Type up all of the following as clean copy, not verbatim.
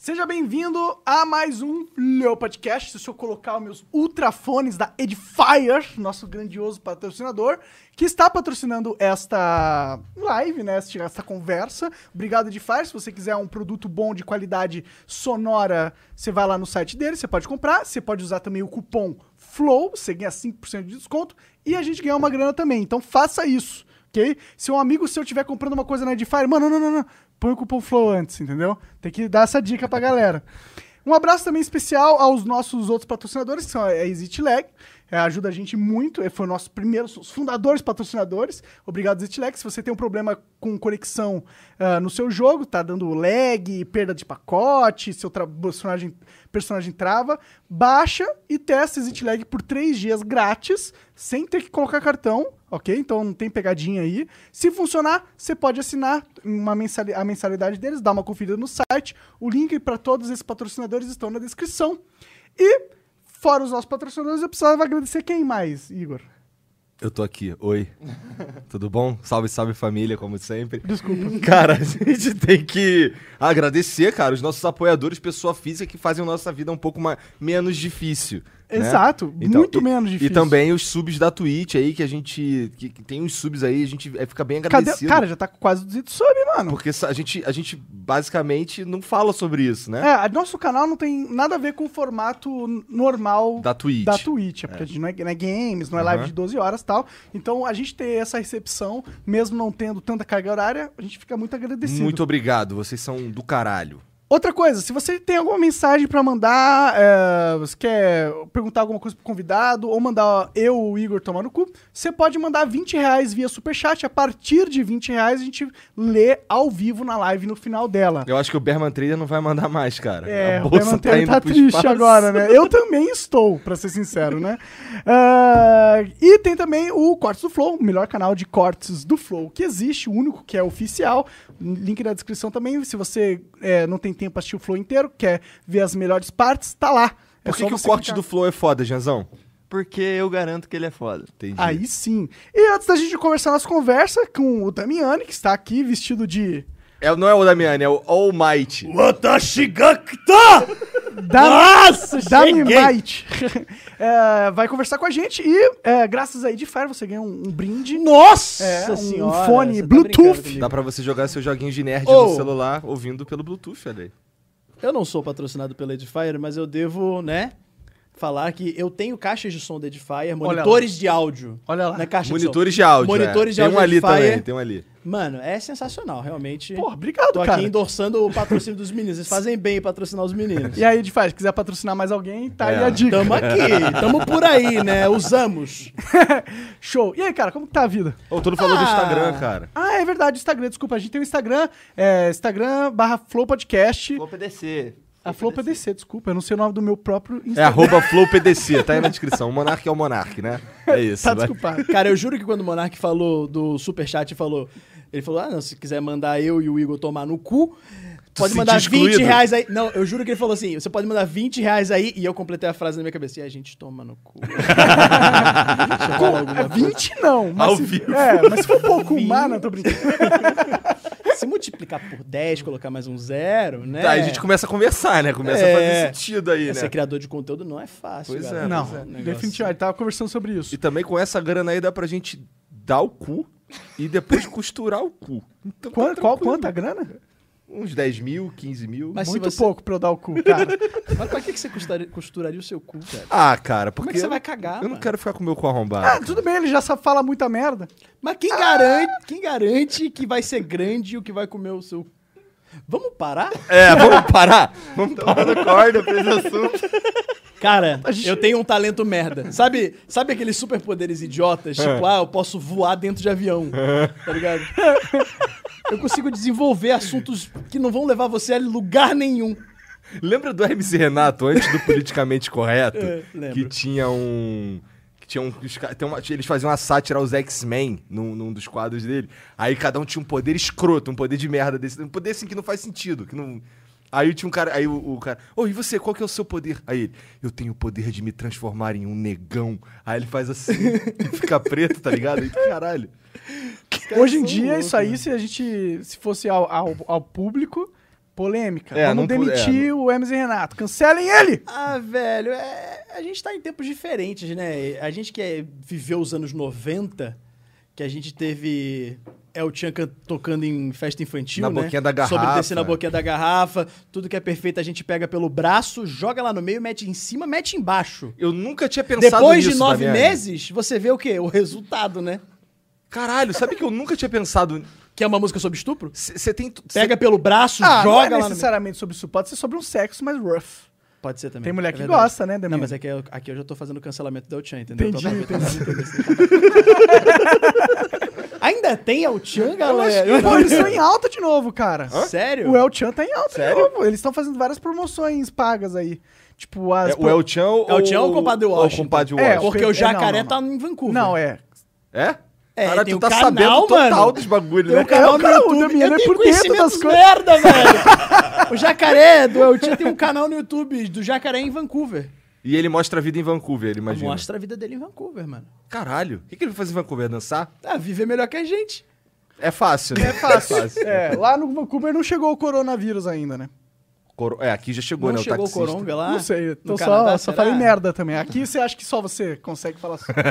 Seja bem-vindo a mais um Flow Podcast. Deixa eu colocar os meus ultrafones da Edifier, nosso grandioso patrocinador, que está patrocinando esta live, né? Esta conversa. Obrigado, Edifier. Se você quiser um produto bom de qualidade sonora, você vai lá no site dele, você pode comprar. Você pode usar também o cupom FLOW, você ganha 5% de desconto e a gente ganha uma grana também. Então faça isso, ok? Se um amigo seu estiver comprando uma coisa na Edifier, mano, não. Põe o cupom FLOW antes, entendeu? Tem que dar essa dica pra galera. Um abraço também especial aos nossos outros patrocinadores, que são a ExitLag. Ajuda a gente muito. Foi nossos primeiros, os fundadores patrocinadores. Obrigado, ExitLag. Se você tem um problema com conexão no seu jogo, tá dando lag, perda de pacote, seu personagem trava, baixa e testa ExitLag por 3 dias grátis, sem ter que colocar cartão, ok? Então não tem pegadinha aí. Se funcionar, você pode assinar a mensalidade deles, dar uma conferida no site. O link para todos esses patrocinadores estão na descrição. E, fora os nossos patrocinadores, eu precisava agradecer quem mais, Igor? Eu tô aqui. Oi. Tudo bom? Salve, salve família, como sempre. Desculpa. Cara, a gente tem que agradecer, cara, os nossos apoiadores, pessoa física, que fazem a nossa vida um pouco menos difícil. Exato, né? Então, muito menos difícil. E também os subs da Twitch aí, que a gente... Que tem uns subs aí, a gente fica bem agradecido. Cara, já tá com quase 200 subs, mano. Porque a gente basicamente não fala sobre isso, né? Nosso canal não tem nada a ver com o formato normal da Twitch. Porque a gente não é games, não é live de 12 horas e tal. Então, a gente ter essa recepção, mesmo não tendo tanta carga horária, a gente fica muito agradecido. Muito obrigado, vocês são do caralho. Outra coisa, se você tem alguma mensagem pra mandar, você quer perguntar alguma coisa pro convidado, ou mandar eu ou o Igor tomar no cu, você pode mandar R$20 via Superchat. A partir de R$20 a gente lê ao vivo na live no final dela. Eu acho que o Berman Trader não vai mandar mais, cara. O Berman Trader tá triste agora, né? Eu também estou, pra ser sincero, né? E tem também o Cortes do Flow, o melhor canal de cortes do Flow que existe, o único que é oficial. Link na descrição também, se você não tem tempo pra assistir o Flow inteiro, quer ver as melhores partes, tá lá. Por que o corte do Flow é foda, Janzão? Porque eu garanto que ele é foda. Entendi. Aí sim. E antes da gente começar nossa conversa com o Damiani, que está aqui vestido de... Não é o Damiani, é o All Might. Watashi ga kita! Nossa, Dynamite! Vai conversar com a gente e, graças a Edifier, você ganha um brinde. Nossa senhora! Um fone Bluetooth. Dá pra você jogar seu joguinho de nerd no celular ouvindo pelo Bluetooth, olha aí. Eu não sou patrocinado pela Edifier, mas eu devo, falar que eu tenho caixas de som da Edifier, monitores de áudio. Olha lá. Na caixa Monitores de áudio. Monitores de tem áudio. Um ali Edifier. também, tem um ali. Mano, é sensacional, realmente. Pô, obrigado, Tô cara. aqui endossando o patrocínio dos meninos. Eles fazem bem em patrocinar os meninos. E aí, Edifier, se quiser patrocinar mais alguém, tá aí a dica. Tamo aqui, tamo por aí, né? Usamos. Show. E aí, cara, como que tá a vida? Tu não falou do Instagram, cara. É verdade, Instagram, desculpa. A gente tem o Instagram, Instagram/FlowPodcast. FlowPDC. A FlowPDC, desculpa, eu não sei o nome do meu próprio Instagram. @FlowPDC, tá aí na descrição. O Monark é o Monark, né? É isso. Tá desculpado. Cara, eu juro que quando o Monark falou do Superchat, ele falou, não, se quiser mandar eu e o Igor tomar no cu, pode mandar R$20 aí. Não, eu juro que ele falou assim, você pode mandar R$20 aí, e eu completei a frase na minha cabeça, e a gente toma no cu. 20 não. Mas Ao se, vivo. Mas se for pouco humano, eu tô brincando. Se multiplicar por 10, colocar mais um zero, né? Tá, aí a gente começa a conversar, né? Começa a fazer sentido aí, né? Ser criador de conteúdo não é fácil, Pois galera. é. Não, Negócio. definitivamente. A gente tava conversando sobre isso. E também com essa grana aí dá pra gente dar o cu e depois costurar o cu. Então, Quanta grana? Uns 10 mil, 15 mil. Mas Muito pouco pra eu dar o cu, cara. Mas pra que você costuraria o seu cu, cara? Cara, porque... Como é que você vai cagar, Eu não quero ficar com o meu cu arrombado. Tudo bem, ele já fala muita merda. Mas quem garante que vai ser grande o que vai comer o seu... Vamos parar? Vamos parar? Vamos parar no corda pra esse assunto. Cara, eu tenho um talento merda. Sabe aqueles superpoderes idiotas? Tipo, eu posso voar dentro de avião. Tá ligado? Eu consigo desenvolver assuntos que não vão levar você a lugar nenhum. Lembra do MC Renato, antes do Politicamente Correto? Lembro. Que tinha eles faziam uma sátira aos X-Men num dos quadros dele. Aí cada um tinha um poder escroto, um poder de merda desse. Um poder assim que não faz sentido. Que não... Aí tinha um cara. Aí o cara. E você, qual que é o seu poder? Aí ele, eu tenho o poder de me transformar em um negão. Aí ele faz assim e fica preto, tá ligado? Aí, caralho. Hoje em dia, isso aí, se fosse ao público, Polêmica. É, Vamos não pu- demitir o Hermes e Renato. Cancelem ele! Ah, velho, a gente tá em tempos diferentes, né? A gente que viveu os anos 90, que a gente teve El Chan tocando em festa infantil, Na né? boquinha da garrafa. Sobre descer na boquinha da garrafa, tudo que é perfeito a gente pega pelo braço, joga lá no meio, mete em cima, mete embaixo. Eu nunca tinha pensado Depois nisso, de 9 Damiani. meses, você vê o quê? O resultado, né? Caralho, sabe que eu nunca tinha pensado... Que é uma música sobre estupro? Você tem... Pega pelo braço, Não joga é lá no meio. necessariamente sobre isso. Pode ser sobre um sexo mais rough. Pode ser também. Tem mulher é que verdade. gosta, né, Damiani? Não, mas é que aqui eu já tô fazendo o cancelamento do El Chan, entendeu? Entendi, Eu tô aproveitando. Ainda tem El Chan, galera? Pô, eles estão em alta de novo, cara. Sério? O El Chan tá em alta Sério? de novo. Eles estão fazendo várias promoções pagas aí. Tipo, as... O El Chan ou... El Chan ou o Compadre Washington? O Compadre É, Washington. Porque o Jacaré não. tá em Vancouver. Não, é. É? É, Caralho, tem tu o tá canal, sabendo total mano. dos bagulhos, Tem né? um canal no cara, o YouTube. Damiano Eu é tenho por dentro das conhecimentos coisas. merda, velho. O Jacaré do El Chan tem um canal no YouTube do Jacaré em Vancouver. E ele mostra a vida em Vancouver, ele imagina. Mostra a vida dele em Vancouver, mano. Caralho. O que ele vai fazer em Vancouver? Dançar? Ah, viver melhor que a gente. É fácil, né? É fácil. É, lá no Vancouver não chegou o coronavírus ainda, né? Aqui já chegou, Não né? O chegou o taxista. Coronga lá? Não sei, no então Canadá, só será? falei merda também. Aqui você acha que só você consegue falar sobre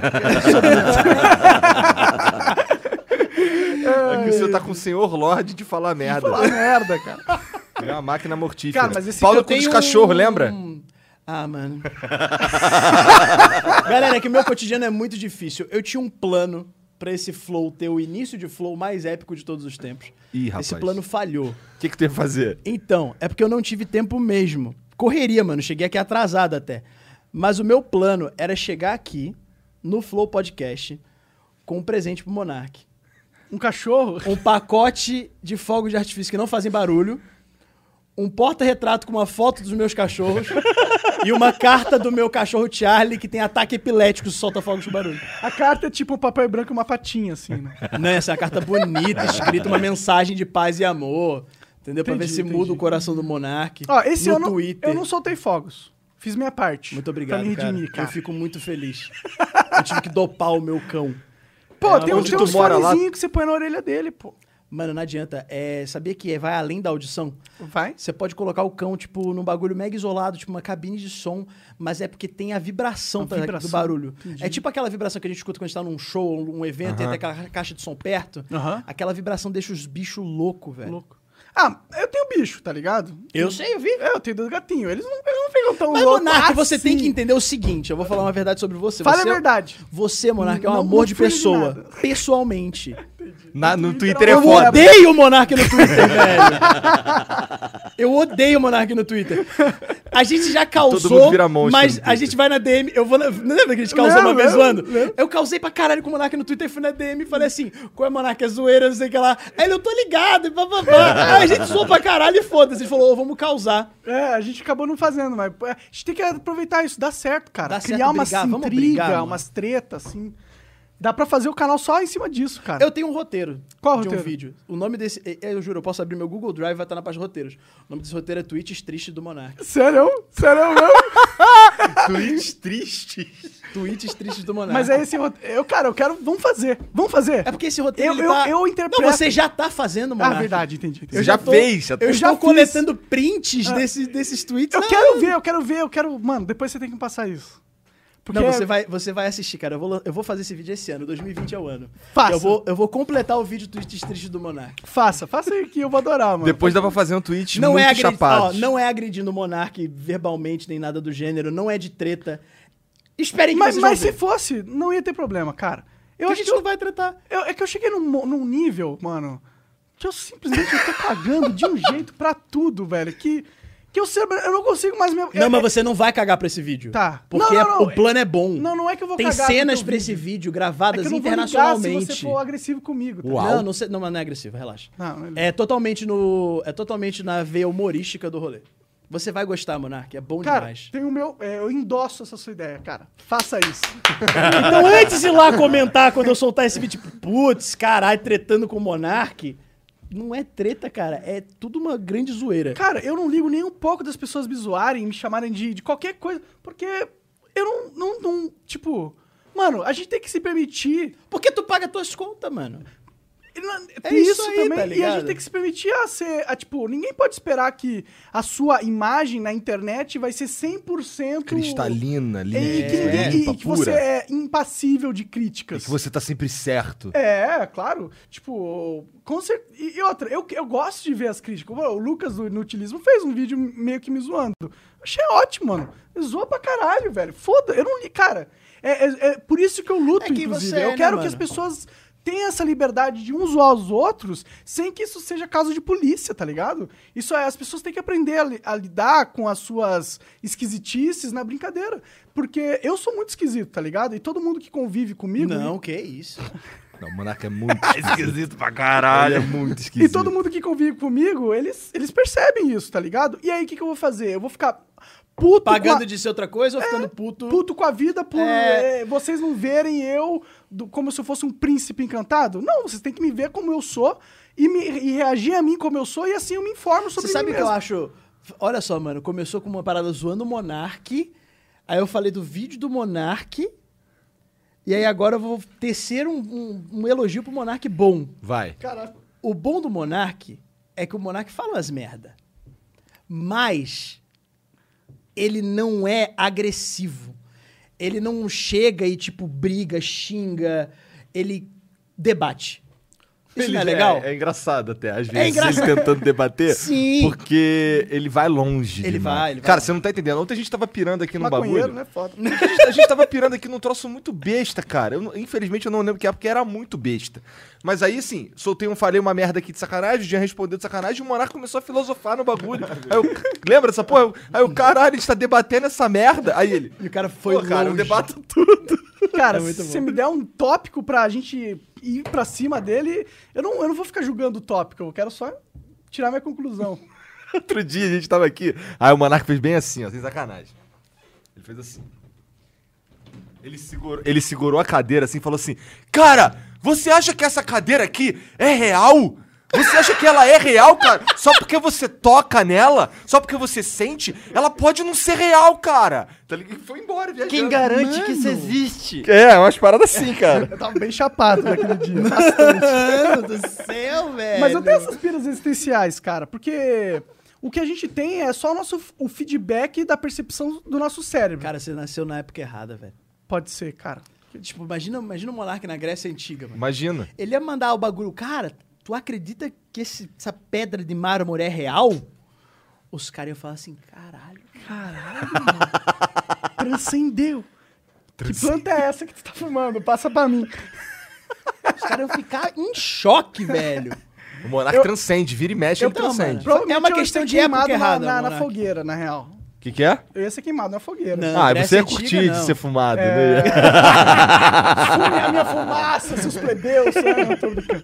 Aqui você tá com o senhor Lorde de falar merda. falar merda, cara. É uma máquina mortífera. Cara, mas esse Paulo eu com os tenho cachorros, lembra? Ah, mano. Galera, é que o meu cotidiano é muito difícil. Eu tinha um plano pra esse flow ter o início de flow mais épico de todos os tempos. Ih, rapaz. Esse plano falhou. O que tu ia fazer? Então, é porque eu não tive tempo mesmo. Correria, mano. Cheguei aqui atrasado até. Mas o meu plano era chegar aqui no Flow Podcast com um presente pro Monark. Um cachorro? Um pacote de fogos de artifício que não fazem barulho, um porta-retrato com uma foto dos meus cachorros e uma carta do meu cachorro Charlie que tem ataque epilético e solta fogos de barulho. A carta é tipo um papel branco e uma patinha, assim, né? Não, essa é uma carta bonita, escrita uma mensagem de paz e amor. Entendeu? Pra ver Entendi, se entendi. muda o coração do Monark. Ó, esse no ano Twitter. eu não soltei fogos. Fiz minha parte. Muito obrigado, Pra me redimir, cara. cara. Eu fico muito feliz. Eu tive que dopar o meu cão. Pô, É, tem onde uns tu mora lá? fonezinhos que você põe na orelha dele, pô. Mano, não adianta. Sabia que vai além da audição? Vai? Você pode colocar o cão, tipo, num bagulho mega isolado, tipo uma cabine de som, mas é porque tem a vibração, A vibração, do barulho. entendi. É tipo aquela vibração que a gente escuta quando a gente tá num show, um evento, e tem aquela caixa de som perto. Aham. Aquela vibração deixa os bichos loucos, velho. Louco. Ah, eu tenho bicho, tá ligado? Eu sei, eu vi. É, eu tenho 2 gatinhos. Eles não ficam tão Mas, loucos Monark, assim. você tem que entender o seguinte, eu vou falar uma verdade sobre você. Fala Você a verdade. Você, Monark, é um Não- amor não de fui de pessoa. nada. Pessoalmente. No Twitter é Eu foda. odeio o Monark no Twitter, velho. Eu odeio o Monark no Twitter. A gente já Todo causou, mundo vira monstro mas no a Twitter. gente vai na DM. Eu vou na, não lembra que a gente causou uma vez zoando? Eu causei pra caralho com o Monark no Twitter e fui na DM e falei assim: qual é, Monark? É zoeira, não sei o que lá. Aí ele, eu tô ligado, e papapá. Aí a gente zoou pra caralho e foda-se. Ele falou: vamos causar. É, a gente acabou não fazendo, mas a gente tem que aproveitar isso. Dá certo, cara. Dá certo Criar umas brigar, vamos intrigas, brigar, mano. umas tretas, assim. Dá pra fazer o canal só em cima disso, cara. Eu tenho um roteiro. Qual de roteiro? um vídeo. O nome desse. Eu juro, eu posso abrir meu Google Drive e vai estar na página de roteiros. O nome desse roteiro é Tweets Tristes do Monark. Sério? Sério mesmo? Tweets tristes. Tweets Tristes do Monark. Mas é esse roteiro. Eu quero. Vamos fazer. Vamos fazer. É porque esse roteiro. Eu- ele tá... eu interpreto- Não, você já tá fazendo, Monark. Ah, verdade, entendi. Você já fez. Já Eu já estou fiz. coletando prints desses tweets. Eu quero ver. Mano, depois você tem que passar isso. Porque Não, você vai assistir, cara. Eu vou fazer esse vídeo esse ano. 2020 é o ano. Faça. Eu vou completar o vídeo Tweets Tristes do Monark. Faça aí que eu vou adorar, mano. Depois dá pra fazer um tweet Não muito é, chapado. não é agredindo o Monark verbalmente, nem nada do gênero. Não é de treta. Esperem que Mas, vocês vão mas se ver. fosse, não ia ter problema, cara. Eu A acho gente que não vai tretar. é que eu cheguei num nível, mano, que eu simplesmente tô cagando de um jeito pra tudo, velho. Que eu não consigo mais... Não, mas você não vai cagar pra esse vídeo. Tá. Porque Não. o plano é bom. Não é que eu vou Tem cagar cenas pro pra teu esse vídeo. vídeo É gravadas que eu não vou ligar se internacionalmente. você for agressivo comigo, tá? Uau. Não é agressivo, relaxa. Não, É totalmente na veia humorística do rolê. Você vai gostar, Monark, é bom Cara, demais. tem o meu... eu endosso essa sua ideia, cara. Faça isso. Então, antes de ir lá comentar quando eu soltar esse vídeo, tipo, putz, caralho, tretando com o Monark, não é treta, cara, é tudo uma grande zoeira. Cara, eu não ligo nem um pouco das pessoas me zoarem, me chamarem de qualquer coisa, porque eu não... Tipo... Mano, a gente tem que se permitir... Porque tu paga tuas contas, mano. Tem isso aí, também, tá e a ligado? gente tem que se permitir tipo, ninguém pode esperar que a sua imagem na internet vai ser 100% Cristalina, e limpa, e que você pura. é impassível de E críticas. que você tá sempre certo. Claro. Tipo, e outra, eu gosto de ver as críticas. O Lucas do Inutilismo fez um vídeo meio que me zoando. Achei ótimo, mano. Zoa pra caralho, velho. Foda, eu não li, cara. É por isso que eu luto, É que inclusive. você é, Eu quero né, que as mano? pessoas tenham essa liberdade de uns zoar os outros sem que isso seja caso de polícia, tá ligado? As pessoas têm que aprender a lidar com as suas esquisitices na brincadeira. Porque eu sou muito esquisito, tá ligado? E todo mundo que convive comigo... Não, que isso. Não, o Monarca é muito esquisito pra caralho. Ele é muito esquisito. E todo mundo que convive comigo, eles percebem isso, tá ligado? E aí, o que eu vou fazer? Eu vou ficar puto Pagando de ser outra coisa ou ficando puto? puto com a vida por vocês não verem eu como se eu fosse um príncipe encantado? Não, vocês têm que me ver como eu sou e reagir a mim como eu sou e assim eu me informo sobre Você sabe mim o que eu mesmo. acho? Olha só, mano, começou com uma parada zoando o Monark, aí eu falei do vídeo do Monark, e aí agora eu vou tecer um elogio pro Monark bom. Vai. Caraca. O bom do Monark é que o Monark fala umas merda, mas ele não é agressivo. Ele não chega e, tipo, briga, xinga, ele debate. Isso não é legal? É engraçado até, às É vezes, engraçado. ele tentando debater. Sim. Porque ele vai longe. Ele demais. vai. Cara, você não tá entendendo. Ontem a gente tava pirando aqui no Maconheiro, bagulho. né? Foda. A gente tava pirando aqui num troço muito besta, cara. Infelizmente eu não lembro que é, porque era muito besta. Mas aí, assim, falei uma merda aqui de sacanagem, o Jean respondeu de sacanagem e o Monarca começou a filosofar no bagulho. Aí eu, lembra dessa porra? Aí o caralho, a gente tá debatendo essa merda. Aí ele, E o cara foi pô, cara, eu longe. debato tudo. Cara, É muito se bom. você me der um tópico pra gente ir pra cima dele, eu não vou ficar julgando o tópico, eu quero só tirar minha conclusão. Outro dia a gente tava aqui, aí o Monarca fez bem assim, ó, sem sacanagem. Ele fez assim. Ele segurou a cadeira assim e falou assim: Cara, você acha que essa cadeira aqui é real? Você acha que ela é real, cara? Só porque você toca nela, só porque você sente, ela pode não ser real, cara. Tá ligado? Foi embora, viajando. Quem garante que isso Mano. existe? É, umas paradas assim, cara. Eu tava bem chapado naquele dia. Mano do céu, velho. Mas eu tenho essas piras existenciais, cara, porque o que a gente tem é só o feedback da percepção do nosso cérebro. Cara, você nasceu na época errada, velho. Pode ser, cara. Tipo, imagina o Monark na Grécia Antiga, mano. Imagina. Ele ia mandar o bagulho. Cara, tu acredita que essa pedra de mármore é real? Os caras iam falar assim, caralho. Caralho, mano. Transcendeu. Que planta é essa que tu tá fumando? Passa pra mim. Os caras iam ficar em choque, velho. O Monarca transcende, vira e mexe, ele Não, transcende. mano. É uma eu ia questão ser de época queimado errada, na Monark. fogueira, na real. O que é? Eu ia ser queimado na fogueira. Não. Ah, Grécia você ia Antiga, curtir não. de ser fumado, É. né? Fume a minha fumaça, seus plebeus. Não, tô brincando.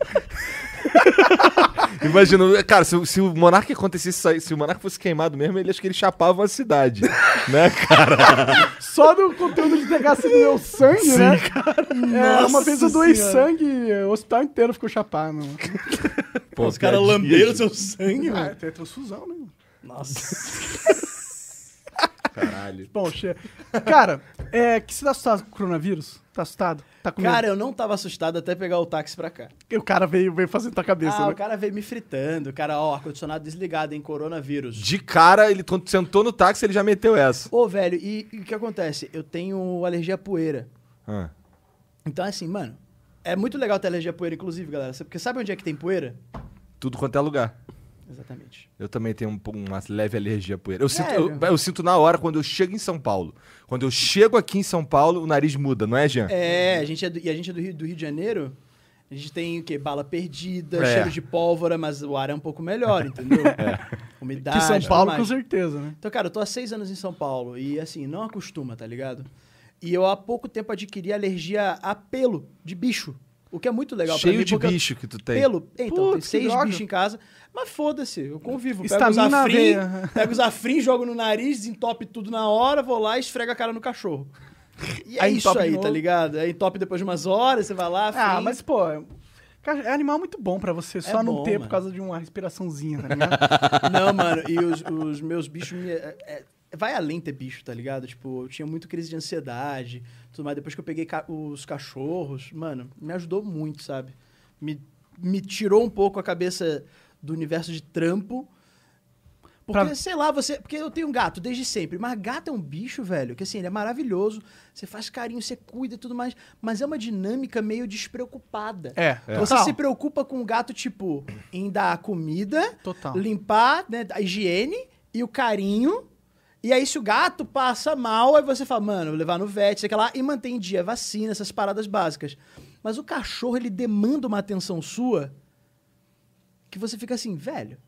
Imagina, cara, se o Monarca acontecesse isso aí, se o Monarca fosse queimado mesmo, ele acho que ele chapava a cidade, né, cara? Só do conteúdo de ter sido meu sangue, né? Uma vez eu doei sangue, o hospital inteiro ficou chapado. Pô, Os caras piadinha, lamberam gente. seu sangue, Ah, mano. tem transfusão, né? Nossa. Caralho. Bom, cara, que você tá assustado com o coronavírus? Tá assustado? Tá com Cara, medo? eu não tava assustado até pegar o táxi pra cá. O cara veio fazendo tua cabeça, Ah, né? o cara veio me fritando. O cara, ó, ar-condicionado desligado, hein, coronavírus. De cara, ele quando sentou no táxi, ele já meteu essa. Ô, velho, e o que acontece? Eu tenho alergia à poeira. Ah. Então, assim, mano, é muito legal ter alergia à poeira, inclusive, galera. Porque sabe onde é que tem poeira? Tudo quanto é lugar. Exatamente. Eu também tenho uma leve alergia à poeira. Sério? Eu sinto na hora quando eu chego em São Paulo. Quando eu chego aqui em São Paulo, o nariz muda, não é, Jean? É, a gente é do Rio de Janeiro. A gente tem o quê? Bala perdida, É. cheiro de pólvora, mas o ar é um pouco melhor, entendeu? Umidade. Que São tudo Paulo, mais. com certeza, né? Então, cara, eu tô há 6 anos em São Paulo e, assim, não acostuma, tá ligado? E eu há pouco tempo adquiri alergia a pelo de bicho. O que é muito legal pra Cheio mim. de porque eu- bicho que tu tem. Pelo. Então, tem Putz, que 6 droga. bichos em casa. Mas foda-se, eu convivo. Pego os Estamina na afrim, veia. pego os afrim, jogo no nariz, desentope tudo na hora, vou lá e esfrego a cara no cachorro. E é Aí isso entope de aí, novo. tá ligado? Aí entope depois de umas horas, você vai lá, afrim. Ah, mas, pô, cara, é animal muito bom pra você só não bom, ter por mano. causa de uma respiraçãozinha, tá ligado? Não, mano, e os meus bichos vai além ter bicho, tá ligado? Tipo, eu tinha muito crise de ansiedade, tudo mais. Depois que eu peguei os cachorros, mano, me ajudou muito, sabe? Me me tirou um pouco a cabeça do universo de trampo. Porque, sei lá, porque eu tenho um gato desde sempre, mas gato é um bicho, velho, que assim, ele é maravilhoso, você faz carinho, você cuida e tudo mais, mas é uma dinâmica meio despreocupada. Você se preocupa com o gato, tipo, em dar comida, limpar, né, a higiene e o carinho, e aí se o gato passa mal, aí você fala, mano, vou levar no vet, sei lá, e mantém em dia vacina, essas paradas básicas. Mas o cachorro, ele demanda uma atenção sua que você fica assim, velho...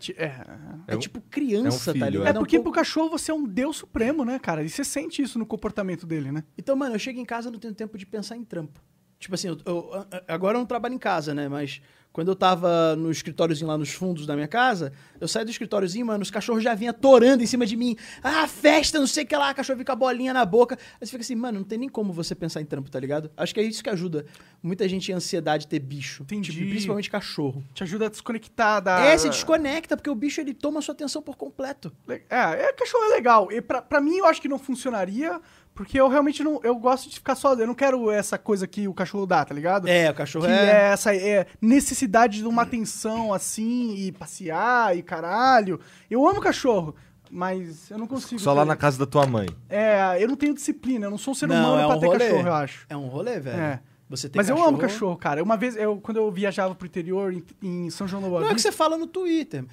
É tipo criança, filho, tá ligado? É porque pro cachorro você é um deus supremo, né, cara? E você sente isso no comportamento dele, né? Então, mano, eu chego em casa e não tenho tempo de pensar em trampo. Tipo assim, agora eu não trabalho em casa, né? Mas quando eu tava no escritóriozinho lá nos fundos da minha casa, eu saí do escritóriozinho, mano, os cachorros já vinham torando em cima de mim. Ah, festa, não sei o que lá, cachorro fica com a bolinha na boca. Aí você fica assim, mano, não tem nem como você pensar em trampo, tá ligado? Acho que é isso que ajuda muita gente em ansiedade ter bicho. Entendi. Tipo, principalmente cachorro. Te ajuda a desconectar da... Se desconecta, porque o bicho, ele toma a sua atenção por completo. Cachorro é legal. E pra mim, eu acho que não funcionaria... Porque eu realmente não... Eu gosto de ficar sozinho. Eu não quero essa coisa que o cachorro dá, tá ligado? O cachorro que é essa necessidade de uma atenção, assim, e passear, e caralho. Eu amo cachorro, mas eu não consigo... Só lá na casa da tua mãe. Eu não tenho disciplina. Eu não sou um ser humano pra ter cachorro, eu acho. É um rolê, velho. Você tem Mas cachorro... eu amo cachorro, cara. Uma vez, quando eu viajava pro interior, em São João do Boa Vista... Não é que você fala no Twitter.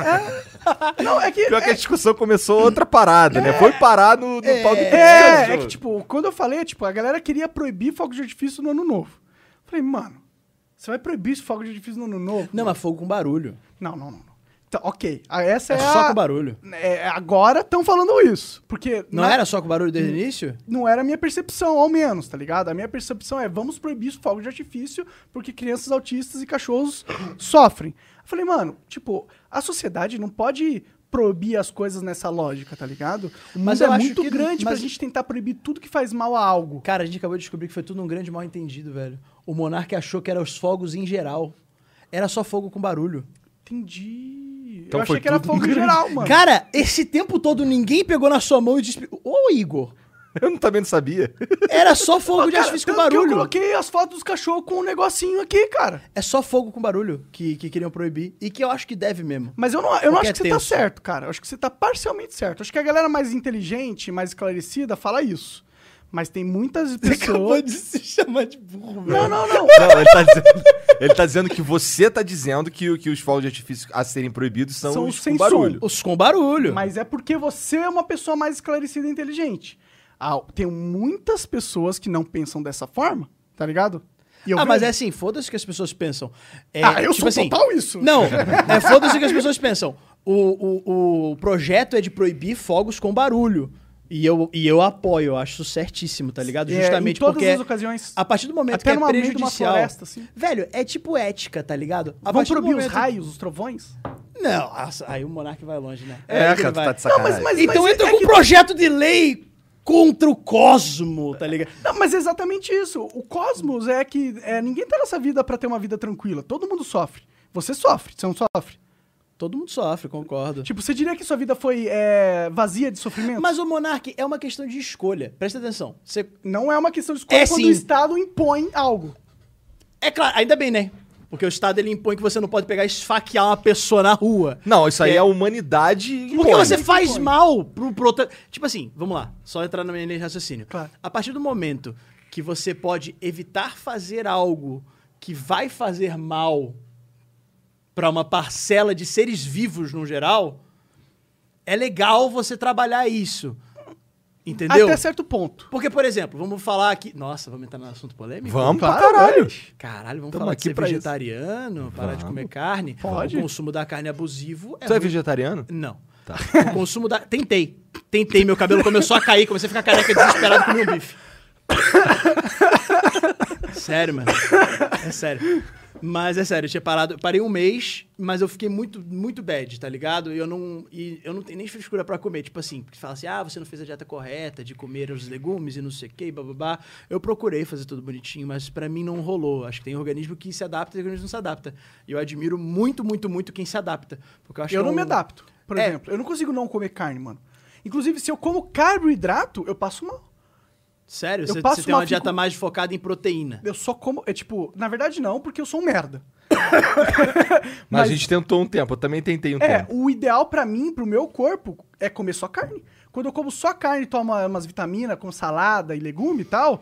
Não, é que... Pior que a discussão começou outra parada, né? Foi parar no pau do é que, tipo, quando eu falei, tipo, a galera queria proibir fogo de artifício no Ano Novo. Falei, mano, você vai proibir fogo de artifício no Ano Novo? Não, mas fogo com barulho. Não. Então, ok. Essa é só com barulho. Agora estão falando isso. Porque... Não era só com barulho desde o início? Não era a minha percepção, ao menos, tá ligado? A minha percepção é, vamos proibir fogo de artifício porque crianças autistas e cachorros sofrem. Eu falei, mano, tipo, a sociedade não pode proibir as coisas nessa lógica, tá ligado? O mundo é muito grande pra gente tentar proibir tudo que faz mal a algo. Cara, a gente acabou de descobrir que foi tudo um grande mal entendido, velho. O Monark achou que eram os fogos em geral. Era só fogo com barulho. Entendi. Então eu achei que era fogo em geral, mano. Cara, esse tempo todo ninguém pegou na sua mão e disse... Ô, Igor... Eu também não sabia. Era só fogo de artifício com barulho. Eu coloquei as fotos dos cachorros com um negocinho aqui, cara. É só fogo com barulho que queriam proibir. E que eu acho que deve mesmo. Mas eu não acho que você tá certo, cara. Eu acho que você tá parcialmente certo. Eu acho que a galera mais inteligente, mais esclarecida, fala isso. Mas tem muitas pessoas... Você acabou de se chamar de burro, velho. Não. Não, ele tá dizendo que você tá dizendo que os fogos de artifício a serem proibidos são os com barulho. Os com barulho. Mas é porque você é uma pessoa mais esclarecida e inteligente. Tem muitas pessoas que não pensam dessa forma, tá ligado? Mas é assim, foda-se que as pessoas pensam. Eu sou assim, total isso. Não, foda-se que as pessoas pensam. O projeto é de proibir fogos com barulho. E eu apoio, eu acho isso certíssimo, tá ligado? Justamente em todas porque as ocasiões, a partir do momento até que é prejudicial... floresta, assim. Velho, é tipo ética, tá ligado? Vamos proibir os raios, os trovões? Não, aí o Monark vai longe, né? Cara, tu tá de sacanagem. Então entra com um projeto de lei contra o cosmo, tá ligado? Não, mas é exatamente isso. O cosmos é que ninguém tá nessa vida pra ter uma vida tranquila. Todo mundo sofre. Você sofre, você não sofre? Todo mundo sofre, concordo. Tipo, você diria que sua vida foi vazia de sofrimento? Mas o Monark é uma questão de escolha. Presta atenção. Não é uma questão de escolha quando sim. o Estado impõe algo. É claro, ainda bem, né? Porque o Estado, ele impõe que você não pode pegar e esfaquear uma pessoa na rua. Não, isso aí é a humanidade... Porque você faz mal pro outro... Tipo assim, vamos lá. Só entrar na minha linha de raciocínio. Claro. A partir do momento que você pode evitar fazer algo que vai fazer mal para uma parcela de seres vivos no geral, é legal você trabalhar isso. Entendeu? Até certo ponto. Porque, por exemplo, vamos falar aqui... Nossa, vamos entrar no assunto polêmico? Vamos pra caralho. Caralho, vamos Tamo falar de aqui ser pra vegetariano, parar de comer carne. Pode. O consumo da carne abusivo... Tu é vegetariano? Não. Tá. O consumo da... Tentei, meu cabelo começou a cair, comecei a ficar careca desesperado com o meu bife. Sério, mano. É sério. Mas é sério, eu tinha parei um mês, mas eu fiquei muito, muito bad, tá ligado? E eu não tenho nem frescura pra comer. Tipo assim, porque fala assim, você não fez a dieta correta de comer os legumes e não sei o que, bababá. Eu procurei fazer tudo bonitinho, mas pra mim não rolou. Acho que tem organismo que se adapta e organismo que não se adapta. E eu admiro muito, muito, muito quem se adapta. Porque eu acho Eu que não me adapto, por exemplo. Eu não consigo não comer carne, mano. Inclusive, se eu como carboidrato, eu passo mal. Sério? Você tem uma dieta mais focada em proteína? Eu só como... na verdade não, porque eu sou um merda. Mas a gente tentou um tempo, eu também tentei um tempo. O ideal pra mim, pro meu corpo, é comer só carne. Quando eu como só carne e tomo umas vitaminas, como salada e legume e tal,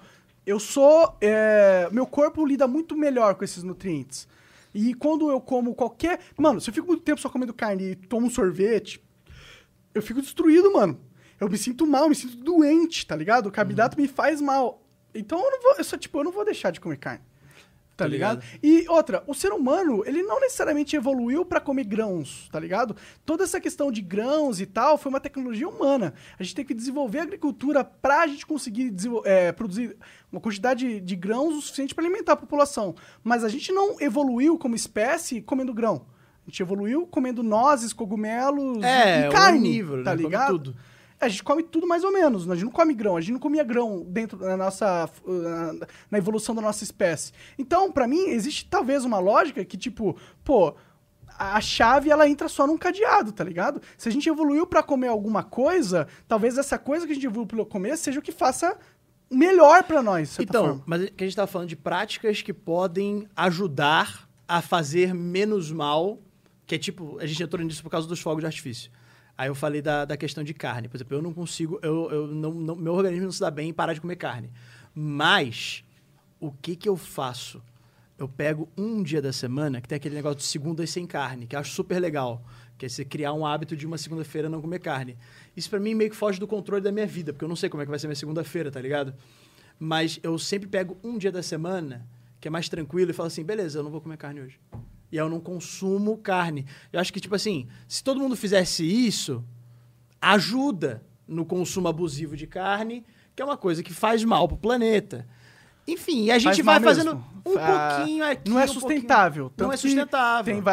meu corpo lida muito melhor com esses nutrientes. E quando eu como qualquer... Mano, se eu fico muito tempo só comendo carne e tomo um sorvete, eu fico destruído, mano. Eu me sinto mal, me sinto doente, tá ligado? O carboidrato me faz mal. Então eu não vou deixar de comer carne. Tá ligado? E outra, o ser humano, ele não necessariamente evoluiu pra comer grãos, tá ligado? Toda essa questão de grãos e tal foi uma tecnologia humana. A gente tem que desenvolver a agricultura pra gente conseguir produzir uma quantidade de grãos o suficiente pra alimentar a população. Mas a gente não evoluiu como espécie comendo grão. A gente evoluiu comendo nozes, cogumelos e carne, onívoro, tá né? ligado? Come tudo. A gente come tudo mais ou menos. A gente não come grão. A gente não comia grão dentro da na evolução da nossa espécie. Então, pra mim, existe talvez uma lógica que, tipo, a chave, ela entra só num cadeado, tá ligado? Se a gente evoluiu pra comer alguma coisa, talvez essa coisa que a gente evoluiu pra comer seja o que faça melhor pra nós, de certa forma. Mas que a gente tava falando de práticas que podem ajudar a fazer menos mal, que é tipo, a gente entrou nisso por causa dos fogos de artifício. Aí eu falei da questão de carne. Por exemplo, eu não consigo... meu organismo não se dá bem em parar de comer carne. Mas, o que eu faço? Eu pego um dia da semana, que tem aquele negócio de segundas sem carne, que eu acho super legal. Que é você criar um hábito de uma segunda-feira não comer carne. Isso pra mim meio que foge do controle da minha vida, porque eu não sei como é que vai ser minha segunda-feira, tá ligado? Mas eu sempre pego um dia da semana, que é mais tranquilo, e falo assim, beleza, eu não vou comer carne hoje. E eu não consumo carne. Eu acho que, tipo assim, se todo mundo fizesse isso, ajuda no consumo abusivo de carne, que é uma coisa que faz mal pro planeta. Enfim, a gente vai fazendo pouquinho aqui. Não é sustentável. Não é sustentável. Tem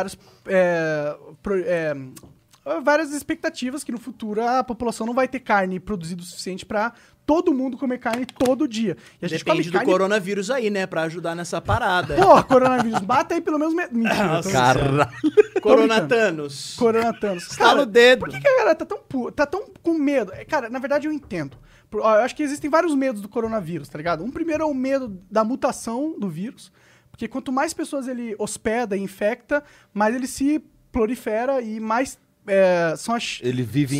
várias expectativas que no futuro a população não vai ter carne produzida o suficiente pra todo mundo comer carne todo dia. E a gente Depende come do coronavírus aí, né? Pra ajudar nessa parada. Porra, coronavírus, mata aí pelo menos... Mentira. Caralho. Coronatanos. Coronatanos. Tá no dedo. Por que a galera tá tão com medo? Cara, na verdade eu entendo. Eu acho que existem vários medos do coronavírus, tá ligado? Um primeiro é o medo da mutação do vírus, porque quanto mais pessoas ele hospeda e infecta, mais ele se prolifera e mais são as... Ele vive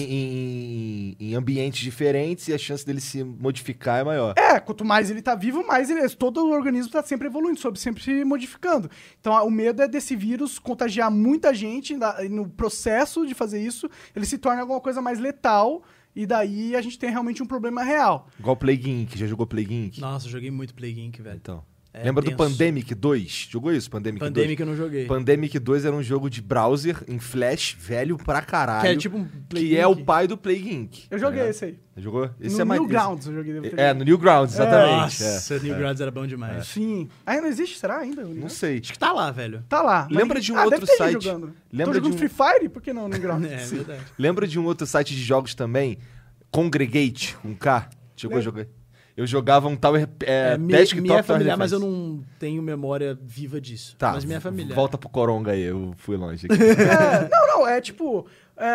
em ambientes diferentes e a chance dele se modificar é maior. Quanto mais ele tá vivo, mais todo o organismo tá sempre evoluindo, sempre se modificando. Então, o medo é desse vírus contagiar muita gente, no processo de fazer isso, ele se torna alguma coisa mais letal, e daí a gente tem realmente um problema real. Igual Plague Inc. Já jogou Plague Inc? Nossa, eu joguei muito Plague Inc, velho. Então... Lembra do Pandemic 2? Jogou isso, Pandemic 2? Pandemic eu não joguei. Pandemic 2 era um jogo de browser em Flash, velho pra caralho. Que é tipo um Plague que Inc. é o pai do Plague Inc. Eu joguei esse aí. Jogou? Esse no é mais... Newgrounds eu joguei. Devo ter no Newgrounds, exatamente. Nossa, Newgrounds era bom demais. Sim. Ainda não existe, será ainda? Não sei. Acho que tá lá, velho. Tá lá. Lembra de um outro site? Tô jogando Free Fire? Por que não Newgrounds? É verdade. Lembra de um outro site de jogos também? Congregate, com K? Chegou a jogar? Eu jogava um Tower Desktop minha familiar, Tower mas eu Defense. não tenho memória viva disso. Tá, Mas minha família. Volta pro Coronga aí, eu fui longe aqui. Tipo...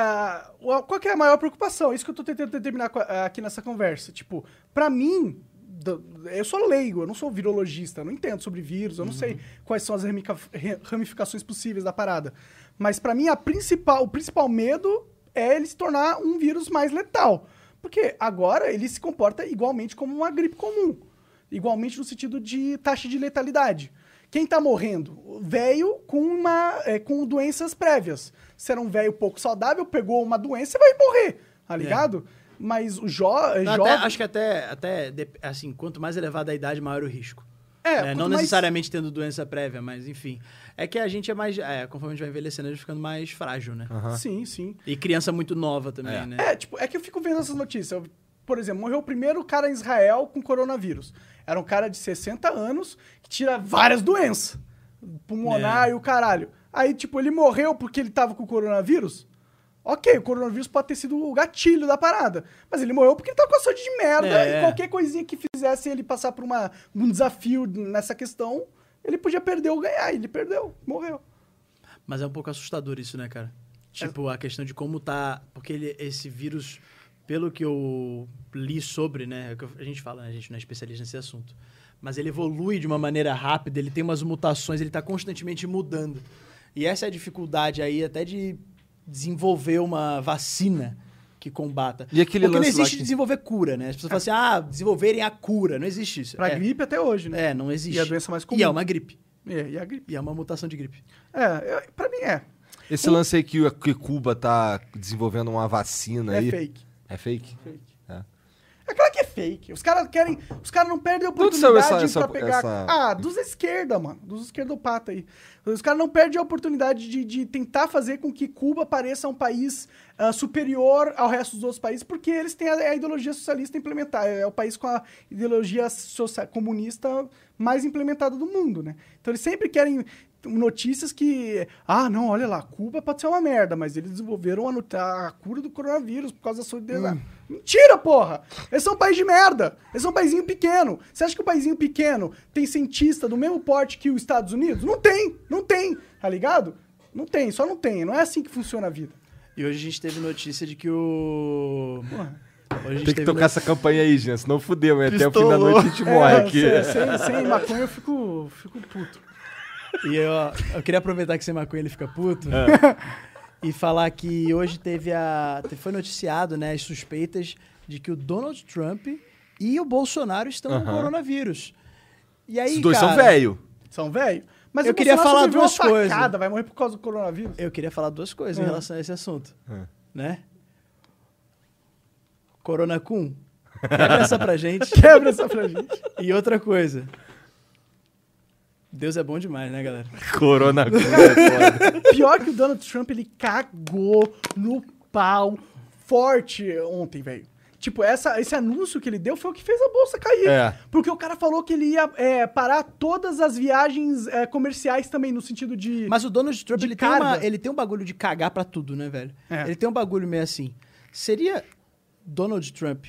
qual que é a maior preocupação? Isso que eu tô tentando determinar aqui nessa conversa. Tipo, pra mim... Eu sou leigo, eu não sou virologista, eu não entendo sobre vírus, eu não sei quais são as ramificações possíveis da parada. Mas pra mim, o principal medo é ele se tornar um vírus mais letal. Porque agora ele se comporta igualmente como uma gripe comum. Igualmente no sentido de taxa de letalidade. Quem tá morrendo? Velho com doenças prévias. Se era um velho pouco saudável, pegou uma doença, vai morrer, tá ligado? Mas o jovem... Acho que até, assim, quanto mais elevada a idade, maior o risco. Não necessariamente tendo doença prévia, mas enfim. É que a gente é mais... conforme a gente vai envelhecendo, a gente vai ficando mais frágil, né? Sim, sim. E criança muito nova também, né? É que eu fico vendo essas notícias. Por exemplo, morreu o primeiro cara em Israel com coronavírus. Era um cara de 60 anos que tira várias doenças. Pulmonar e o caralho. Aí, tipo, ele morreu porque ele tava com coronavírus? Ok, o coronavírus pode ter sido o gatilho da parada. Mas ele morreu porque ele tava com a saúde de merda. E qualquer coisinha que fizesse ele passar por um desafio nessa questão, ele podia perder ou ganhar. Ele perdeu, morreu. Mas é um pouco assustador isso, né, cara? Tipo, a questão de como tá... Porque esse vírus, pelo que eu li sobre, né? A gente fala, né? A gente não é especialista nesse assunto. mas ele evolui de uma maneira rápida, ele tem umas mutações, ele tá constantemente mudando. E essa é a dificuldade aí até de desenvolver uma vacina que combata. E aquele Porque não lance lá existe que- desenvolver cura, né? As pessoas falam assim, desenvolverem a cura. Não existe isso. Pra gripe até hoje, né? Não existe. E a doença mais comum. E é uma gripe. E a gripe. E é uma mutação de gripe. Pra mim é. Esse lance aí que Cuba tá desenvolvendo uma vacina É aí... fake. É fake? Fake. É. É claro que é fake. Os caras não perdem a De onde saiu oportunidade essa- pra pegar... essa- Ah, dos da esquerda, mano. Dos esquerdopatas aí. Os caras não perdem a oportunidade de tentar fazer com que Cuba pareça um país superior ao resto dos outros países, porque eles têm a ideologia socialista implementada. É o país com a ideologia comunista mais implementada do mundo, né? Então eles sempre querem notícias que... Ah, não, olha lá, Cuba pode ser uma merda, mas eles desenvolveram a cura do coronavírus por causa da saúde deles. Mentira, porra! Eles são um país de merda! Eles são um paizinho pequeno. Você acha que o paizinho pequeno tem cientista do mesmo porte que os Estados Unidos? Não tem, tá ligado? Não tem, só não tem. Não é assim que funciona a vida. E hoje a gente teve notícia de que o... Porra. Hoje a gente Tem que teve tocar essa campanha aí, gente, senão fudeu, hein? Até o fim da Pistolou. noite a gente morre aqui. Sem maconha eu fico puto. E eu queria aproveitar que sem maconha ele fica puto e falar que hoje foi noticiado, né, as suspeitas de que o Donald Trump e o Bolsonaro estão com coronavírus. E aí, Os dois cara, são velho. São velho? Mas Eu o queria Bolsonaro falar sobreviveu duas uma coisas. facada, vai morrer por causa do coronavírus. Eu queria falar duas coisas em relação a esse assunto, né? Corona Kun, quebra essa pra gente. Quebra essa pra gente. E outra coisa, Deus é bom demais, né, galera? Corona. Pior que o Donald Trump, ele cagou no pau forte ontem, velho. Tipo, esse anúncio que ele deu foi o que fez a bolsa cair. É. Porque o cara falou que ele ia parar todas as viagens comerciais também, no sentido de... Mas o Donald Trump, de ele carga. tem um bagulho de cagar pra tudo, né, velho? É. Ele tem um bagulho meio assim. Seria Donald Trump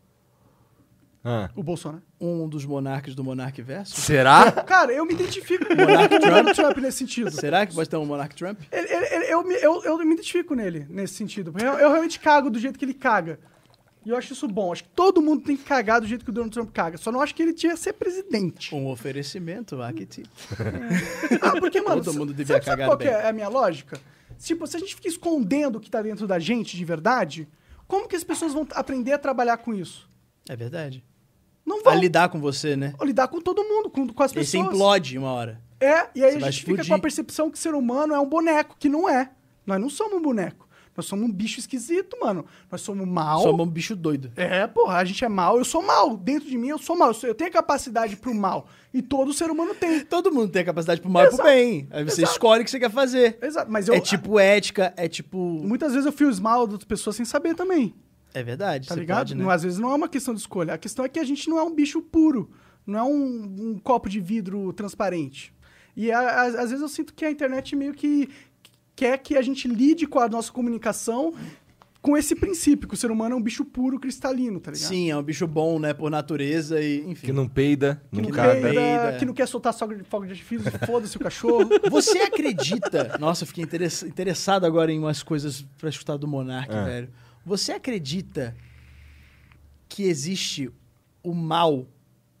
O Bolsonaro. um dos monarcas do Monark Verso? Será? Cara, eu me identifico com o Donald Trump nesse sentido. Será que pode ter um Monark Trump? Eu me identifico nele, nesse sentido. Eu realmente cago do jeito que ele caga. E eu acho isso bom. Acho que todo mundo tem que cagar do jeito que o Donald Trump caga. Só não acho que ele tinha que ser presidente. Um oferecimento, Akiti. Porque, mano, Todo mundo devia sabe cagar qual que bem. é a minha lógica? Tipo, se a gente fica escondendo o que tá dentro da gente de verdade, como que as pessoas vão aprender a trabalhar com isso? É verdade. Não A vão. lidar com você, né? Ou lidar com todo mundo, com as Ele se pessoas. implode uma hora. E aí Você a vai gente fica com a explodir. percepção que o ser humano é um boneco, que não é. Nós não somos um boneco. Nós somos um bicho esquisito, mano. Nós somos mal. Somos um bicho doido. Porra, a gente é mal. Eu sou mal. Dentro de mim, eu sou mal. Eu tenho a capacidade pro mal. E todo ser humano tem. Todo mundo tem a capacidade pro mal e pro Exato. bem. Aí você Exato. escolhe o que você quer fazer. Exato. Mas eu... É tipo ética, é tipo... Muitas vezes eu fiz mal das pessoas sem saber também. É verdade, Tá você ligado? pode, né? Não, às vezes não é uma questão de escolha. A questão é que a gente não é um bicho puro. Não é um copo de vidro transparente. E às vezes eu sinto que a internet meio que quer que a gente lide com a nossa comunicação com esse princípio, que o ser humano é um bicho puro, cristalino, tá ligado? Sim, é um bicho bom, né? Por natureza e, enfim. Que não peida, Que não não caga. peida, que não quer soltar fogo de artifício, foda-se o cachorro. Você acredita... Nossa, eu fiquei interessado agora em umas coisas pra escutar do Monark, velho. Você acredita que existe o mal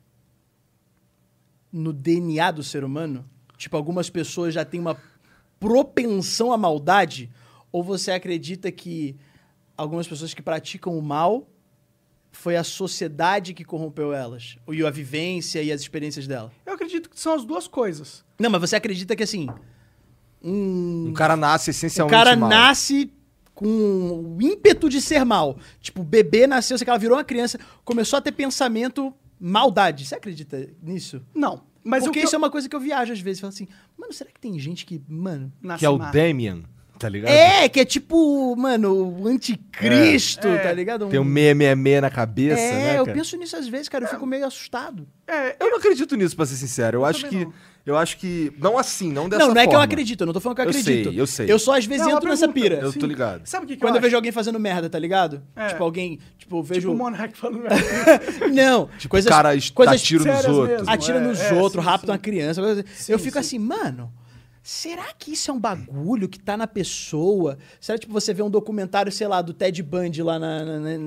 no DNA do ser humano? Tipo, algumas pessoas já têm uma propensão à maldade? Ou você acredita que algumas pessoas que praticam o mal foi a sociedade que corrompeu elas? E a vivência e as experiências dela? Eu acredito que são as duas coisas. Não, mas você acredita que, assim... Um cara nasce O essencialmente cara mal. nasce com o ímpeto de ser mal. Tipo, o bebê nasceu, sei que ela virou uma criança, começou a ter pensamento maldade. Você acredita nisso? Não. Mas Porque o que isso é uma coisa que eu viajo às vezes. Falo assim, mano, será que tem gente que, mano... nasce Que é o má. Damien, tá ligado? Que é tipo, mano, o anticristo, tá ligado? Tem um 666 na cabeça, né, eu cara? penso nisso às vezes, cara, eu fico meio assustado. Eu não acredito nisso, pra ser sincero. Eu acho que... Não assim, não dessa forma. Não é que eu acredito, eu não tô falando que eu Eu acredito. sei, eu sei. Eu só às vezes É uma entro nessa pergunta. pira. Eu Sim. tô ligado. Sabe o que Quando eu acho? vejo alguém fazendo merda, tá ligado? É. Tipo, alguém, tipo, eu vejo... Tipo o Monark falando... Não, coisas... O cara coisas dá tiro nos sérias outros. mesmo. atira nos É, outros, sim, rapta sim. uma criança. Coisa assim. Eu fico sim. assim, mano, será que isso é um bagulho que tá na pessoa? Será que tipo, você vê um documentário, sei lá, do Ted Bundy lá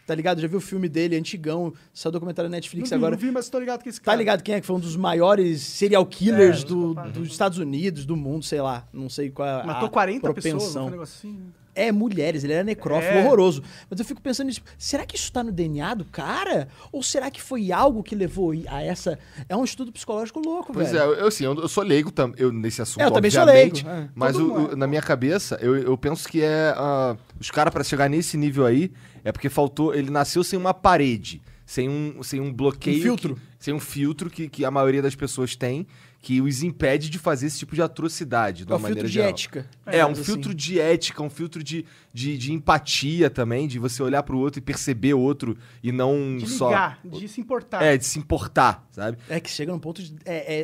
Tá ligado? Já viu o filme dele, antigão, saiu documentário na Netflix agora. Não vi, mas tô ligado que esse Tá cara... ligado quem é? Que foi um dos maiores serial killers dos Estados Unidos, do mundo, sei lá. Não sei qual é Matou 40 pessoas, um negócio assim. É, mulheres, ele era necrófilo, horroroso. Mas eu fico pensando nisso, será que isso tá no DNA do cara? Ou será que foi algo que levou a essa... É um estudo psicológico louco, Pois velho. eu sou leigo nesse assunto, Eu também sou obviamente, leigo. mas na minha cabeça, eu penso que os caras, pra chegar nesse nível aí, é porque faltou... Ele nasceu sem uma parede, sem um bloqueio... Um filtro. Sem um filtro que a maioria das pessoas tem, que os impede de fazer esse tipo de atrocidade, de uma maneira geral. Um filtro de ética. Um filtro de ética, um filtro de empatia também, de você olhar pro outro e perceber o outro e não de só... ligar, de se importar. De se importar, sabe? É que chega num ponto de...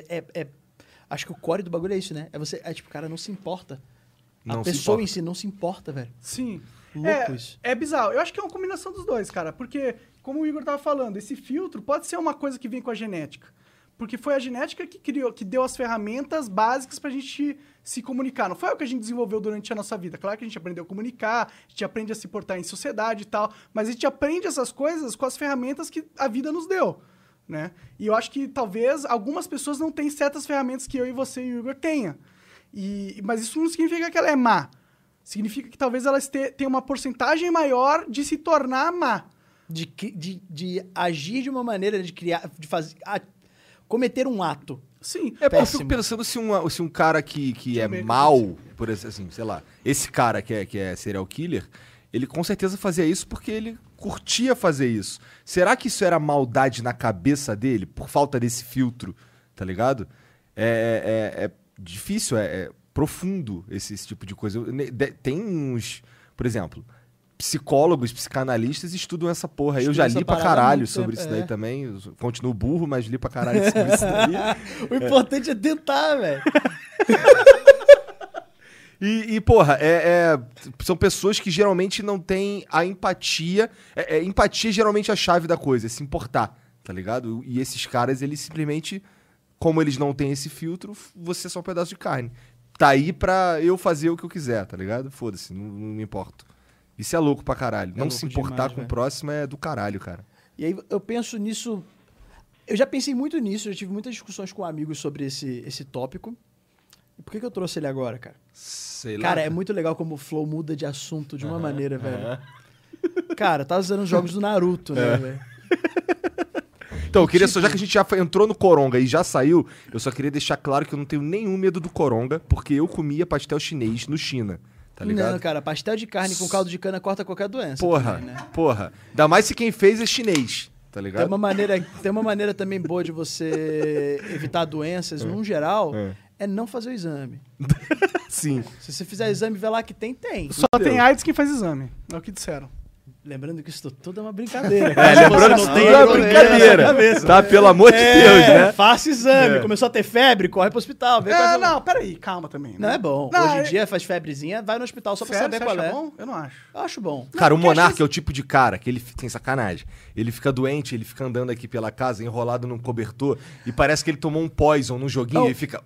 Acho que o core do bagulho é isso, né? Tipo, o cara não se importa. Não a se pessoa importa. em si não se importa, velho. Sim. Louco isso. É bizarro. Eu acho que é uma combinação dos dois, cara. Porque, como o Igor tava falando, esse filtro pode ser uma coisa que vem com a genética. Porque foi a genética que deu as ferramentas básicas pra gente se comunicar. Não foi o que a gente desenvolveu durante a nossa vida. Claro que a gente aprendeu a comunicar, a gente aprende a se portar em sociedade e tal, mas a gente aprende essas coisas com as ferramentas que a vida nos deu, né? E eu acho que talvez algumas pessoas não tenham certas ferramentas que eu e você e o Igor tenha. Mas isso não significa que ela é má. Significa que talvez ela tenha uma porcentagem maior de se tornar má. De agir de uma maneira, de criar, de fazer... cometer um ato. Sim. Eu fico pensando se um cara que é mal, por assim, sei lá, esse cara que é serial killer, ele com certeza fazia isso porque ele curtia fazer isso. Será que isso era maldade na cabeça dele, por falta desse filtro, tá ligado? É difícil, é profundo esse tipo de coisa. Tem uns, por exemplo... Psicólogos, psicanalistas estudam essa porra aí. Eu já li pra caralho sobre isso daí também. Eu continuo burro, mas li pra caralho sobre isso daí. O importante é tentar, velho. Porra, são pessoas que geralmente não têm a empatia. Empatia é geralmente a chave da coisa, é se importar, tá ligado? E esses caras, eles simplesmente, como eles não têm esse filtro, você é só um pedaço de carne. Tá aí pra eu fazer o que eu quiser, tá ligado? Foda-se, não me importo. Isso é louco pra caralho. Não se importar demais, com o próximo é do caralho, cara. E aí eu penso nisso... Eu já pensei muito nisso, já tive muitas discussões com amigos sobre esse tópico. E por que eu trouxe ele agora, cara? Sei lá. Cara, é muito legal como o Flow muda de assunto de uma maneira, velho. Cara, tá usando os jogos do Naruto, né, velho? Então, eu queria só, já que a gente já entrou no Coronga e já saiu, eu só queria deixar claro que eu não tenho nenhum medo do Coronga, porque eu comia pastel chinês no China. Tá ligado? Não, cara, pastel de carne com caldo de cana corta qualquer doença. Porra, também, né? porra. Ainda mais se quem fez é chinês, tá ligado? Tem uma maneira também boa de você evitar doenças, num geral, é não fazer o exame. Sim. Se você fizer exame e ver lá que tem. Só tem AIDS quem faz exame. É o que disseram. Lembrando que isso tudo é uma brincadeira. Lembrando que isso tudo é uma brincadeira. Tá, pelo amor de Deus, né? Faça exame. Começou a ter febre, corre pro hospital. Não, peraí, calma também. Né? Não é bom. Não, hoje em dia faz febrezinha, vai no hospital só pra saber qual é. Bom? Eu não acho. Eu acho bom. Cara, o Monark é o tipo de cara que ele tem sacanagem. Ele fica doente, ele fica andando aqui pela casa, enrolado num cobertor, e parece que ele tomou um poison num joguinho e fica...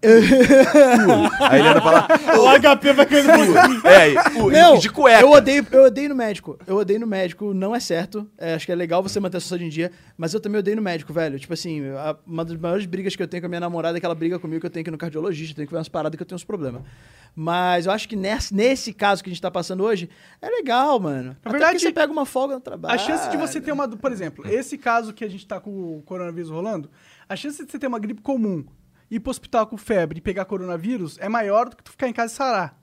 Aí ele anda pra lá... O HP vai cair no Não, de cueca. Eu odeio no médico. Não é certo. Acho que é legal você manter a sociedade em dia, mas eu também odeio no médico, velho. Tipo assim, uma das maiores brigas que eu tenho com a minha namorada é que ela briga comigo que eu tenho que ir no cardiologista, eu tenho que ver umas paradas que eu tenho uns problemas. Mas eu acho que nesse caso que a gente tá passando hoje, é legal, mano. Na verdade, você pega uma folga no trabalho. A chance de você ter uma... Por exemplo, esse caso que a gente tá com o coronavírus rolando, a chance de você ter uma gripe comum, ir pro hospital com febre e pegar coronavírus é maior do que tu ficar em casa e sarar.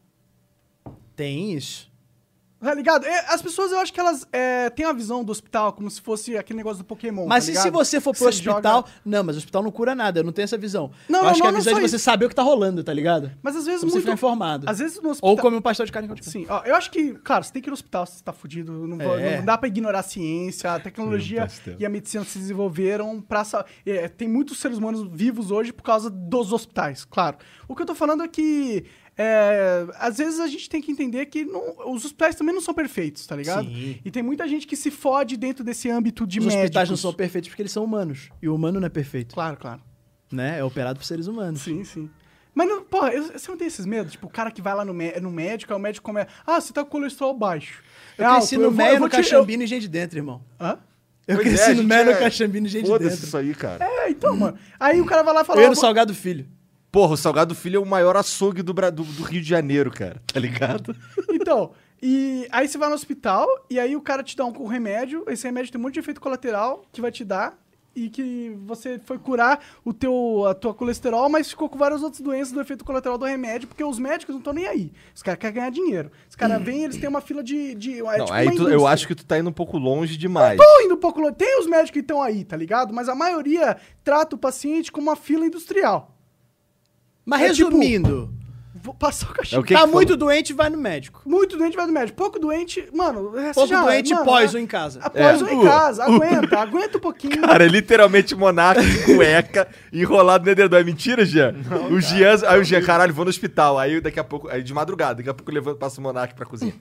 Tem isso. Tá ligado? As pessoas, eu acho que elas têm a visão do hospital como se fosse aquele negócio do Pokémon. Mas tá se você for pro hospital... Não, mas o hospital não cura nada, eu não tenho essa visão. Não, eu acho que a visão é de isso. você saber o que tá rolando, tá ligado? Mas às vezes você ficar informado. Às vezes no hospital... Ou comer um pastel de carne com Sim, ó, eu acho que, claro, você tem que ir no hospital se você tá fudido. Não dá pra ignorar a ciência, a tecnologia e a medicina se desenvolveram pra... tem muitos seres humanos vivos hoje por causa dos hospitais, claro. O que eu tô falando é que... às vezes a gente tem que entender que os hospitais também não são perfeitos, tá ligado? Sim. E tem muita gente que se fode dentro desse âmbito de Os médicos. hospitais não são perfeitos porque eles são humanos. E o humano não é perfeito. Claro, claro. Né? É operado por seres humanos. Sim, sim. Mas, não, porra, você não tem esses medos? Tipo, o cara que vai lá no médico, aí o médico começa... você tá com colesterol baixo. Eu cresci no Meia, no Caxambino e gente de dentro, irmão. Hã? Eu cresci no Meia, no Caxambino e gente de dentro. Foda-se isso aí, cara. Então, mano. Aí o cara vai lá e fala... Eu ia no Salgado Filho. Porra, o Salgado Filho é o maior açougue do Rio de Janeiro, cara. Tá ligado? Então, e aí você vai no hospital e aí o cara te dá um remédio. Esse remédio tem um monte de efeito colateral que vai te dar e que você foi curar a tua colesterol, mas ficou com várias outras doenças do efeito colateral do remédio, porque os médicos não estão nem aí. Os caras querem ganhar dinheiro. Os caras vêm, eles têm uma fila de não, tipo aí eu acho que tu tá indo um pouco longe demais. Tô indo um pouco longe. Tem os médicos que estão aí, tá ligado? Mas a maioria trata o paciente como uma fila industrial. Mas resumindo, vou passar o cachimbo. tá muito doente, vai no médico. Muito doente, vai no médico. Pouco doente, mano... Pouco doente, poison em casa. Poison em casa, aguenta um pouquinho. Cara, é literalmente Monark de cueca enrolado no edredom. É mentira, Jean? Aí o Jean, caralho, vou no hospital. Aí daqui a pouco, aí de madrugada, daqui a pouco eu levanto, passo o Monark pra cozinha.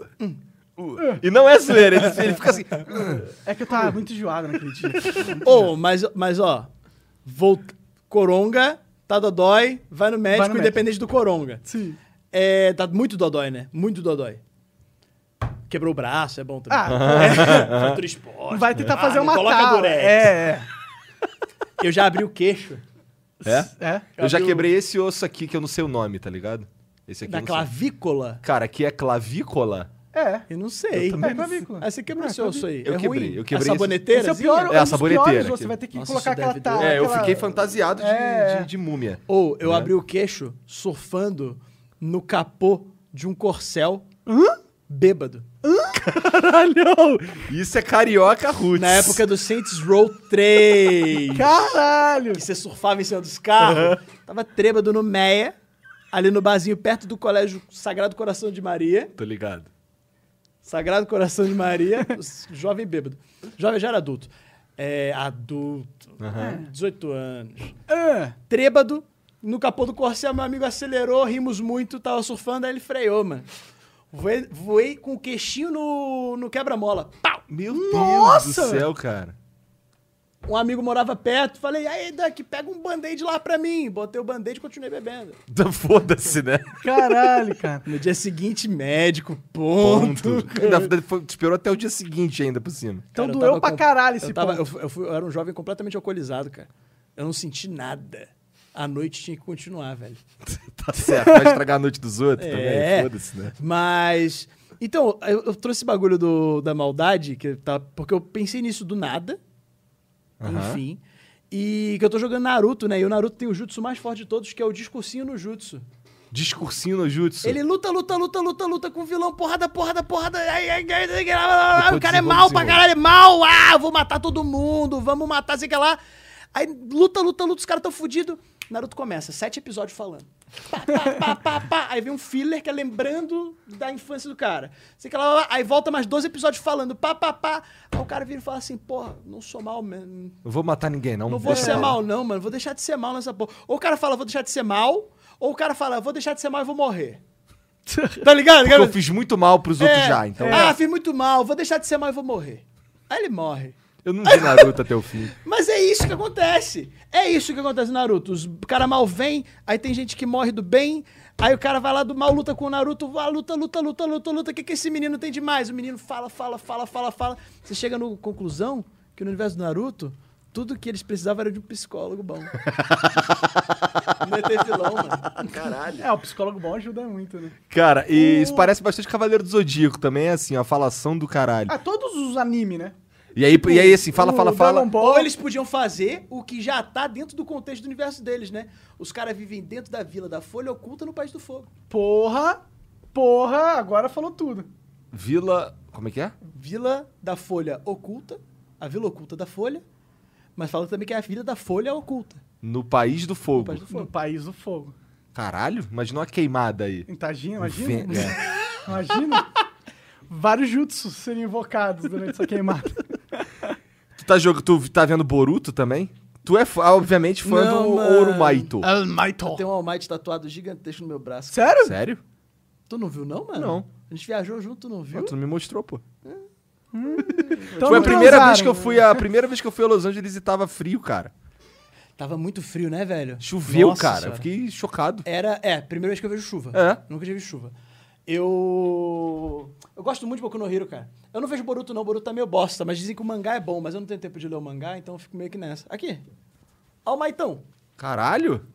E não é zoeira, ele fica assim... É que eu tava muito enjoado naquele dia. Mas ó, Coronga... Tá dodói, vai no médico, independente do coronga. Sim. Tá muito dodói, né? Muito dodói. Quebrou o braço, é bom também. Fratura exposta. Vai tentar fazer uma coloca durex. Eu já abri o queixo. É? Eu já quebrei esse osso aqui, que eu não sei o nome, tá ligado? Esse aqui da clavícula? Cara, aqui é clavícula? Eu não sei. Clavícula. Aí você quebrou esse osso aí. Eu quebrei. A saboneteira? Esse é o pior, a saboneteira. Você vai ter que colocar isso aquela... deve eu fiquei fantasiado de múmia. Eu abri o queixo surfando no capô de um Corcel bêbado. Caralho! Isso é carioca roots. Na época do Saints Row 3. Caralho! Que você surfava em cima dos carros. Tava trêbado no Meia, ali no barzinho perto do Colégio Sagrado Coração de Maria. Tô ligado. Sagrado Coração de Maria, jovem bêbado. Jovem já era adulto. Adulto. 18 anos. Trêbado, no capô do Corcel, meu amigo acelerou, rimos muito, tava surfando, aí ele freou, mano. Voei com o queixinho no quebra-mola. Pau! Meu Deus do céu, cara. Um amigo morava perto, falei, aí, Duck, pega um band-aid lá pra mim. Botei o band-aid e continuei bebendo. Foda-se, né? Caralho, cara. No dia seguinte, médico, ponto. Esperou até o dia seguinte ainda por cima. Então cara, doeu pra caralho esse ponto. Eu era um jovem completamente alcoolizado, cara. Eu não senti nada. A noite tinha que continuar, velho. Tá certo, vai estragar a noite dos outros também, foda-se, né? Mas... Então, eu trouxe esse bagulho da maldade, porque eu pensei nisso do nada. Enfim. E que eu tô jogando Naruto, né? E o Naruto tem o jutsu mais forte de todos, que é o discursinho no jutsu. Discursinho no jutsu? Ele luta com o vilão, porrada. O cara é mal pra caralho, é mal. Eu vou matar todo mundo, vamos matar, sei que lá. Aí luta, os caras tão fudidos. Naruto começa, 7 episódios falando. Pá. Aí vem um filler que é lembrando da infância do cara. Sei que lá, aí volta mais 12 episódios falando. Pá. Aí o cara vira e fala assim, porra, não sou mal, mano. Não vou matar ninguém, não. Não vou ser mal, não, mano. Vou deixar de ser mal nessa porra. Ou o cara fala, vou deixar de ser mal. Ou o cara fala, vou deixar de ser mal e vou morrer. Tá ligado? Porque eu fiz muito mal pros outros já, então. Fiz muito mal, vou deixar de ser mal e vou morrer. Aí ele morre. Eu não vi Naruto até o fim. Mas é isso que acontece. É isso que acontece no Naruto. Os cara mal vem, aí tem gente que morre do bem, aí o cara vai lá do mal, luta com o Naruto, luta. O que esse menino tem demais? O menino fala. Você chega na conclusão que no universo do Naruto, tudo que eles precisavam era de um psicólogo bom. Não ia ter vilão, mano. Caralho. O psicólogo bom ajuda muito, né? Cara, e isso parece bastante Cavaleiro do Zodíaco também, é assim, a falação do caralho. Todos os animes, né? E aí assim, fala. Ou eles podiam fazer o que já tá dentro do contexto do universo deles, né? Os caras vivem dentro da Vila da Folha Oculta no País do Fogo. Porra, agora falou tudo. Vila... Como é que é? Vila da Folha Oculta, a Vila Oculta da Folha, mas fala também que é a Vila da Folha Oculta. No País do Fogo. No País do Fogo. Caralho, imagina uma queimada aí. Imagina. Imagina. Vários jutsus seriam invocados durante essa queimada. Tu tá vendo Boruto também? Tu é, obviamente, fã do Orumaito. Almaito. Tem um All Might tatuado gigantesco no meu braço. Sério? Sério? Tu não viu, não, mano? Não. A gente viajou junto, tu não viu? Tu não me mostrou, pô. Então Foi a primeira vez que eu fui a Los Angeles e tava frio, cara. Tava muito frio, né, velho? Choveu, Nossa cara. Eu senhora. fiquei chocado. Primeira vez que eu vejo chuva. É. Nunca tinha visto chuva. Eu gosto muito de Boku no Hero, cara. Eu não vejo Boruto, não. Boruto tá meio bosta, mas dizem que o mangá é bom, mas eu não tenho tempo de ler o mangá, então eu fico meio que nessa. Aqui. Ó o Maitão. Caralho.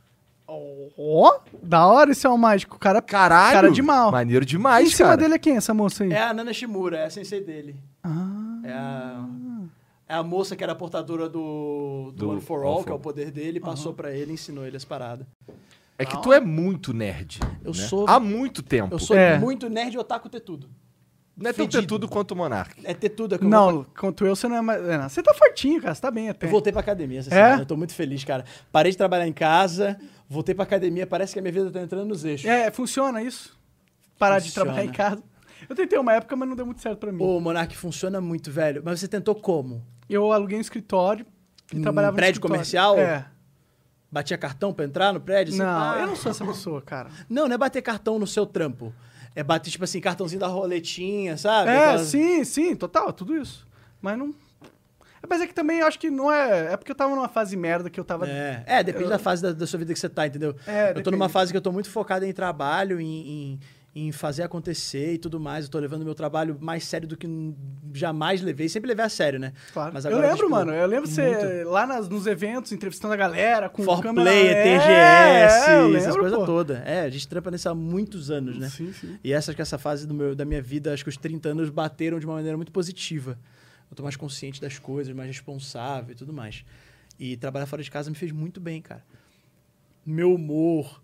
Ó, da hora esse é o mágico. Cara Caralho. de mal. Maneiro demais, Em cima cara. dele é quem, essa moça aí? É a Nana Shimura, é a sensei dele. Ah. É a moça que era portadora do One for All, que é o poder dele, passou pra ele e ensinou ele as paradas. É que tu é muito nerd. Eu né? sou- Há muito tempo. Eu sou É. muito nerd otaku ter tudo. Não é tão fedido. ter tudo quanto o Monark. É ter tudo. É que eu Não, quanto eu, você não é mais... não, você tá fortinho, cara. Você tá bem até. Eu voltei pra academia essa É? semana. Eu tô muito feliz, cara. Parei de trabalhar em casa, voltei pra academia, parece que a minha vida tá entrando nos eixos. Funciona isso? Parar de Funciona. trabalhar em casa. Eu tentei uma época, mas não deu muito certo pra mim. Ô, Monark, funciona muito, velho. Mas você tentou como? Eu aluguei um escritório e trabalhava no prédio escritório. comercial? É. Batia cartão pra entrar no prédio? Assim, Não, pá. eu não sou essa pessoa, cara. Não é bater cartão no seu trampo. É bater, tipo assim, cartãozinho da roletinha, sabe? É, Aquelas- sim, total, tudo isso. Mas não... Mas é que também eu acho que não é... É porque eu tava numa fase merda que eu tava... Depende da fase da sua vida que você tá, entendeu? É, eu tô depende. numa fase que eu tô muito focado em trabalho, em fazer acontecer e tudo mais. Eu tô levando meu trabalho mais sério do que jamais levei. Sempre levei a sério, né? Claro. Mas Eu agora, lembro, tipo, mano. Eu lembro você muito. lá nos eventos, entrevistando a galera, com For câmera... Player, TGS, eu essas lembro, coisas pô. todas. É, a gente trampa nisso há muitos anos, né? Sim, sim. E acho que essa fase da minha vida, acho que os 30 anos bateram de uma maneira muito positiva. Eu tô mais consciente das coisas, mais responsável e tudo mais. E trabalhar fora de casa me fez muito bem, cara. Meu humor,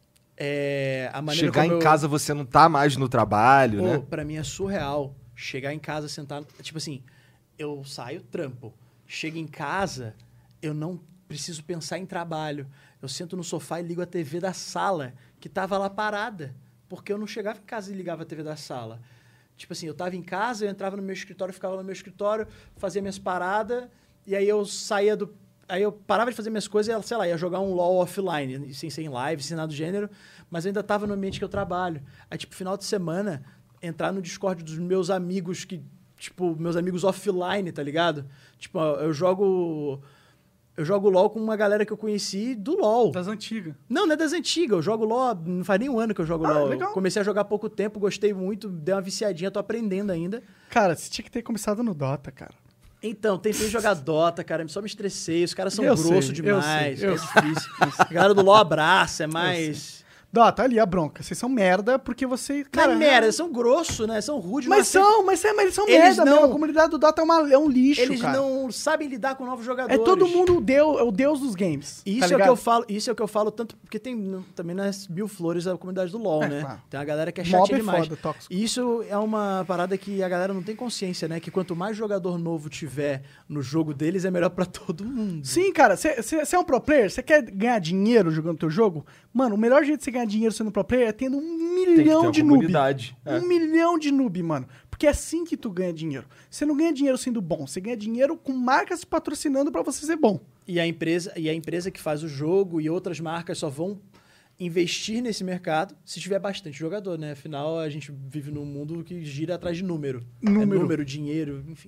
a maneira Chegar como em casa, você não tá mais no trabalho, Pô, né? pra mim é surreal. Chegar em casa, sentar... Tipo assim, eu saio, trampo. Chego em casa, eu não preciso pensar em trabalho. Eu sento no sofá e ligo a TV da sala, que tava lá parada. Porque eu não chegava em casa e ligava a TV da sala. Tipo assim, eu tava em casa, eu entrava no meu escritório, ficava no meu escritório, fazia minhas paradas, e aí eu saía do... Aí eu parava de fazer minhas coisas e, sei lá, ia jogar um LoL offline, sem ser em live, sem nada do gênero, mas eu ainda tava no ambiente que eu trabalho. Aí, tipo, final de semana, entrar no Discord dos meus amigos que... Tipo, meus amigos offline, tá ligado? Tipo, eu jogo LoL com uma galera que eu conheci do LoL. Das antigas. Não é das antigas. Eu jogo LoL, não faz nem um ano que eu jogo LoL. legal. Eu comecei a jogar há pouco tempo, gostei muito, dei uma viciadinha, tô aprendendo ainda. Cara, você tinha que ter começado no Dota, cara. Então, tentei jogar Dota, cara, só me estressei. Os caras são Eu grossos sei, demais, eu é difícil. A galera do LoL abraça, é mais... Dota, ali, a bronca. Vocês são merda porque você... Cara, Cara, merda, eles são grossos, né? São rudes. Mas eles são Eles merda não- mesmo. A comunidade do Dota é um lixo, Eles cara. não sabem lidar com novos É jogadores. todo mundo o deus dos games. Isso tá é o que ligado? eu falo, tanto porque tem também nas Bill Flores a comunidade do LoL, É, né? claro. Tem uma galera que é Mob chatinha é demais. foda, tóxico. E isso é uma parada que a galera não tem consciência, né? Que quanto mais jogador novo tiver no jogo deles, é melhor pra todo mundo. Sim, cara, você é um pro player, você quer ganhar dinheiro jogando teu jogo? Mano, o melhor jeito de você ganhar dinheiro sendo pro player é tendo Tem que ter milhão uma de noob. comunidade. É. 1 milhão de noob, mano. Porque é assim que tu ganha dinheiro. Você não ganha dinheiro sendo bom, você ganha dinheiro com marcas te patrocinando pra você ser bom. E a empresa que faz o jogo e outras marcas só vão investir nesse mercado se tiver bastante jogador, né? Afinal, a gente vive num mundo que gira atrás de número. Número. É número, dinheiro, enfim.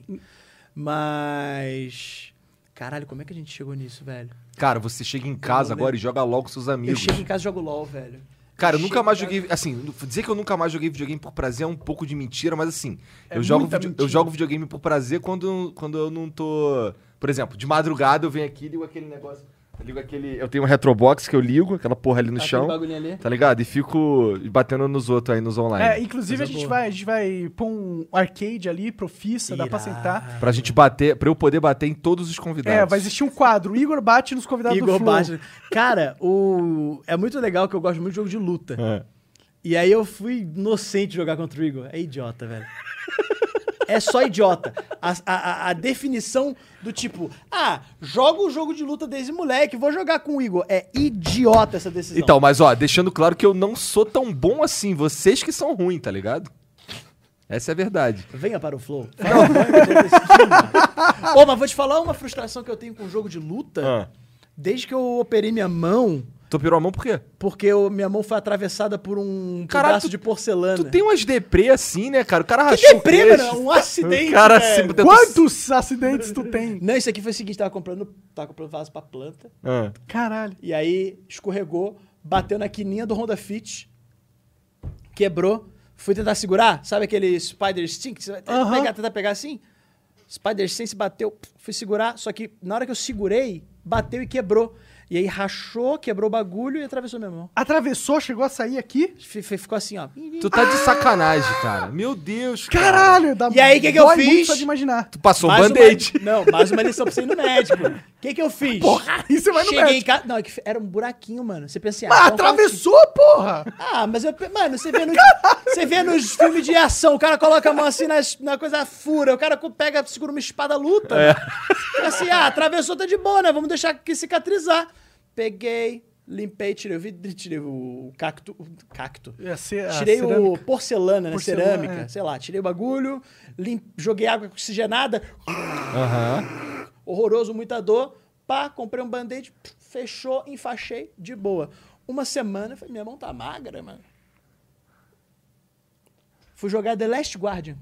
Mas... Caralho, como é que a gente chegou nisso, velho? Cara, você chega em casa não agora e joga LOL com seus Eu amigos. chego em casa e jogo LoL, velho. Cara, eu Chego nunca mais em casa- joguei... Assim, dizer que eu nunca mais joguei videogame por prazer é um pouco de mentira, mas assim... É eu jogo muita mentira. eu jogo videogame por prazer quando eu não tô... Por exemplo, de madrugada eu venho aqui e ligo aquele negócio... Eu tenho um Retrobox que eu ligo, aquela porra ali no Aquele chão, bagulhinho ali. tá ligado? E fico batendo nos outros aí, nos online. É, inclusive Coisa a gente boa. vai pôr um arcade ali, profissa, dá pra sentar. Pra gente bater... Pra eu poder bater em todos os convidados. É, vai existir um quadro. O Igor bate nos convidados do Igor Flow. Bastos. Cara, é muito legal que eu gosto muito de jogo de luta. É. E aí eu fui inocente jogar contra o Igor. É idiota, velho. É só idiota. A definição do tipo, joga o jogo de luta desde moleque, vou jogar com o Igor. É idiota essa decisão. Então, mas ó, deixando claro que eu não sou tão bom assim. Vocês que são ruins, tá ligado? Essa é a verdade. Venha para o Flow. Fala, que eu tô decidindo, mano. Mas vou te falar uma frustração que eu tenho com o jogo de luta. Desde que eu operei minha mão... Tu operou a mão por quê? Porque minha mão foi atravessada por um Caralho, pedaço de porcelana. Tu tem umas deprê assim, né, cara? O cara Que rachou o deprê, queixo. mano? Um acidente, O cara velho. assim... Quantos acidentes tu tem? Não, isso aqui foi o seguinte, tava comprando vaso pra planta, Ah. Caralho. e aí escorregou, bateu na quininha do Honda Fit, quebrou, fui tentar segurar, sabe aquele Spider Sense, que você vai tentar pegar assim? Spider Sense bateu, fui segurar, só que na hora que eu segurei, bateu e quebrou. E aí rachou, quebrou o bagulho e atravessou minha mão. Atravessou, chegou a sair aqui? Ficou assim, ó. Tu tá de sacanagem, cara. Meu Deus, cara. Caralho! E aí, que eu dói fiz? muito só de imaginar. Tu passou um Mais band-aid. Não, mais uma lição pra você ir no médico. O que eu fiz? Porra, aí você vai no Cheguei em médico. casa. Não, é que era um buraquinho, mano. Você pensa assim, Mas então atravessou, porra! Ah, mas mano, você vê nos filmes de ação, o cara coloca a mão assim na coisa fura, o cara segura uma espada, luta. Mano. Assim, atravessou, tá de boa, né? Vamos deixar aqui cicatrizar. Peguei, limpei, tirei o vidro, tirei o cacto. Ia ser a Tirei o cerâmica. porcelana, né? Porcelana, Cerâmica, sei lá, tirei o bagulho, joguei água oxigenada, horroroso, muita dor. Pá, comprei um band-aid, fechou, enfaixei, de boa. Uma semana, eu falei, minha mão tá magra, mano. Fui jogar The Last Guardian.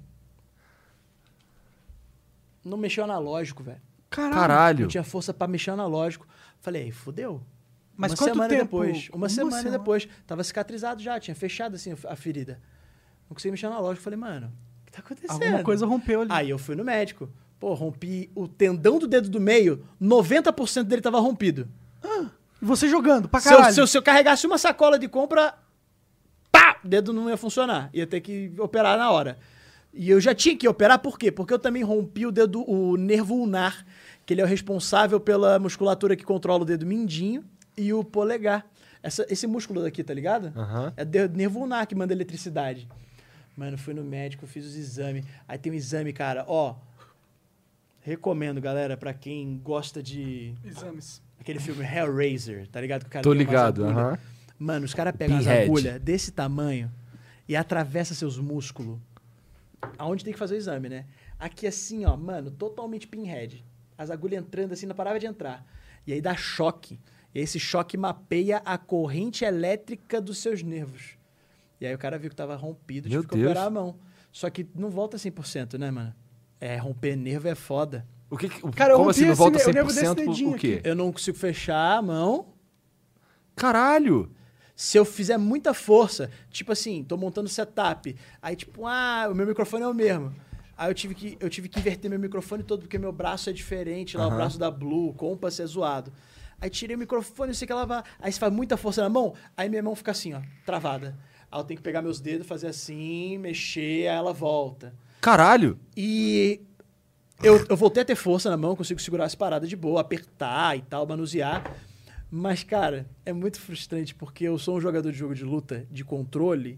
Não mexeu analógico, velho. Caralho. Não tinha força pra mexer analógico. Falei, fudeu. Mas uma quanto semana tempo? depois. Uma semana semana. depois. Tava cicatrizado já, tinha fechado assim a ferida. Não consegui mexer analógico. Falei, mano, o que tá acontecendo? Alguma coisa rompeu ali. Aí eu fui no médico. Pô, rompi o tendão do dedo do meio, 90% dele tava rompido. E você jogando, pra Se caralho. eu carregasse uma sacola de compra, pá, o dedo não ia funcionar. Ia ter que operar na hora. E eu já tinha que operar, por quê? Porque eu também rompi o nervo ulnar, que ele é o responsável pela musculatura que controla o dedo mindinho e o polegar. Esse músculo daqui, tá ligado? É o nervo ulnar que manda eletricidade. Mano, fui no médico, fiz os exames. Aí tem um exame, cara, ó. Recomendo, galera, pra quem gosta de... Exames. Aquele filme Hellraiser, tá ligado? Que o cara Tô tem umas ligado, agulhas. Mano, os caras pegam as Pinhead. agulhas desse tamanho e atravessam seus músculos. Aonde tem que fazer o exame, né? Aqui assim, ó, mano, totalmente pinhead. As agulhas entrando assim, não parava de entrar. E aí dá choque. E aí esse choque mapeia a corrente elétrica dos seus nervos. E aí o cara viu que tava rompido, Meu tive que Deus. operar a mão. Só que não volta 100%, né, mano? Romper nervo é foda. Cara, eu como rompi assim, não volta o nervo desse 100%? dedinho O quê? Eu não consigo fechar a mão. Caralho! Se eu fizer muita força, tipo assim, tô montando setup, aí tipo, o meu microfone é o mesmo. Aí eu tive que inverter meu microfone todo, porque meu braço é diferente, lá o braço da Blue, o Compass é zoado. Aí tirei o microfone, não sei o que lá, aí você faz muita força na mão, aí minha mão fica assim, ó, travada. Aí eu tenho que pegar meus dedos, fazer assim, mexer, aí ela volta. Caralho! E eu voltei a ter força na mão, consigo segurar as paradas de boa, apertar e tal, manusear. Mas, cara, é muito frustrante porque eu sou um jogador de jogo de luta, de controle,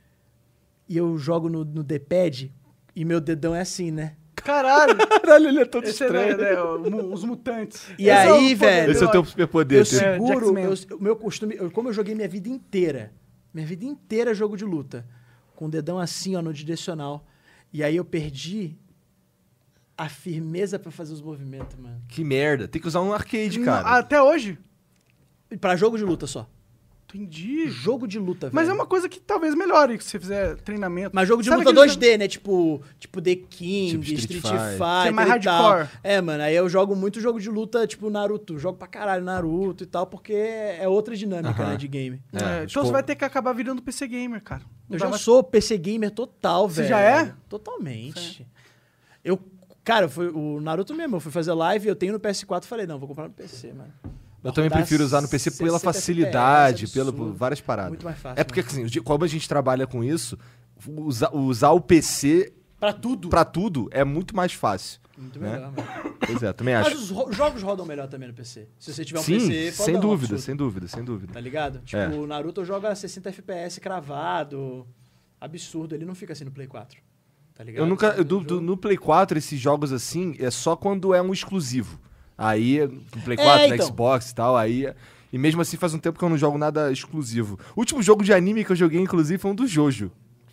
e eu jogo no D-pad e meu dedão é assim, né? Caralho! Caralho, ele é todo Esse estranho. os mutantes. E Esse é aí, o poder velho, Esse é o teu superpoder. Eu teu. seguro, Jack-Man. o meu costume, como eu joguei minha vida inteira jogo de luta, com o dedão assim, ó, no direcional. E aí eu perdi a firmeza pra fazer os movimentos, mano. Que merda. Tem que usar um arcade, cara. Até hoje? Pra jogo de luta só. Entendi. Jogo de luta, velho. Mas é uma coisa que talvez melhore se você fizer treinamento. Mas jogo de Sabe luta aqueles 2D, né? Tipo The King, Tipo Street Street Fighter. Fighter Que é mais e tal. hardcore. Mano, aí eu jogo muito jogo de luta, tipo Naruto. Jogo pra caralho Naruto e tal, porque é outra dinâmica, né, de game. então tipo- você vai ter que acabar virando PC gamer, cara. Não Eu dá já mais- sou PC gamer total, Você velho. já é? Totalmente. Cara, o Naruto mesmo, eu fui fazer live, eu tenho no PS4, falei, não, vou comprar no PC, mano. Eu também Rodar prefiro usar no PC pela 60 facilidade, FPS, por várias paradas. Muito mais fácil, É porque, mano. assim, como a gente trabalha com isso, usar o PC Pra tudo. pra tudo é muito mais fácil. Muito né? melhor, mano. Pois é, também Mas acho. os jogos rodam melhor também no PC. Se você tiver um Sim, PC, sem fodão, dúvida, absurdo. sem dúvida, sem dúvida. Tá ligado? Tipo, É. o Naruto joga 60 FPS cravado. Absurdo. Ele não fica assim no Play 4. Tá ligado? Eu nunca. Jogo- No Play 4, esses jogos assim, é só quando é um exclusivo. Aí, no Play 4, no então. Xbox e tal, aí. E mesmo assim faz um tempo que eu não jogo nada exclusivo. O último jogo de anime que eu joguei, inclusive, foi um do Jojo.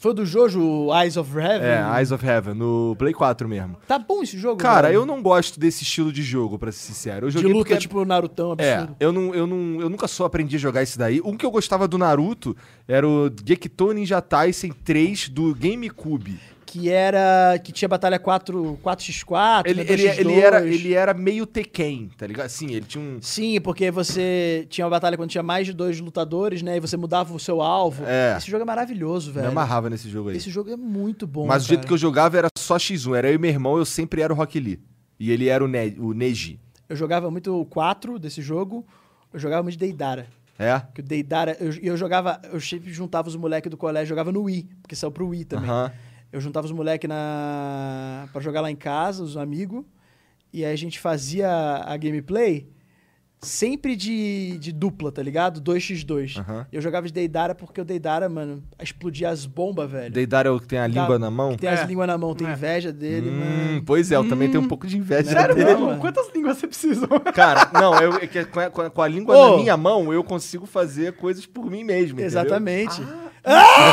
Foi o do Jojo, Eyes of Heaven? Eyes of Heaven, no Play 4 mesmo. Tá bom esse jogo, Cara, velho. eu não gosto desse estilo de jogo, pra ser sincero. Eu De joguei luta, porque... tipo Narutão, absurdo. eu nunca só aprendi a jogar esse daí. Um que eu gostava do Naruto era o Gekitou Ninja Taisen 3 do GameCube. Que tinha batalha 4x4, Ele era meio Tekken, tá ligado? Sim, ele tinha um... Sim, porque você tinha uma batalha quando tinha mais de 2 lutadores, né? E você mudava o seu alvo. É. Esse jogo é maravilhoso, Me velho. amarrava nesse jogo aí. Esse jogo é muito bom, Mas o jeito que eu jogava era só X1. Era eu e meu irmão, eu sempre era o Rock Lee. E ele era o Neji. Eu jogava muito o 4 desse jogo. Eu jogava muito Deidara. É? Que o Deidara... Eu jogava... Eu sempre juntava os moleques do colégio. Jogava no Wii, porque saiu pro Wii também. Eu juntava os moleques pra jogar lá em casa, os amigos. E aí a gente fazia a gameplay sempre de dupla, tá ligado? 2x2. Eu jogava de Deidara porque o Deidara, mano, explodia as bombas, velho. Deidara é o que tem a língua na mão? Que tem as línguas na mão, tem inveja dele, mano. Pois é, eu também tenho um pouco de inveja Sério dele. mesmo? Quantas línguas você precisa? Cara, não, com a língua na minha mão, eu consigo fazer coisas por mim mesmo, Exatamente. O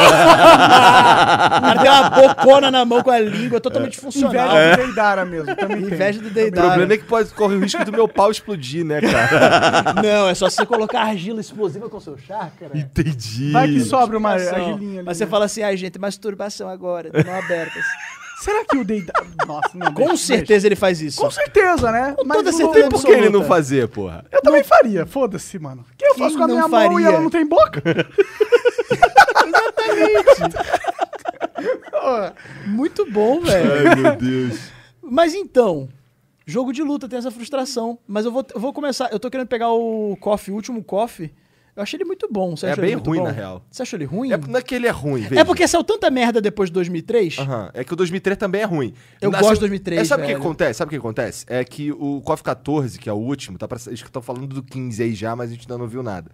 cara tem uma bocona na mão com a língua totalmente funcional. Inveja do Deidara mesmo. Também Inveja do O Deidara. problema é que pode correr o risco do meu pau explodir, né, cara? Não, é só você colocar argila explosiva com seu chakra. Entendi. Vai que sobra uma Masturbação. argilinha ali. Mas você fala assim, ai gente, masturbação agora, de mão abertas. Será que o Deidara... Nossa, não. Com certeza ele faz isso. Com certeza, né? Com toda o- certeza. Por que ele não absoluta. fazer, porra? Eu também faria, foda-se, mano. O que eu Quem faço com a não minha mão e faria? ela não tem boca? Muito bom, velho. Ai, meu Deus. Mas então, jogo de luta tem essa frustração. Mas eu vou começar. Eu tô querendo pegar o KOF, o último KOF. Eu achei ele muito bom. Você É achou ele bem muito ruim, bom? na real. Você achou ele ruim? Não é que ele é ruim, veja. É porque saiu tanta merda depois de 2003. É que o 2003 também é ruim. Eu gosto de 2003, Sabe o que velho. acontece? Sabe o que acontece? É que o KOF 14, que é o último, acho que estão falando do 15 aí já, mas a gente ainda não viu nada.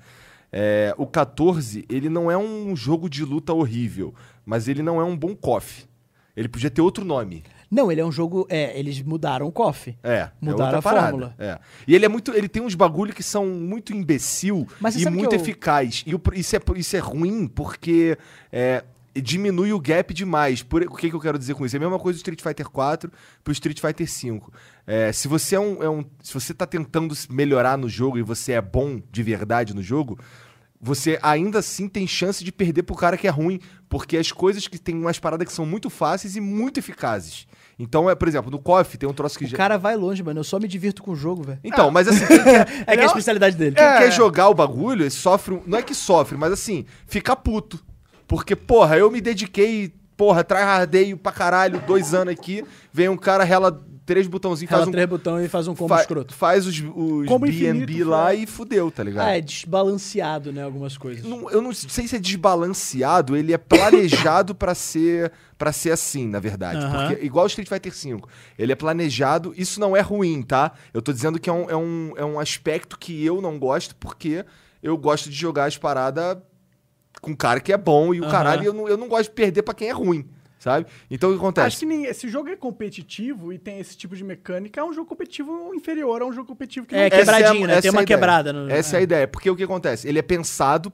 O 14, ele não é um jogo de luta horrível, mas ele não é um bom KOF. Ele podia ter outro nome. Não, ele é um jogo... eles mudaram o KOF. Mudaram outra a parada. fórmula. E ele tem uns bagulho que são muito imbecil Mas você e sabe muito que eu- eficaz. E isso é ruim porque diminui o gap demais. O que eu quero dizer com isso? É a mesma coisa do Street Fighter 4 pro Street Fighter 5. Se você se você tá tentando melhorar no jogo e você é bom de verdade no jogo, você ainda assim tem chance de perder pro cara que é ruim, porque as coisas que tem umas paradas que são muito fáceis e muito eficazes. Então, por exemplo, no KOF tem um troço que O cara vai longe, mano. Eu só me divirto com o jogo, velho. Então, mas assim, quem quer, É que é a especialidade dele. quem quer jogar o bagulho, ele sofre. Não é que sofre, mas assim, fica puto. Porque, porra, eu me dediquei, tryhardeio pra caralho, 2 anos aqui, vem um cara, rela 3 botãozinhos, Ela faz um. 3 botões e faz um combo escroto. Faz os Combo BNB infinito, lá foda. e fudeu, tá ligado? É desbalanceado, né? Algumas coisas. Eu não sei se é desbalanceado, ele é planejado pra ser assim, na verdade. Aham. Porque, igual o Street Fighter V, ele é planejado, isso não é ruim, tá? Eu tô dizendo que é um aspecto que eu não gosto, porque eu gosto de jogar as paradas com um cara que é bom e o Aham. caralho, eu não gosto de perder pra quem é ruim, sabe? Então o que acontece? Acho que se o jogo é competitivo e tem esse tipo de mecânica, é um jogo competitivo inferior a um jogo competitivo que não É, tem. quebradinho, né? Tem uma a ideia. quebrada no- Essa é a ideia. Porque o que acontece? Ele é pensado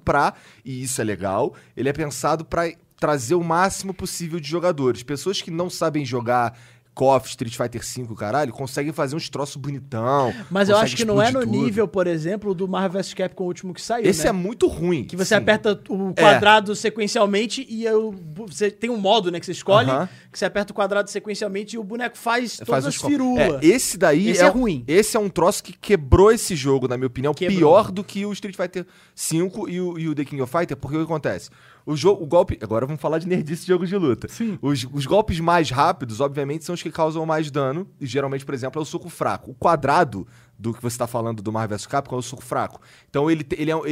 e isso é legal, ele é pensado pra trazer o máximo possível de jogadores. Pessoas que não sabem jogar KOF, Street Fighter V, caralho, conseguem fazer uns troços bonitão. Mas eu conseguem acho que não é no explodir tudo. nível, por exemplo, do Marvel vs Capcom último que saiu, Esse né? é muito ruim. Que você sim. aperta o quadrado sequencialmente e você tem um modo, né, que você escolhe, Aham. que você aperta o quadrado sequencialmente e o boneco faz todas Faz as os firulas. esse daí Esse é ruim. Esse é um troço que quebrou esse jogo, na minha opinião, Quebrou. pior do que o Street Fighter V e o The King of Fighter, porque o que acontece? O golpe... Agora vamos falar de nerdice de jogos de luta. Sim. Os golpes mais rápidos, obviamente, são os que causam mais dano, e geralmente, por exemplo, é o soco fraco. O quadrado do que você tá falando do Marvel vs Capcom é o soco fraco. Então ele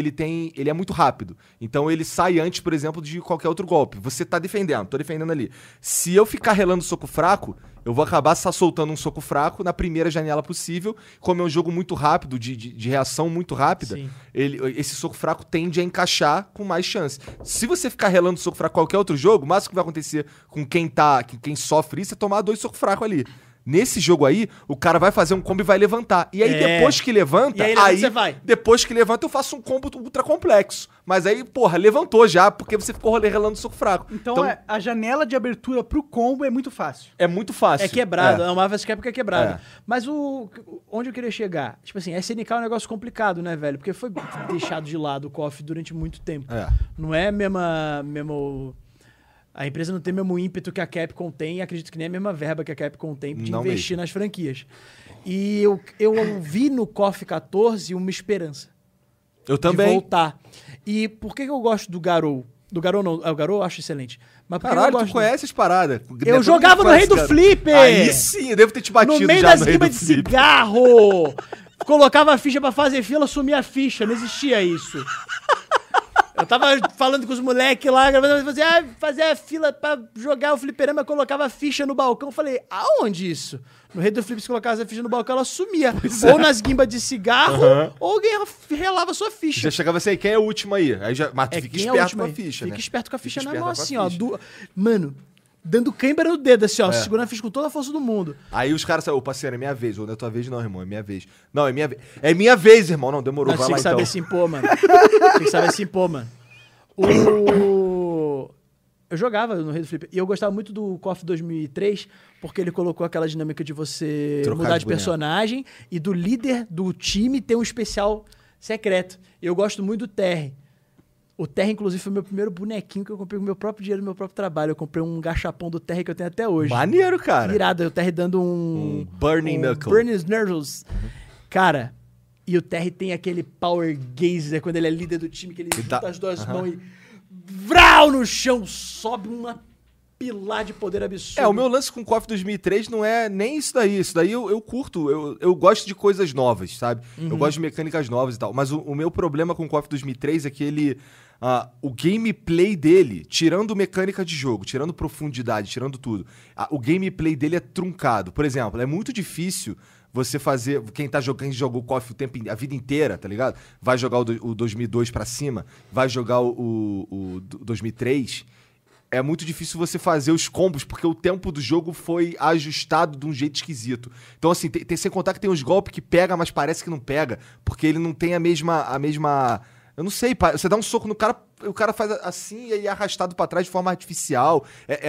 é muito rápido. Então ele sai antes, por exemplo, de qualquer outro golpe. Você tá defendendo, tô defendendo ali. Se eu ficar relando soco fraco, eu vou acabar soltando um soco fraco na primeira janela possível. Como é um jogo muito rápido, de reação muito rápida, Sim. esse soco fraco tende a encaixar com mais chance. Se você ficar relando soco fraco em qualquer outro jogo, o máximo que vai acontecer com quem sofre isso é tomar 2 socos fracos ali. Nesse jogo aí, o cara vai fazer um combo e vai levantar. E aí, depois que levanta, E aí você vai. Depois que levanta, eu faço um combo ultra complexo. Mas aí, porra, levantou já, porque você ficou relando soco fraco. Então a janela de abertura pro combo é muito fácil. É muito fácil. É quebrado, é uma Marvel Capcom que é quebrado. Mas onde eu queria chegar? Tipo assim, SNK é um negócio complicado, né, velho? Porque foi deixado de lado o KOF durante muito tempo. Não é mesmo... A empresa não tem o mesmo ímpeto que a Capcom tem, e acredito que nem a mesma verba que a Capcom tem de investir nas franquias. E eu vi no KOF 14 uma esperança. Eu também. De voltar. E por que eu gosto do Garou? Do Garou não, o Garou eu acho excelente. Mas por que Caralho, eu gosto tu conhece as paradas. Eu jogava no Rei do Flipper! Aí sim, eu devo ter te batido no meio já das no Rei do guimas de Flipper. cigarro! Colocava a ficha pra fazer fila, sumia a ficha. Não existia isso. Eu tava falando com os moleques lá, fazia a fila pra jogar o fliperama, eu colocava a ficha no balcão. Falei, aonde isso? No Rei do Flip, se colocava a ficha no balcão, ela sumia. Ou nas guimbas de cigarro, ou alguém relava a sua ficha. Já chegava assim, quem é o último aí? Mas tu fica esperto com a ficha, Fica né? esperto com a ficha Fica na mão, esperto assim, com a ó. ficha. Mano, dando cãibra no dedo, assim, ó. Segurando a ficha com toda a força do mundo. Aí os caras, ô parceiro, é minha vez. Ou não é tua vez não, irmão, é minha vez. Não, é minha vez. É minha vez, irmão. Não, demorou, Mas vai tem lá que então. saber se impor, mano. Tem que saber se impor, mano. Eu jogava no Rei do Flipper e eu gostava muito do KOF 2003 porque ele colocou aquela dinâmica de você Trocar mudar de de personagem e do líder do time ter um especial secreto. Eu gosto muito do Terry. O Terry, inclusive, foi meu primeiro bonequinho que eu comprei com meu próprio dinheiro, no meu próprio trabalho. Eu comprei um gachapão do Terry que eu tenho até hoje. Maneiro, cara. Irado, o Terry dando um Burning Knuckle. Burning Knuckles. Cara, e o Terry tem aquele power gaze, quando ele é líder do time, que ele junta as duas mãos e vrau no chão, sobe uma pilar de poder absurdo. O meu lance com o KOF 2003 não é nem isso daí. Isso daí eu curto. Eu gosto de coisas novas, sabe? Eu gosto de mecânicas novas e tal. Mas o meu problema com o KOF 2003 é que ele... o gameplay dele, tirando mecânica de jogo, tirando profundidade, tirando tudo, o gameplay dele é truncado. Por exemplo, é muito difícil você fazer... Quem jogou o KOF a vida inteira, tá ligado? Vai jogar o 2002 pra cima, vai jogar o 2003... É muito difícil você fazer os combos, porque o tempo do jogo foi ajustado de um jeito esquisito. Então, assim, tem sem contar que tem uns golpes que pega, mas parece que não pega, porque ele não tem a mesma... Eu não sei, você dá um soco no cara, o cara faz assim e é arrastado pra trás de forma artificial.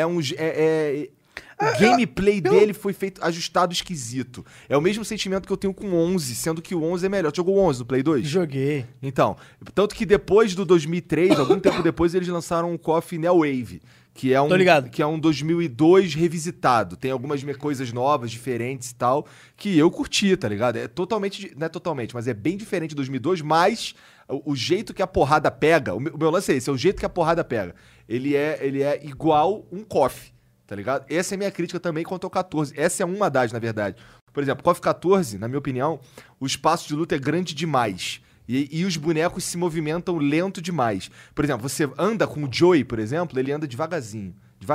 O gameplay dele foi ajustado esquisito. É o mesmo sentimento que eu tenho com o 11, sendo que o 11 é melhor. Tu jogou o 11 no Play 2? Joguei. Então, tanto que depois do 2003, algum tempo depois, eles lançaram o KOF Neo Wave, que é um 2002 revisitado. Tem algumas coisas novas, diferentes e tal, que eu curti, tá ligado? Não é totalmente, mas é bem diferente de 2002, mas o jeito que a porrada pega, o meu lance é esse, é o jeito que a porrada pega. Ele é igual um KOF. Tá ligado? Essa é a minha crítica também quanto ao 14. Essa é uma das, na verdade. Por exemplo, KOF 14, na minha opinião, o espaço de luta é grande demais. E os bonecos se movimentam lento demais. Por exemplo, você anda com o Joey, por exemplo, ele anda devagarzinho.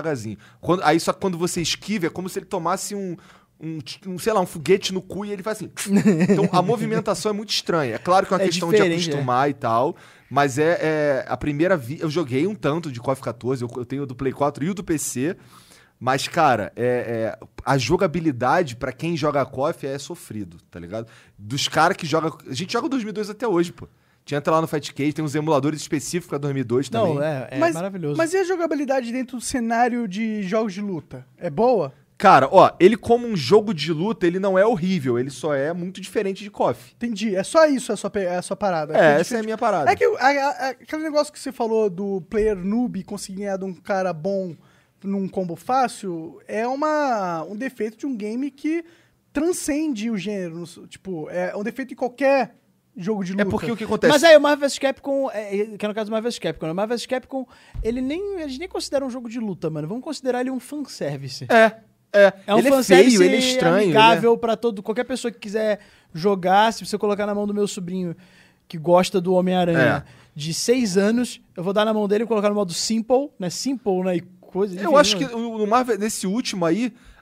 Só que quando você esquiva, é como se ele tomasse um foguete no cu e ele faz assim. Então a movimentação é muito estranha. É claro que é uma questão de acostumar e tal, mas a primeira eu joguei um tanto de KOF 14, eu tenho o do Play 4 e o do PC. Mas, cara, a jogabilidade pra quem joga KOF é sofrido, tá ligado? Dos caras que jogam... A gente joga 2002 até hoje, pô. Entra lá no Fatcade, tem uns emuladores específicos pra 2002 também. Não, é maravilhoso. Mas e a jogabilidade dentro do cenário de jogos de luta? É boa? Cara, ele como um jogo de luta, ele não é horrível, ele só é muito diferente de KOF. Entendi, é só isso a sua parada. Essa é a minha parada. É que aquele negócio que você falou do player noob conseguir ganhar de um cara bom num combo fácil é um defeito de um game que transcende o gênero. Tipo, é um defeito em qualquer jogo de luta. É porque o que acontece... Mas aí o Marvel vs Capcom, que é no caso do Marvel vs Capcom, o Marvel vs Capcom, eles nem consideram um jogo de luta, mano. Vamos considerar ele um fanservice. É um ele fanservice é feio, ele é estranho. Amigável pra qualquer pessoa que quiser jogar. Se você colocar na mão do meu sobrinho que gosta do Homem-Aranha de 6 anos, eu vou dar na mão dele e colocar no modo Simple, né? Simple, né? E coisa. Eu acho que no Marvel, nesse último aí,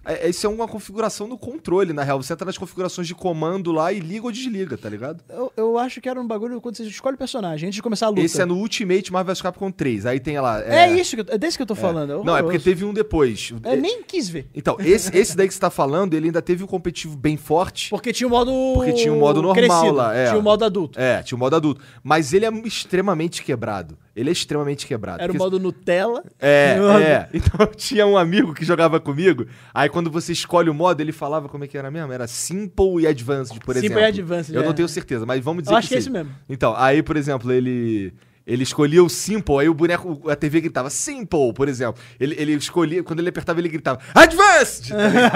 Isso é uma configuração no controle, na real. Você entra nas configurações de comando lá e liga ou desliga, tá ligado? Eu acho que era um bagulho quando você escolhe o personagem, antes de começar a luta. Esse é no Ultimate Marvel vs Capcom 3. Aí tem lá... É desse que eu tô falando. Não, é porque teve um depois. Eu nem quis ver. Então, esse daí que você tá falando, ele ainda teve um competitivo bem forte. Porque tinha o modo... Porque tinha o modo normal crescido. lá. Tinha o modo adulto. Tinha o modo adulto. Mas ele é extremamente quebrado. Ele é extremamente quebrado. Era o modo Nutella. Então tinha um amigo que jogava comigo, aí quando você escolhe o modo, ele falava como é que era mesmo? Era Simple e Advanced, por exemplo. Simple e Advanced, Eu não tenho certeza, mas vamos dizer eu acho que é isso mesmo. Então, aí, por exemplo, ele escolhia o Simple, aí o boneco, a TV gritava Simple, por exemplo. Ele escolhia, quando ele apertava, ele gritava Advanced!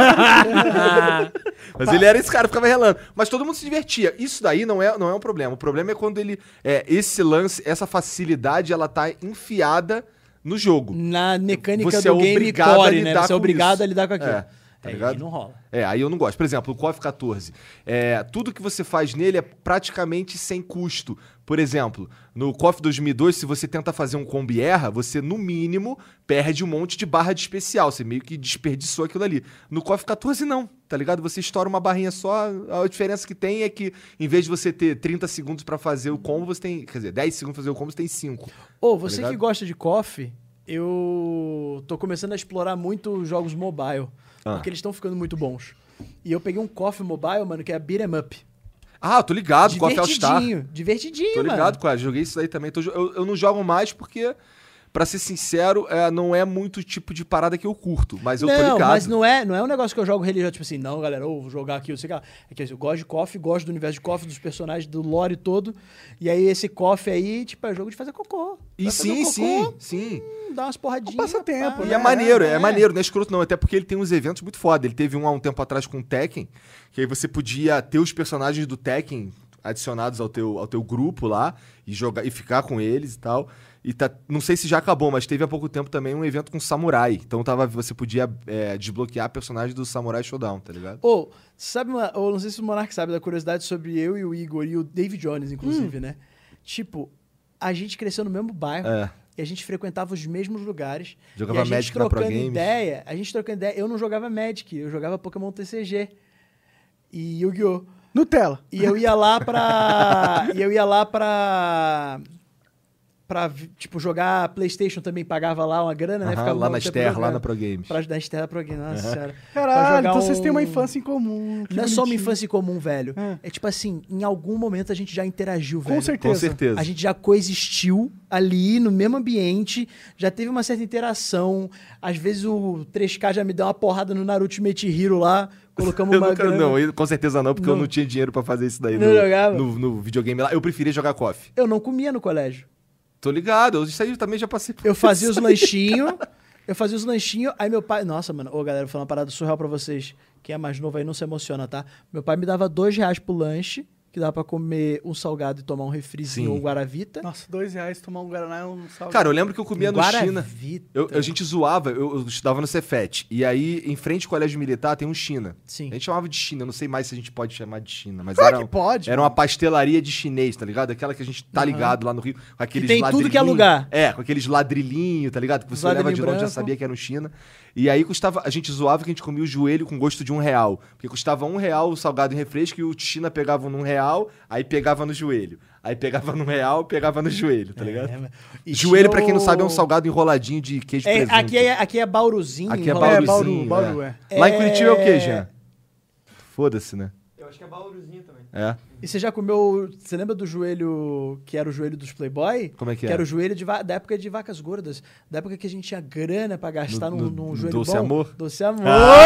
Mas ele era esse cara, ficava relando. Mas todo mundo se divertia. Isso daí não é um problema. O problema é quando ele... esse lance, essa facilidade, ela tá enfiada no jogo. Na mecânica Você do é game obrigado core, a né? lidar Você é com obrigado isso. a lidar com aquilo. Tá ligado? Aí não rola. Aí eu não gosto. Por exemplo, o KOF 14. Tudo que você faz nele é praticamente sem custo. Por exemplo, no KOF 2002, se você tenta fazer um combo e erra, você, no mínimo, perde um monte de barra de especial. Você meio que desperdiçou aquilo ali. No KOF 14, não. Tá ligado? Você estoura uma barrinha só. A diferença que tem é que, em vez de você ter 30 segundos pra fazer o combo, você tem... Quer dizer, 10 segundos pra fazer o combo, você tem 5. Você que gosta de KOF, eu tô começando a explorar muito os jogos mobile. Porque eles estão ficando muito bons. E eu peguei um KOF mobile, mano, que é Beat 'em Up. Ah, tô ligado, KOF All-Star. Divertidinho, Tô mano. ligado, quase. Joguei isso daí também. Eu não jogo mais porque, pra ser sincero, não é muito o tipo de parada que eu curto. Mas eu tô ligado. Mas não é um negócio que eu jogo religioso, tipo assim, não, galera, vou jogar aqui, eu sei lá. É que eu gosto de KOF, gosto do universo de KOF, dos personagens, do lore todo. E aí esse KOF aí, tipo, é jogo de fazer cocô. E sim. Dá umas porradinhas. Passatempo, E é maneiro, não é escroto não, até porque ele tem uns eventos muito foda. Ele teve um há um tempo atrás com o Tekken, que aí você podia ter os personagens do Tekken adicionados ao teu grupo lá e jogar e ficar com eles e tal. E não sei se já acabou, mas teve há pouco tempo também um evento com Samurai. Então você podia desbloquear personagens do Samurai Showdown, tá ligado? Não sei se o Monark sabe da curiosidade sobre eu e o Igor e o David Jones, inclusive, né? Tipo, a gente cresceu no mesmo bairro. E a gente frequentava os mesmos lugares. Jogava Magic na Pro Games. A gente trocando ideia. Eu não jogava Magic, eu jogava Pokémon TCG. E Yu-Gi-Oh! Nutella. E eu ia lá pra tipo, jogar PlayStation também, pagava lá uma grana, né? Ficava lá na Esther, lá na Pro Games. Na Esther da Pro Games, nossa senhora. Caralho, então vocês têm uma infância em comum. Não é só uma infância em comum, velho. É tipo assim, em algum momento a gente já interagiu, velho. Com certeza. A gente já coexistiu ali no mesmo ambiente, já teve uma certa interação. Às vezes o 3K já me deu uma porrada no Naruto Ultimate Hero lá, colocamos uma grana. Não, com certeza não, porque eu não tinha dinheiro pra fazer isso daí no videogame lá. Eu preferia jogar KOF. Eu não comia no colégio. Tô ligado, isso aí eu também já passei por Eu fazia os lanchinhos, aí meu pai... Nossa, mano, galera, vou falar uma parada surreal pra vocês. Quem é mais novo aí não se emociona, tá? Meu pai me dava R$2 pro lanche, que dava pra comer um salgado e tomar um refrizinho ou um Guaravita. Nossa, R$2 tomar um Guaraná e um salgado. Cara, eu lembro que eu comia no China. Guaravita. A gente zoava, eu estudava no Cefet. E aí, em frente ao colégio militar, tem um China. Sim. A gente chamava de China, eu não sei mais se a gente pode chamar de China, mas Claro que pode. Era uma pastelaria de chinês, tá ligado? Aquela que a gente tá ligado lá no Rio. Com aqueles tem tudo que é lugar. Com aqueles ladrilhinhos, tá ligado? Que você olhava de longe e já sabia que era um China. E aí a gente zoava que a gente comia o joelho com gosto de R$1. Porque custava R$1 o salgado em refresco e o China pegava no R$1, aí pegava no joelho. Aí pegava no R$1, pegava no joelho, tá ligado? Joelho, pra quem não sabe, é um salgado enroladinho de queijo presunto. Aqui é bauruzinho. Aqui é bauruzinho. Bauru. Lá em Curitiba é o quê, Jean? Foda-se, né? Eu acho que é bauruzinho também. E você já comeu... Você lembra do joelho que era o joelho dos Playboy? Como é que Que era o joelho da época de vacas gordas. Da época que a gente tinha grana pra gastar num joelho Doce bom. Amor? Doce Amor!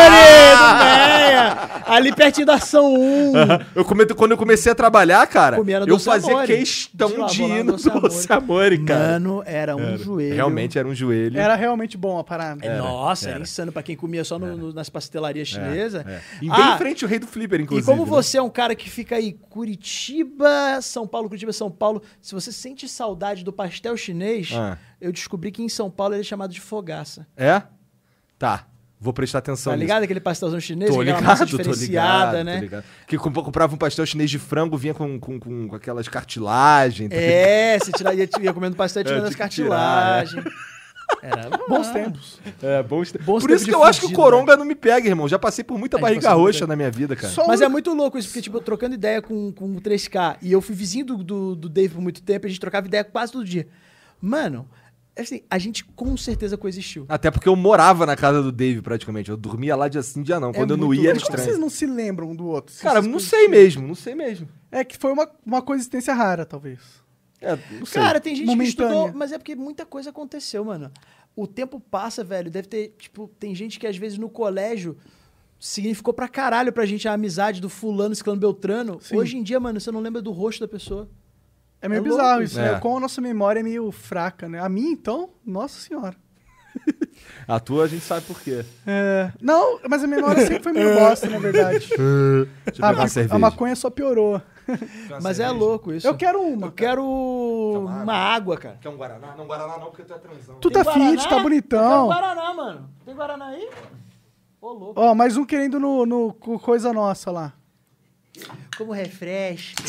Ali pertinho da Ação 1. Quando eu comecei a trabalhar, cara, eu fazia Amore. questão de ir no Doce Amor, cara. Mano, era um joelho. Realmente era um joelho. Era realmente bom a parada. Era insano pra quem comia só nas pastelarias chinesas. E bem em frente o Rei do Flipper, inclusive. E como você é um cara que fica aí, Curitiba, São Paulo, se você sente saudade do pastel chinês, eu descobri que em São Paulo ele é chamado de fogaça. É? Tá. Vou prestar atenção Tá nisso. ligado aquele pastelzão chinês? Tô aquela ligado, massa diferenciada, né? Tô ligado. Que comprava um pastel chinês de frango, vinha com aquelas cartilagens. Tá Você ia comendo pastel e tirando as cartilagens. Era Bons tempos. É, bons Bons Por tempos isso de que eu acho que o fudido, coronga não me pega, irmão. Já passei por muita A gente barriga passou roxa por na minha vida, cara. Só Mas um- é muito louco isso, porque, tipo, eu trocando ideia com o 3K, e eu fui vizinho do Dave por muito tempo, a gente trocava ideia quase todo dia. Mano, assim, a gente com certeza coexistiu. Até porque eu morava na casa do Dave, praticamente. Eu dormia lá dia sim, dia não. Quando eu não ia, era Como vocês estranho. não se lembram um do outro? Cara, não sei mesmo, não sei mesmo. É que foi uma coexistência rara, talvez. É, não sei. Cara, tem gente que Momentânea. estudou, mas é porque muita coisa aconteceu, mano. O tempo passa, velho. Deve ter, tipo, tem gente que às vezes no colégio significou pra caralho pra gente a amizade do fulano, ciclano, beltrano. Sim. Hoje em dia, mano, você não lembra do rosto da pessoa. É meio É bizarro louco isso, isso. né? É. Como a nossa memória é meio fraca, né? A minha, então, nossa senhora. A tua a gente sabe por quê. É... Não, mas a memória sempre foi meio bosta, na verdade. Deixa eu pegar uma cerveja. A maconha só piorou. Mas é louco isso. Eu quero uma. Eu quero uma água, cara. Quer um Guaraná? Não, Guaraná não, porque tu é transão. Tu tá fit, tá Eu quero bonitão. Guaraná, mano. Tem Guaraná aí? Ô, louco. Ó, mais um querendo no coisa nossa lá. Como refresca.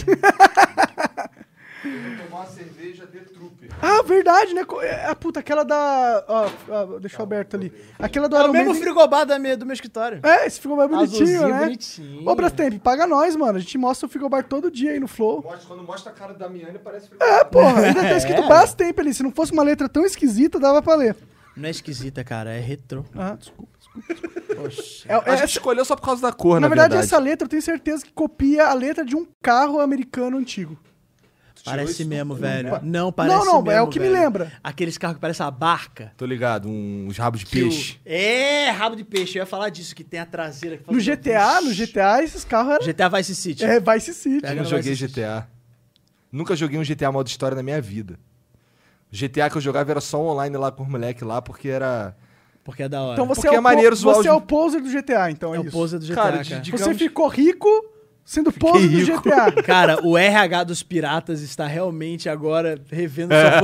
Eu vou tomar uma cerveja de trupe. Ah, verdade, né? Puta, aquela da... Ó, deixa eu aberto ali. Aquela do É o Iron mesmo Maiden. frigobar do meu escritório. É, esse ficou mais bonitinho, Azulzinho, né? bonitinho. Ô, Brastemp, paga nós, mano. A gente mostra o frigobar todo dia aí no Flow. Quando mostra a cara da Damiane, parece É, porra, ainda tá escrito Brastemp ali. Se não fosse uma letra tão esquisita, dava pra ler. Não é esquisita, cara. É retrô. Ah, desculpa. Poxa. A gente escolheu só por causa da cor, Na verdade, essa letra eu tenho certeza que copia a letra de um carro americano antigo. Parece mesmo, velho. Pa- Não, parece Não, mesmo, é o que me velho. lembra. Aqueles carros que parecem uma barca. Tô ligado, uns rabos de Que o- peixe. É, rabo de peixe. Eu ia falar disso, que tem a traseira. Que faz No GTA, esses carros eram... GTA Vice City. É, Vice City. Eu Pega não no joguei Vice City. GTA. Nunca joguei um GTA modo história na minha vida. O GTA que eu jogava era só online lá com os moleques lá, porque era... Porque é da hora. Então você, Porque é maneiro zoar você os- é o poser do GTA, então é, é o isso. poser do GTA, Cara, cara. de- Você digamos- ficou rico sendo poser do rico. GTA. Cara, o RH dos piratas está realmente agora revendo sua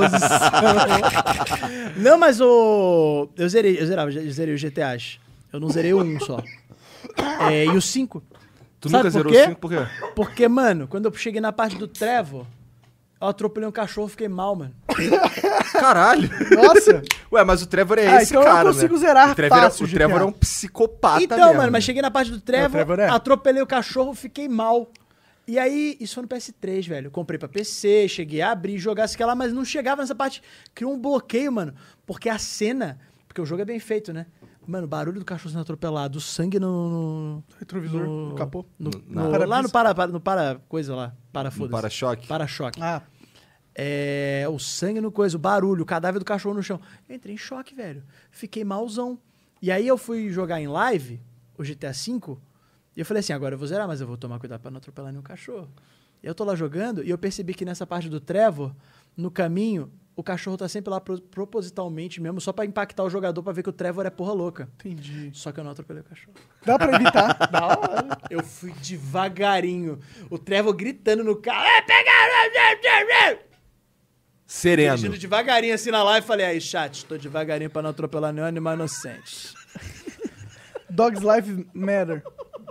posição. Não, mas o... Eu zerei os GTAs. Eu não zerei o 1 só. É, e o 5. Tu Sabe nunca por zerou quê? 5 por quê? Porque, mano, quando eu cheguei na parte do Trevor, eu atropelei um cachorro e fiquei mal, mano. Caralho! Nossa. Ué, mas o Trevor é Ah, esse então eu cara, consigo né? zerar o Trevor, fácil o o Trevor GTA. é um psicopata Então, mesmo. mano, mas cheguei na parte do Trevor, Trevor é. atropelei o cachorro, fiquei mal. E aí, isso foi no PS3, velho. Comprei pra PC, cheguei a abrir, jogar isso que lá, mas não chegava nessa parte. Criou um bloqueio, mano. Porque a cena... Porque o jogo é bem feito, né? Mano, o barulho do cachorro sendo atropelado, o sangue no Retrovisor, no capô. lá no coisa lá. No Foda-se. para-choque. Para-choque. Ah, É, o sangue no coisa, o barulho, o cadáver do cachorro no chão. Eu entrei em choque, velho. Fiquei malzão. E aí eu fui jogar em live, o GTA V, e eu falei assim, agora eu vou zerar, mas eu vou tomar cuidado pra não atropelar nenhum cachorro. E eu tô lá jogando, e eu percebi que nessa parte do Trevor, no caminho, o cachorro tá sempre lá propositalmente mesmo, só pra impactar o jogador, pra ver que o Trevor é porra louca. entendi. Só que eu não atropelei o cachorro. Dá pra evitar. Da hora. Eu fui devagarinho. O Trevor gritando no carro. Pegaram! Sereno. Dirigindo devagarinho assim na live. Falei, aí, chat, tô devagarinho pra não atropelar nenhum animal inocente. Dogs Life Matter.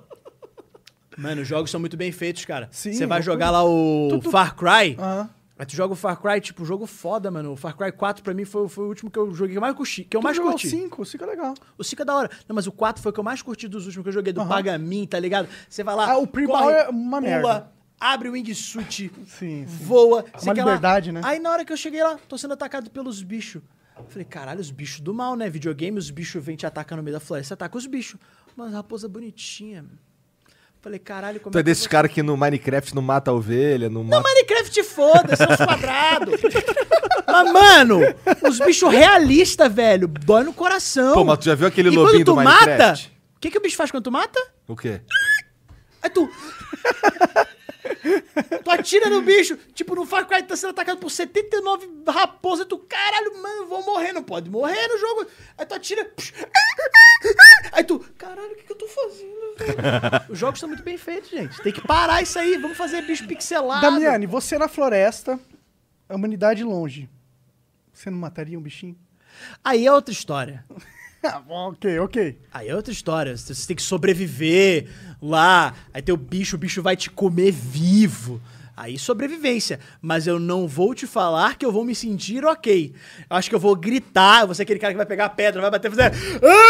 Mano, os jogos são muito bem feitos, cara. Sim, Você vai eu- jogar lá o Far Cry. Aham. Aí tu joga o Far Cry, tipo, jogo foda, mano. O Far Cry 4 pra mim foi o último que eu joguei, que eu mais curti. Que eu mais jogou curti. 5 é legal. O 5 é da hora. Não, mas o 4 foi o que eu mais curti dos últimos que eu joguei, do Paga-Min, tá ligado? Você vai lá, Ah, o Primal corre, é uma merda. abre o wingsuit, Sim, sim. voa. sei que lá. liberdade, né? Aí na hora que eu cheguei lá, tô sendo atacado pelos bichos. Falei, caralho, os bichos do mal, né? Videogame, os bichos vêm te atacar no meio da floresta, ataca os bichos. Mas raposa bonitinha, mano. Falei, caralho, como Tu é que desses eu vou- caras que no Minecraft não mata a ovelha, não mata... Não, Minecraft foda, são os quadrados. Mas, mano, os bichos realistas, velho, dói no coração. Pô, mas tu já viu aquele E lobinho quando tu do mata, Minecraft? o que o bicho faz quando tu mata? O quê? Aí tu... tu atira no bicho, tipo, no Far Cry tá sendo atacado por 79 raposas, tu, caralho, mano, eu vou morrer, não pode morrer no jogo. Aí tu atira... Aí tu, caralho, o que eu tô fazendo, velho? Os jogos estão muito bem feitos, gente. Tem que parar isso aí, vamos fazer bicho pixelado. Damiane, você na floresta, a humanidade longe. Você não mataria um bichinho? Aí é outra história. Ok. Aí é outra história. Você tem que sobreviver lá. Aí tem o bicho vai te comer vivo. Aí sobrevivência. Mas eu não vou te falar que eu vou me sentir ok. Eu acho que eu vou gritar, eu vou ser aquele cara que vai pegar a pedra, vai bater, fazer...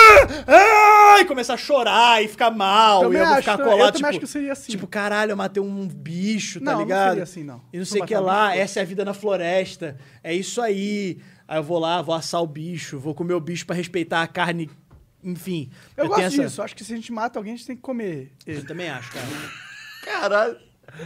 e começar a chorar e ficar mal. Também e eu vou acho, ficar eu colado, também tipo... acho que seria assim. Tipo, caralho, eu matei um bicho, tá Não, ligado? não seria assim, não. E não sei o que matar lá, bicho. essa é a vida na floresta. É isso aí. Aí eu vou lá, vou assar o bicho, vou comer o bicho pra respeitar a carne... Enfim. Eu tenho gosto disso. Eu acho que se a gente mata alguém, a gente tem que comer ele. Eu também acho, cara. Caralho.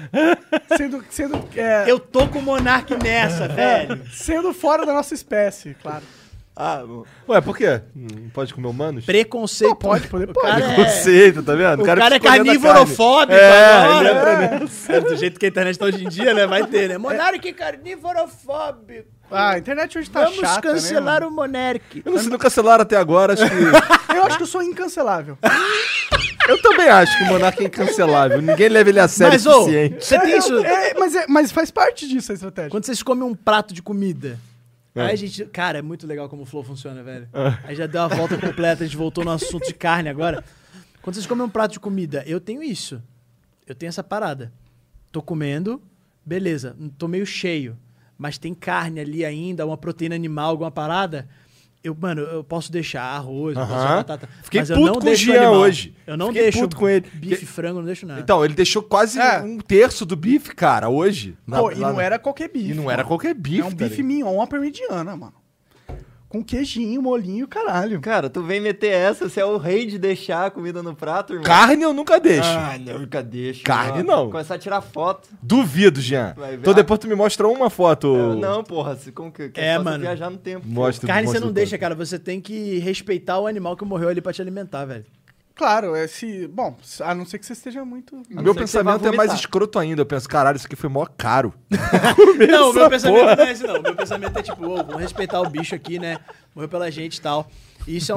Sendo Eu tô com o Monark nessa, velho. sendo fora da nossa espécie, claro. Ah, bom. Ué, por quê? Não pode comer humanos? Preconceito. Não, pode, pode. O cara é, Conceito, tá vendo? o cara é fica escolhendo a carnívorofóbico carne. agora. Ele entra nessa. Do jeito que a internet tá hoje em dia, né? Vai ter, né? Monark é carnívorofóbico. Ah, a internet hoje tá Vamos chata, cancelar né, o Monark. Eu não sei, não cancelaram até agora, acho que... Eu acho que eu sou incancelável. Eu também acho que o Monark é incancelável. Ninguém leva ele a sério o Mas, ô, suficiente. você tem isso... Mas faz parte disso a estratégia. Quando vocês comem um prato de comida... Aí a gente... Cara, é muito legal como o Flow funciona, velho. Aí já deu a volta completa, a gente voltou no assunto de carne agora. Quando vocês comem um prato de comida, eu tenho isso. Eu tenho essa parada. Tô comendo, beleza, tô meio cheio. Mas tem carne ali ainda, uma proteína animal, alguma parada. Mano, eu posso deixar arroz, eu posso deixar batata. Fiquei mas eu puto não com o deixo Jean animal. hoje. Eu não Fiquei deixo puto com ele. bife, frango, não deixo nada. Então, ele deixou quase um terço do bife, cara, hoje. Pô, e não era qualquer bife. E não era qualquer bife, É um tá bife ligado? mignon à parmegiana, mano. Com queijinho, molinho, caralho. Cara, tu vem meter essa, você é o rei de deixar a comida no prato, irmão. Carne eu nunca deixo. Ah, nunca deixa. Carne ó. não. Começar a tirar foto. Duvido, Jean. Vai ver. Então depois tu me mostra uma foto. Não, porra, como que É, só você mano. viajar no tempo. Mostra, Carne você mostra não o deixa, ponto. cara. Você tem que respeitar o animal que morreu ali pra te alimentar, velho. Claro, bom, a não ser que você esteja muito... Meu ser que você pensamento vá é mais vomitar. escroto ainda. Eu penso, caralho, isso aqui foi mó caro. Não, o meu pensamento não é esse, não. O meu pensamento é tipo, vamos respeitar o bicho aqui, né? Morreu pela gente e tal. E isso é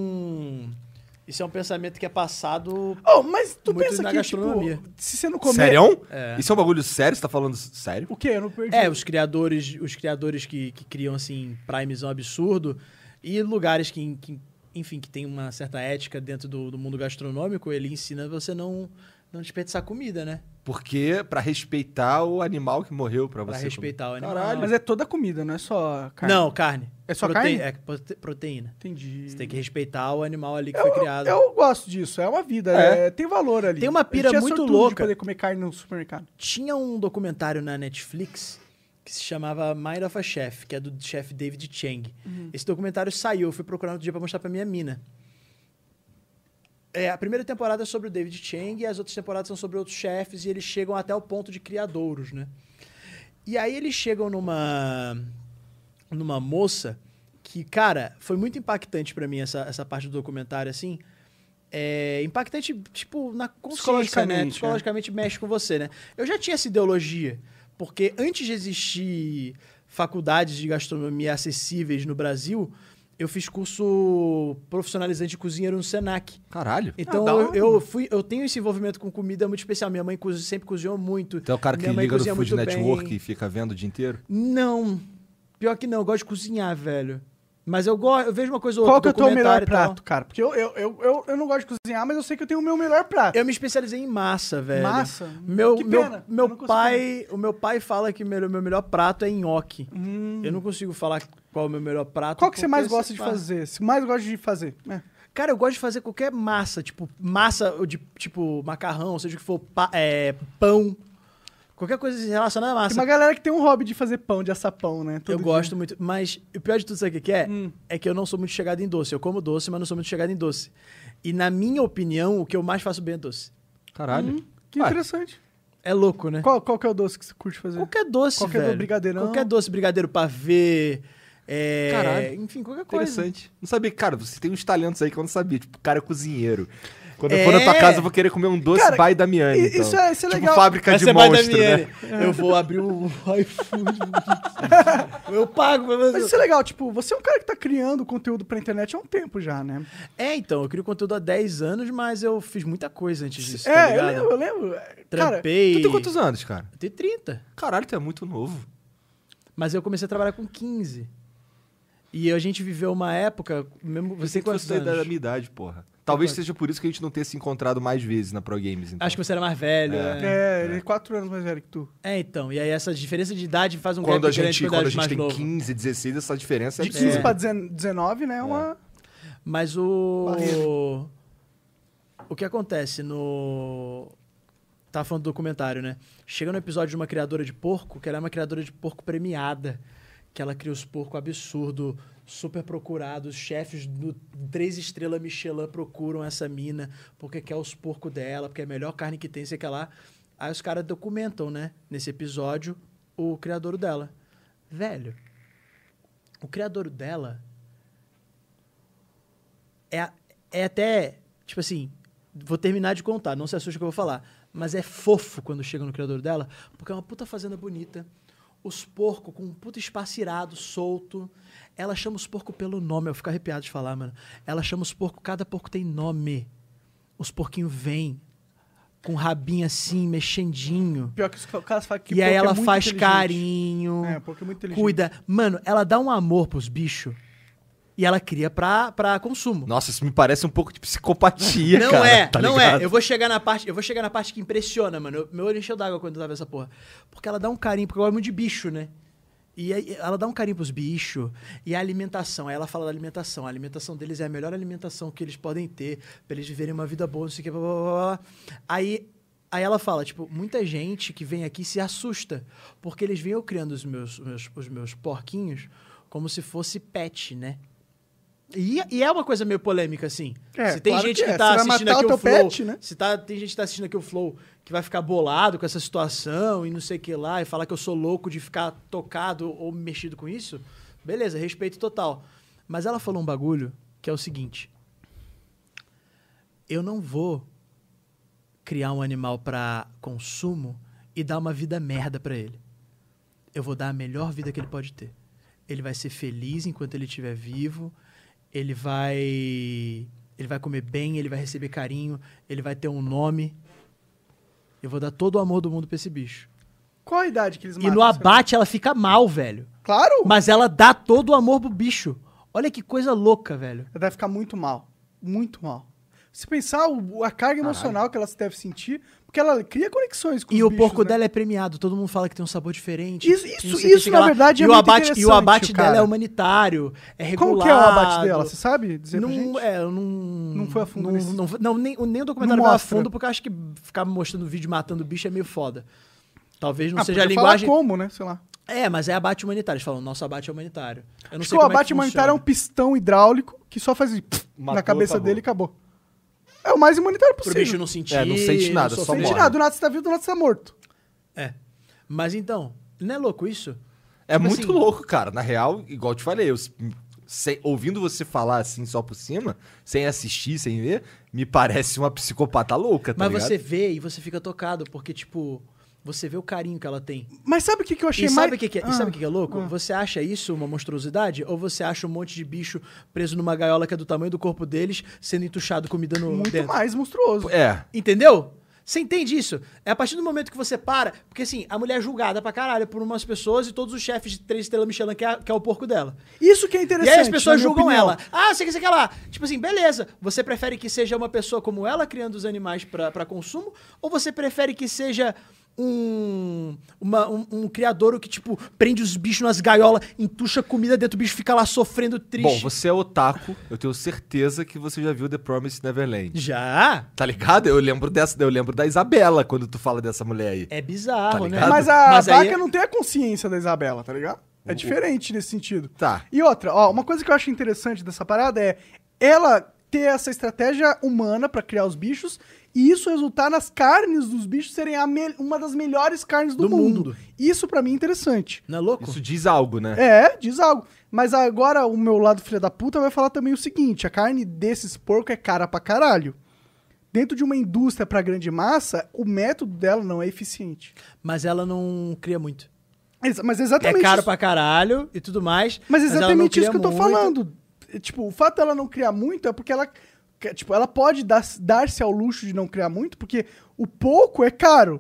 um pensamento que é passado... Oh, mas tu muito pensa na que, gastronomia. tipo, se você não comer... Sério? É. Isso é um bagulho sério? Você tá falando sério? O quê? Eu não perdi. Os criadores que criam, assim, primezão absurdo e lugares que enfim, que tem uma certa ética dentro do mundo gastronômico, ele ensina você não desperdiçar comida, né? Porque pra respeitar o animal que morreu pra você. Pra respeitar o animal. Caralho. Mas é toda comida, não é só carne. Não, carne. É só carne? É proteína. Entendi. Você tem que respeitar o animal ali que foi criado. Eu gosto disso, é uma vida, tem valor ali. Tem uma pira A gente é muito sortudo louca. de poder comer carne no supermercado. Tinha um documentário na Netflix que se chamava Mind of a Chef, que é do chefe David Chang. Esse documentário saiu, eu fui procurar outro dia pra mostrar pra minha mina. A primeira temporada é sobre o David Chang e as outras temporadas são sobre outros chefes e eles chegam até o ponto de criadouros, né? E aí eles chegam numa moça que, cara, foi muito impactante pra mim essa parte do documentário, assim. Impactante, tipo, na consciência, né? Psicologicamente mexe com você, né? Eu já tinha essa ideologia, porque antes de existir faculdades de gastronomia acessíveis no Brasil, eu fiz curso profissionalizante de cozinheiro no Senac. Caralho. Então da hora, eu tenho esse envolvimento com comida muito especial. Minha mãe sempre cozinhou muito. Então é o cara que Minha mãe liga no cozinha Food muito Network bem. e fica vendo o dia inteiro? Não. Pior que não, eu gosto de cozinhar, velho. Mas eu vejo uma coisa ou Qual outra, que é o teu melhor documentário e tal. prato, cara? Porque eu não gosto de cozinhar, mas eu sei que eu tenho o meu melhor prato. Eu me especializei em massa, velho. Massa? Meu Que pena. Eu não consigo. o meu pai fala que meu melhor prato é nhoque. Eu não consigo falar qual é o meu melhor prato. Qual que você mais porque, gosta de fazer? Se mais gosta de fazer? Cara, eu gosto de fazer qualquer massa, tipo massa de tipo macarrão, seja o que for, pão, qualquer coisa relacionada à massa. Tem uma galera que tem um hobby de fazer pão, de assar pão, né? Todo Eu dia. gosto muito, mas o pior de tudo, sabe o que é? É que eu não sou muito chegado em doce. Eu como doce, mas não sou muito chegado em doce. E na minha opinião, o que eu mais faço bem é doce. Caralho. Que Ué, interessante. É louco, né? Qual que é o doce que você curte fazer? Qualquer doce, Qualquer velho. brigadeirão. Qualquer doce, brigadeiro, pavê, Caralho. enfim, qualquer coisa. Interessante. Não sabia, cara, você tem uns talentos aí que eu não sabia. Tipo, o cara é cozinheiro. Quando eu for na tua casa, eu vou querer comer um doce Cara, by Damiani. Então. isso é tipo legal. fábrica Vai de ser mais da monstro, né? Miele. Eu vou abrir um iFood. Eu pago pra Mas você. isso é legal, tipo, você é um cara que tá criando conteúdo pra internet há um tempo já, né? Então, eu crio conteúdo há 10 anos, mas eu fiz muita coisa antes disso, tá ligado? eu lembro. Cara, Trampei. Tu tem quantos anos, cara? Eu tenho 30. Caralho, tu é muito novo. Mas eu comecei a trabalhar com 15. E a gente viveu uma época... Mesmo, você tem Você que quantos fosse da anos? minha idade, porra. Talvez seja por isso que a gente não tenha se encontrado mais vezes na Pro Games. Então. Acho que você era mais velho. Ele é 4 anos mais velho que tu. Então. E aí essa diferença de idade faz um Quando gap a gente, grande quando a gente mais tem novo. 15, 16, essa diferença é De 15 absurda. pra 19, né? É uma... Mas o que acontece no... Tava falando do documentário, né? Chega no episódio de uma criadora de porco, que ela é uma criadora de porco premiada. Que ela cria os porcos absurdos, super procurados. Chefes do 3 estrelas Michelin procuram essa mina porque quer os porcos dela, porque é a melhor carne que tem, sei que lá. Aí os caras documentam, né? Nesse episódio, o criador dela. Velho, o criador dela é até, tipo assim, vou terminar de contar, não se assuste que eu vou falar, mas é fofo quando chega no criador dela, porque é uma puta fazenda bonita, os porcos com um puta espaço irado, solto, ela chama os porcos pelo nome, eu fico arrepiado de falar, mano, ela chama os porcos, cada porco tem nome, os porquinhos vêm com o rabinho assim, mexendinho. Pior que os caras falam que E aí porco é ela muito faz inteligente. carinho, Porco é muito inteligente. cuida. Mano, ela dá um amor pros bichos e ela cria pra consumo. Nossa, isso me parece um pouco de psicopatia, Não cara. é, tá não ligado? é. Eu vou chegar na parte que impressiona, mano. Meu olho encheu d'água quando eu tava vendo essa porra. Porque ela dá um carinho, porque eu gosto muito de bicho, né? E aí, ela dá um carinho pros bichos. E a alimentação, aí ela fala da alimentação. A alimentação deles é a melhor alimentação que eles podem ter pra eles viverem uma vida boa, não sei o que, blá, blá, blá, blá. Aí ela fala, tipo, muita gente que vem aqui se assusta, porque eles vêm eu criando os meus porquinhos como se fosse pet, né? E é uma coisa meio polêmica, assim. Se tem claro gente que que é. tá Você vai assistindo matar aqui o o teu Flow, pet, né? tem gente que tá assistindo aqui o Flow que vai ficar bolado com essa situação e não sei o que lá, e falar que eu sou louco de ficar tocado ou mexido com isso, beleza, respeito total. Mas ela falou um bagulho que é o seguinte: eu não vou criar um animal pra consumo e dar uma vida merda pra ele. Eu vou dar a melhor vida que ele pode ter. Ele vai ser feliz enquanto ele estiver vivo, ele vai comer bem, ele vai receber carinho, ele vai ter um nome. Eu vou dar todo o amor do mundo pra esse bicho. Qual a idade que eles E matam? no abate ela fica mal, velho. Claro! Mas ela dá todo o amor pro bicho. Olha que coisa louca, velho. Ela deve ficar muito mal. Muito mal. Se pensar a carga emocional que ela deve sentir, porque ela cria conexões com E os o bichos, porco né? dela é premiado, todo mundo fala que tem um sabor diferente. Isso, e não isso, sei o que, isso, chega na lá. verdade, é e o muito abate, E o abate interessante, dela cara. é humanitário, é regulado. Como que é o abate dela? Você sabe dizer pra gente? Eu não... Não foi a fundo nesse- nem o documentário Não vai a mostra. fundo, porque eu acho que ficar mostrando vídeo matando bicho é meio foda. Talvez não Ah, seja a podia falar linguagem... como, né? Sei lá. Mas é abate humanitário. Eles falam, nosso abate é humanitário. Eu não Acho sei que o como abate que humanitário é um funciona. pistão hidráulico que só faz Matou, na cabeça acabou. dele e acabou. É o mais humanitário Pro possível. bicho não sentir... É, não sente nada, só Não sofrer. sente morre. nada, do nada você tá vivo, do nada você tá morto. É. Mas então, não é louco isso? É Tipo muito assim- louco, cara. Na real, igual eu te falei, ouvindo você falar assim só por cima, sem assistir, sem ver, me parece uma psicopata louca, tá Mas ligado? você vê e você fica tocado, porque, tipo, você vê o carinho que ela tem. Mas sabe o que eu achei E mais... sabe o que, e sabe o que é louco? Você acha isso uma monstruosidade? Ou você acha um monte de bicho preso numa gaiola que é do tamanho do corpo deles, sendo entuchado comida no Muito dentro? mais monstruoso. É. Entendeu? Você entende isso? É a partir do momento que você para... Porque, assim, a mulher é julgada pra caralho por umas pessoas e todos os chefes de 3 estrelas Michelin que é o porco dela. Isso que é E interessante. aí as pessoas na minha julgam opinião. ela. Ah, sei que lá. Tipo assim, beleza. Você prefere que seja uma pessoa como ela criando os animais pra consumo? Ou você prefere que seja um criadouro que, tipo, prende os bichos nas gaiolas, entuxa comida dentro do bicho, fica lá sofrendo triste? Bom, você é otaku, eu tenho certeza que você já viu The Promised Neverland. Já? Tá ligado? Eu lembro da Isabela quando tu fala dessa mulher aí. É bizarro, Tá né? ligado? Mas a aí- vaca não tem a consciência da Isabela, tá ligado? É diferente nesse sentido. Tá. E outra, ó, uma coisa que eu acho interessante dessa parada é ela ter essa estratégia humana pra criar os bichos e isso resultar nas carnes dos bichos serem uma das melhores carnes do Do mundo. mundo. Isso pra mim é interessante. Não é louco? Isso diz algo, né? Diz algo. Mas agora o meu lado filho da puta vai falar também o seguinte, a carne desses porcos é cara pra caralho. Dentro de uma indústria pra grande massa, o método dela não é eficiente. Mas ela não cria muito. Mas exatamente É caro isso. pra caralho e tudo mais. Mas ela não exatamente isso cria que eu tô muito. falando. Tipo, o fato dela não criar muito é porque ela pode dar-se ao luxo de não criar muito, porque o pouco é caro.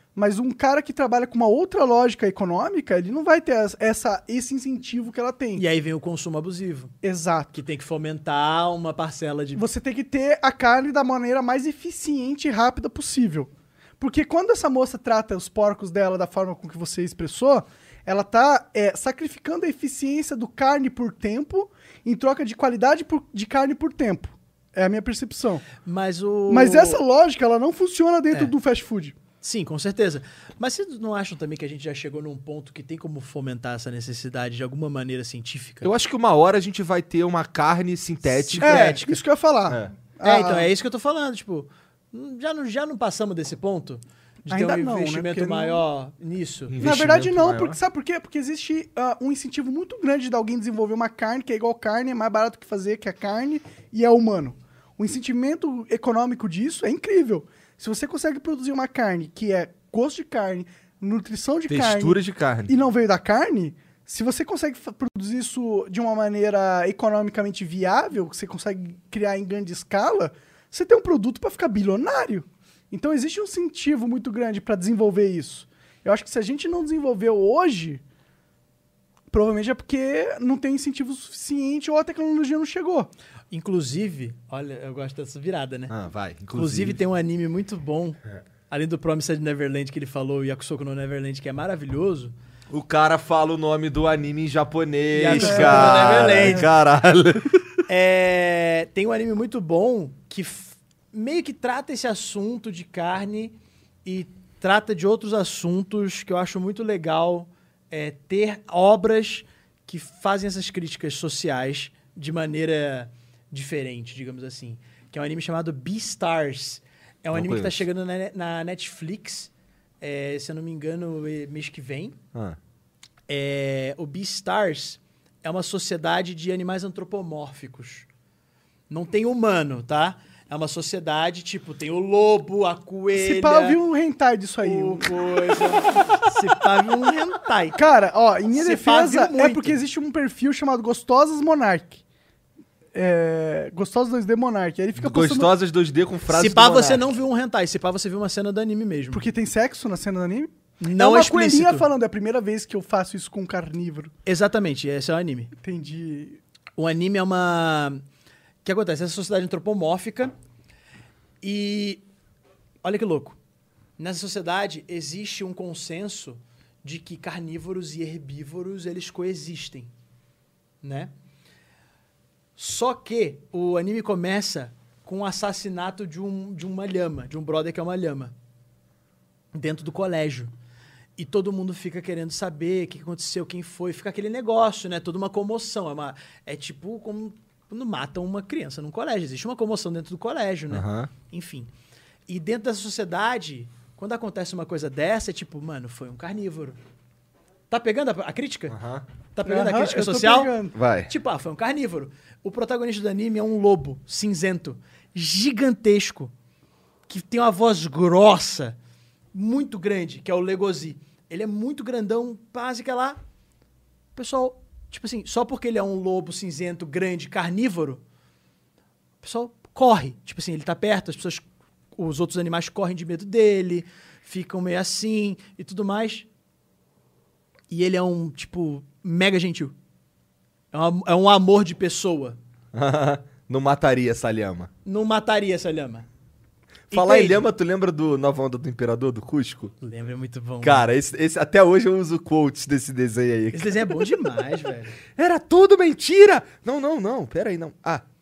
Mas um cara que trabalha com uma outra lógica econômica, ele não vai ter esse incentivo que ela tem. E aí vem o consumo abusivo, Exato. que tem que fomentar uma parcela de... Você tem que ter a carne da maneira mais eficiente e rápida possível. Porque quando essa moça trata os porcos dela da forma com que você expressou, ela tá sacrificando a eficiência do carne por tempo em troca de qualidade de carne por tempo. É a minha percepção. Mas essa lógica, ela não funciona dentro do fast food. Sim, com certeza. Mas vocês não acham também que a gente já chegou num ponto que tem como fomentar essa necessidade de alguma maneira científica? Eu acho que uma hora a gente vai ter uma carne sintética. Isso que eu ia falar. Então, é isso que eu tô falando. Tipo, já não passamos desse ponto? De Ainda ter um não, né? investimento Porque maior nisso? Na verdade, não. maior. Porque, sabe por quê? Porque existe um incentivo muito grande de alguém desenvolver uma carne que é igual carne, é mais barato que fazer que a carne e é humano. O incentivamento econômico disso é incrível. Se você consegue produzir uma carne que é gosto de carne, nutrição de Textura de carne. e não veio da carne, se você consegue produzir isso de uma maneira economicamente viável, que você consegue criar em grande escala, você tem um produto para ficar bilionário. Então existe um incentivo muito grande para desenvolver isso. Eu acho que se a gente não desenvolveu hoje, provavelmente é porque não tem incentivo suficiente ou a tecnologia não chegou. Inclusive, olha, eu gosto dessa virada, né? Vai. Inclusive tem um anime muito bom, além do Promised Neverland que ele falou, o Yakusoku no Neverland, que é maravilhoso. O cara fala o nome do anime em japonês, Yakusoku cara. no Neverland. Caralho. Tem um anime muito bom que meio que trata esse assunto de carne e trata de outros assuntos que eu acho muito legal ter obras que fazem essas críticas sociais de maneira diferente, digamos assim. Que é um anime chamado Beastars. É um Não anime que tá conheço. chegando na Netflix, se eu não me engano, mês que vem. O Beastars é uma sociedade de animais antropomórficos. Não tem humano, tá? É uma sociedade, tipo, tem o lobo, a coelha... Se pá, eu vi um hentai disso aí. Se pá, viu um hentai. Cara, ó, em minha Se pá, defesa, viu é muito. porque existe um perfil chamado Gostosas Monarch. Gostosas 2D Monarch. Aí ele fica postando... Gostosas 2D com frases Se pá, do você Monark. não viu um hentai. Se pá, você viu uma cena do anime mesmo. Porque tem sexo na cena do anime? Não é uma explícito. coelhinha falando, é a primeira vez que eu faço isso com um carnívoro. Exatamente, esse é o anime. Entendi. O anime é uma... O que acontece? Essa sociedade antropomórfica e... Olha que louco. Nessa sociedade existe um consenso de que carnívoros e herbívoros, eles coexistem, né? Só que o anime começa com o assassinato de uma lhama, de um brother que é uma lhama, dentro do colégio. E todo mundo fica querendo saber o que aconteceu, quem foi. Fica aquele negócio, né? Toda uma comoção. É tipo como quando matam uma criança num colégio. Existe uma comoção dentro do colégio, né? Enfim. E dentro dessa sociedade, quando acontece uma coisa dessa, é tipo, mano, foi um carnívoro. Tá pegando a crítica? Tá pegando a crítica eu tô social? pegando. Vai. Tipo, foi um carnívoro. O protagonista do anime é um lobo cinzento, gigantesco, que tem uma voz grossa, muito grande, que é o Legozi. Ele é muito grandão, básica lá. O pessoal, tipo assim, só porque ele é um lobo cinzento, grande, carnívoro, o pessoal corre. Tipo assim, ele tá perto, os outros animais correm de medo dele, ficam meio assim e tudo mais. E ele é um, tipo, mega gentil. É um amor de pessoa. Não mataria essa lhama. Não mataria essa lhama. Falar em Entende? lhama, tu lembra do Nova Onda do Imperador, do Cusco? Lembra, é muito bom. Cara, esse até hoje eu uso quotes desse desenho aí. Esse desenho é bom demais, velho. Era tudo mentira! Não, pera aí, não.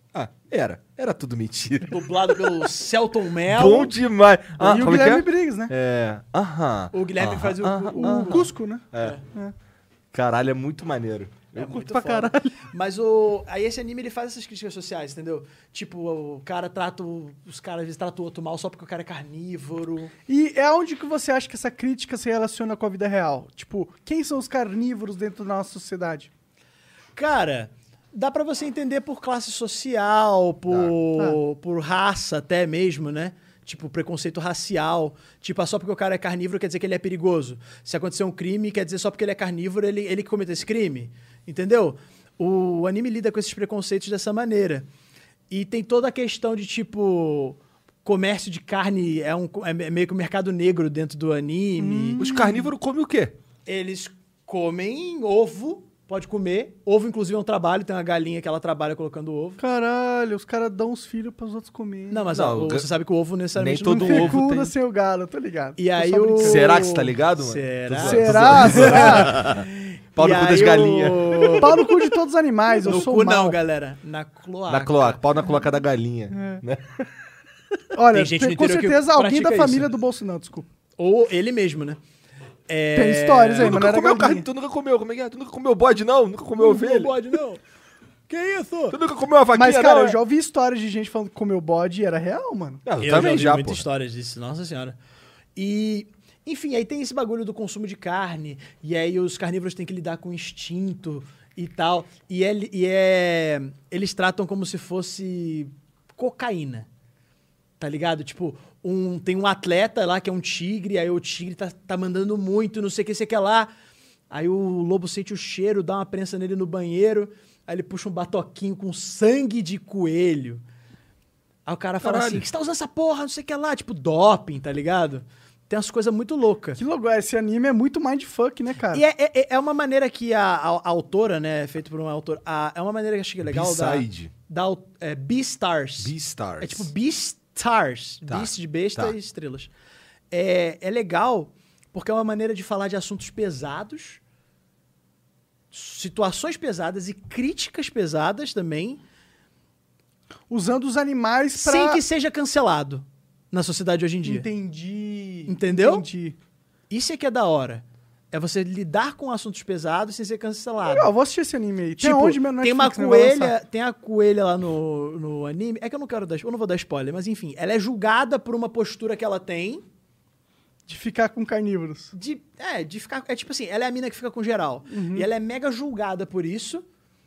Era tudo mentira. Dublado pelo Celton Mello. Bom demais. E o como é que Guilherme é? Briggs, né? O Guilherme faz O Cusco, né? Caralho, é muito maneiro. É Eu curto muito pra foda. caralho. Mas aí esse anime ele faz essas críticas sociais, entendeu? Tipo, o cara trata os caras às vezes tratam o outro mal só porque o cara é carnívoro. E é onde que você acha que essa crítica se relaciona com a vida real? Tipo, quem são os carnívoros dentro da nossa sociedade? Cara, dá pra você entender por classe social, por raça até mesmo, né? Tipo, preconceito racial. Tipo, só porque o cara é carnívoro quer dizer que ele é perigoso. Se acontecer um crime, quer dizer só porque ele é carnívoro, ele que cometeu esse crime. Entendeu? O anime lida com esses preconceitos dessa maneira. E tem toda a questão de, tipo, comércio de carne é meio que um mercado negro dentro do anime. Os carnívoros comem o quê? Eles comem ovo, pode comer. Ovo, inclusive, é um trabalho. Tem uma galinha que ela trabalha colocando ovo. Caralho, os caras dão os filhos pros outros comerem. Não, mas Não, você sabe que o ovo necessariamente nem todo não ovo Fecunda tem. sem o galo, tô ligado. E aí Tô só o... brincando. Será que você tá ligado, mano? Será? Será? Pau no cu das galinhas. Pau no cu de todos os animais, eu No sou cu mal. não, galera. Na cloaca. Na cloaca, pau na cloaca da galinha. Né? Olha, Tem gente no com interior que certeza alguém da pratica família isso. do Bolsonaro, desculpa. Ou ele mesmo, né? Tem histórias aí, Tu mas não nunca era comeu galinha. carne, tu nunca comeu, como é que é? Tu nunca comeu bode, não? Nunca comeu ovelha? Não pode, não. Que isso? Tu nunca comeu uma vaquinha, Mas, cara, não? eu já ouvi histórias de gente falando que comeu bode e era real, mano. Não, Eu também ouvi já, muitas pô. histórias disso, nossa senhora. E, enfim, aí tem esse bagulho do consumo de carne, e aí os carnívoros têm que lidar com instinto e tal. Eles tratam como se fosse cocaína, tá ligado? Tipo, tem um atleta lá que é um tigre, aí o tigre tá mandando muito, não sei o que, sei o que lá. Aí o lobo sente o cheiro, dá uma prensa nele no banheiro, aí ele puxa um batoquinho com sangue de coelho. Aí o cara fala Caralho. assim, que você tá usando essa porra, não sei o que lá, tipo doping, tá ligado? Tem umas coisas muito loucas. Que louco, esse anime é muito mindfuck, né, cara? E é uma maneira que a autora, né, feito por uma autora, é uma maneira que eu achei legal B-side. Beastars. Beastars. É tipo Beastars. Tá, Beast de besta tá. e estrelas. É legal porque é uma maneira de falar de assuntos pesados, situações pesadas e críticas pesadas também, Usando os animais pra... sem que seja cancelado na sociedade hoje em dia. Entendi. Entendeu? Entendi. Isso é que é da hora. É você lidar com assuntos pesados sem ser cancelado. Legal, vou assistir esse anime aí. Tem Tipo, onde mesmo? tem uma Netflix, né? Vai lançar. coelha, tem a coelha lá no anime. É que eu não vou dar spoiler, mas enfim, ela é julgada por uma postura que ela tem De ficar com carnívoros. de ficar. É tipo assim, ela é a mina que fica com geral. E ela é mega julgada por isso.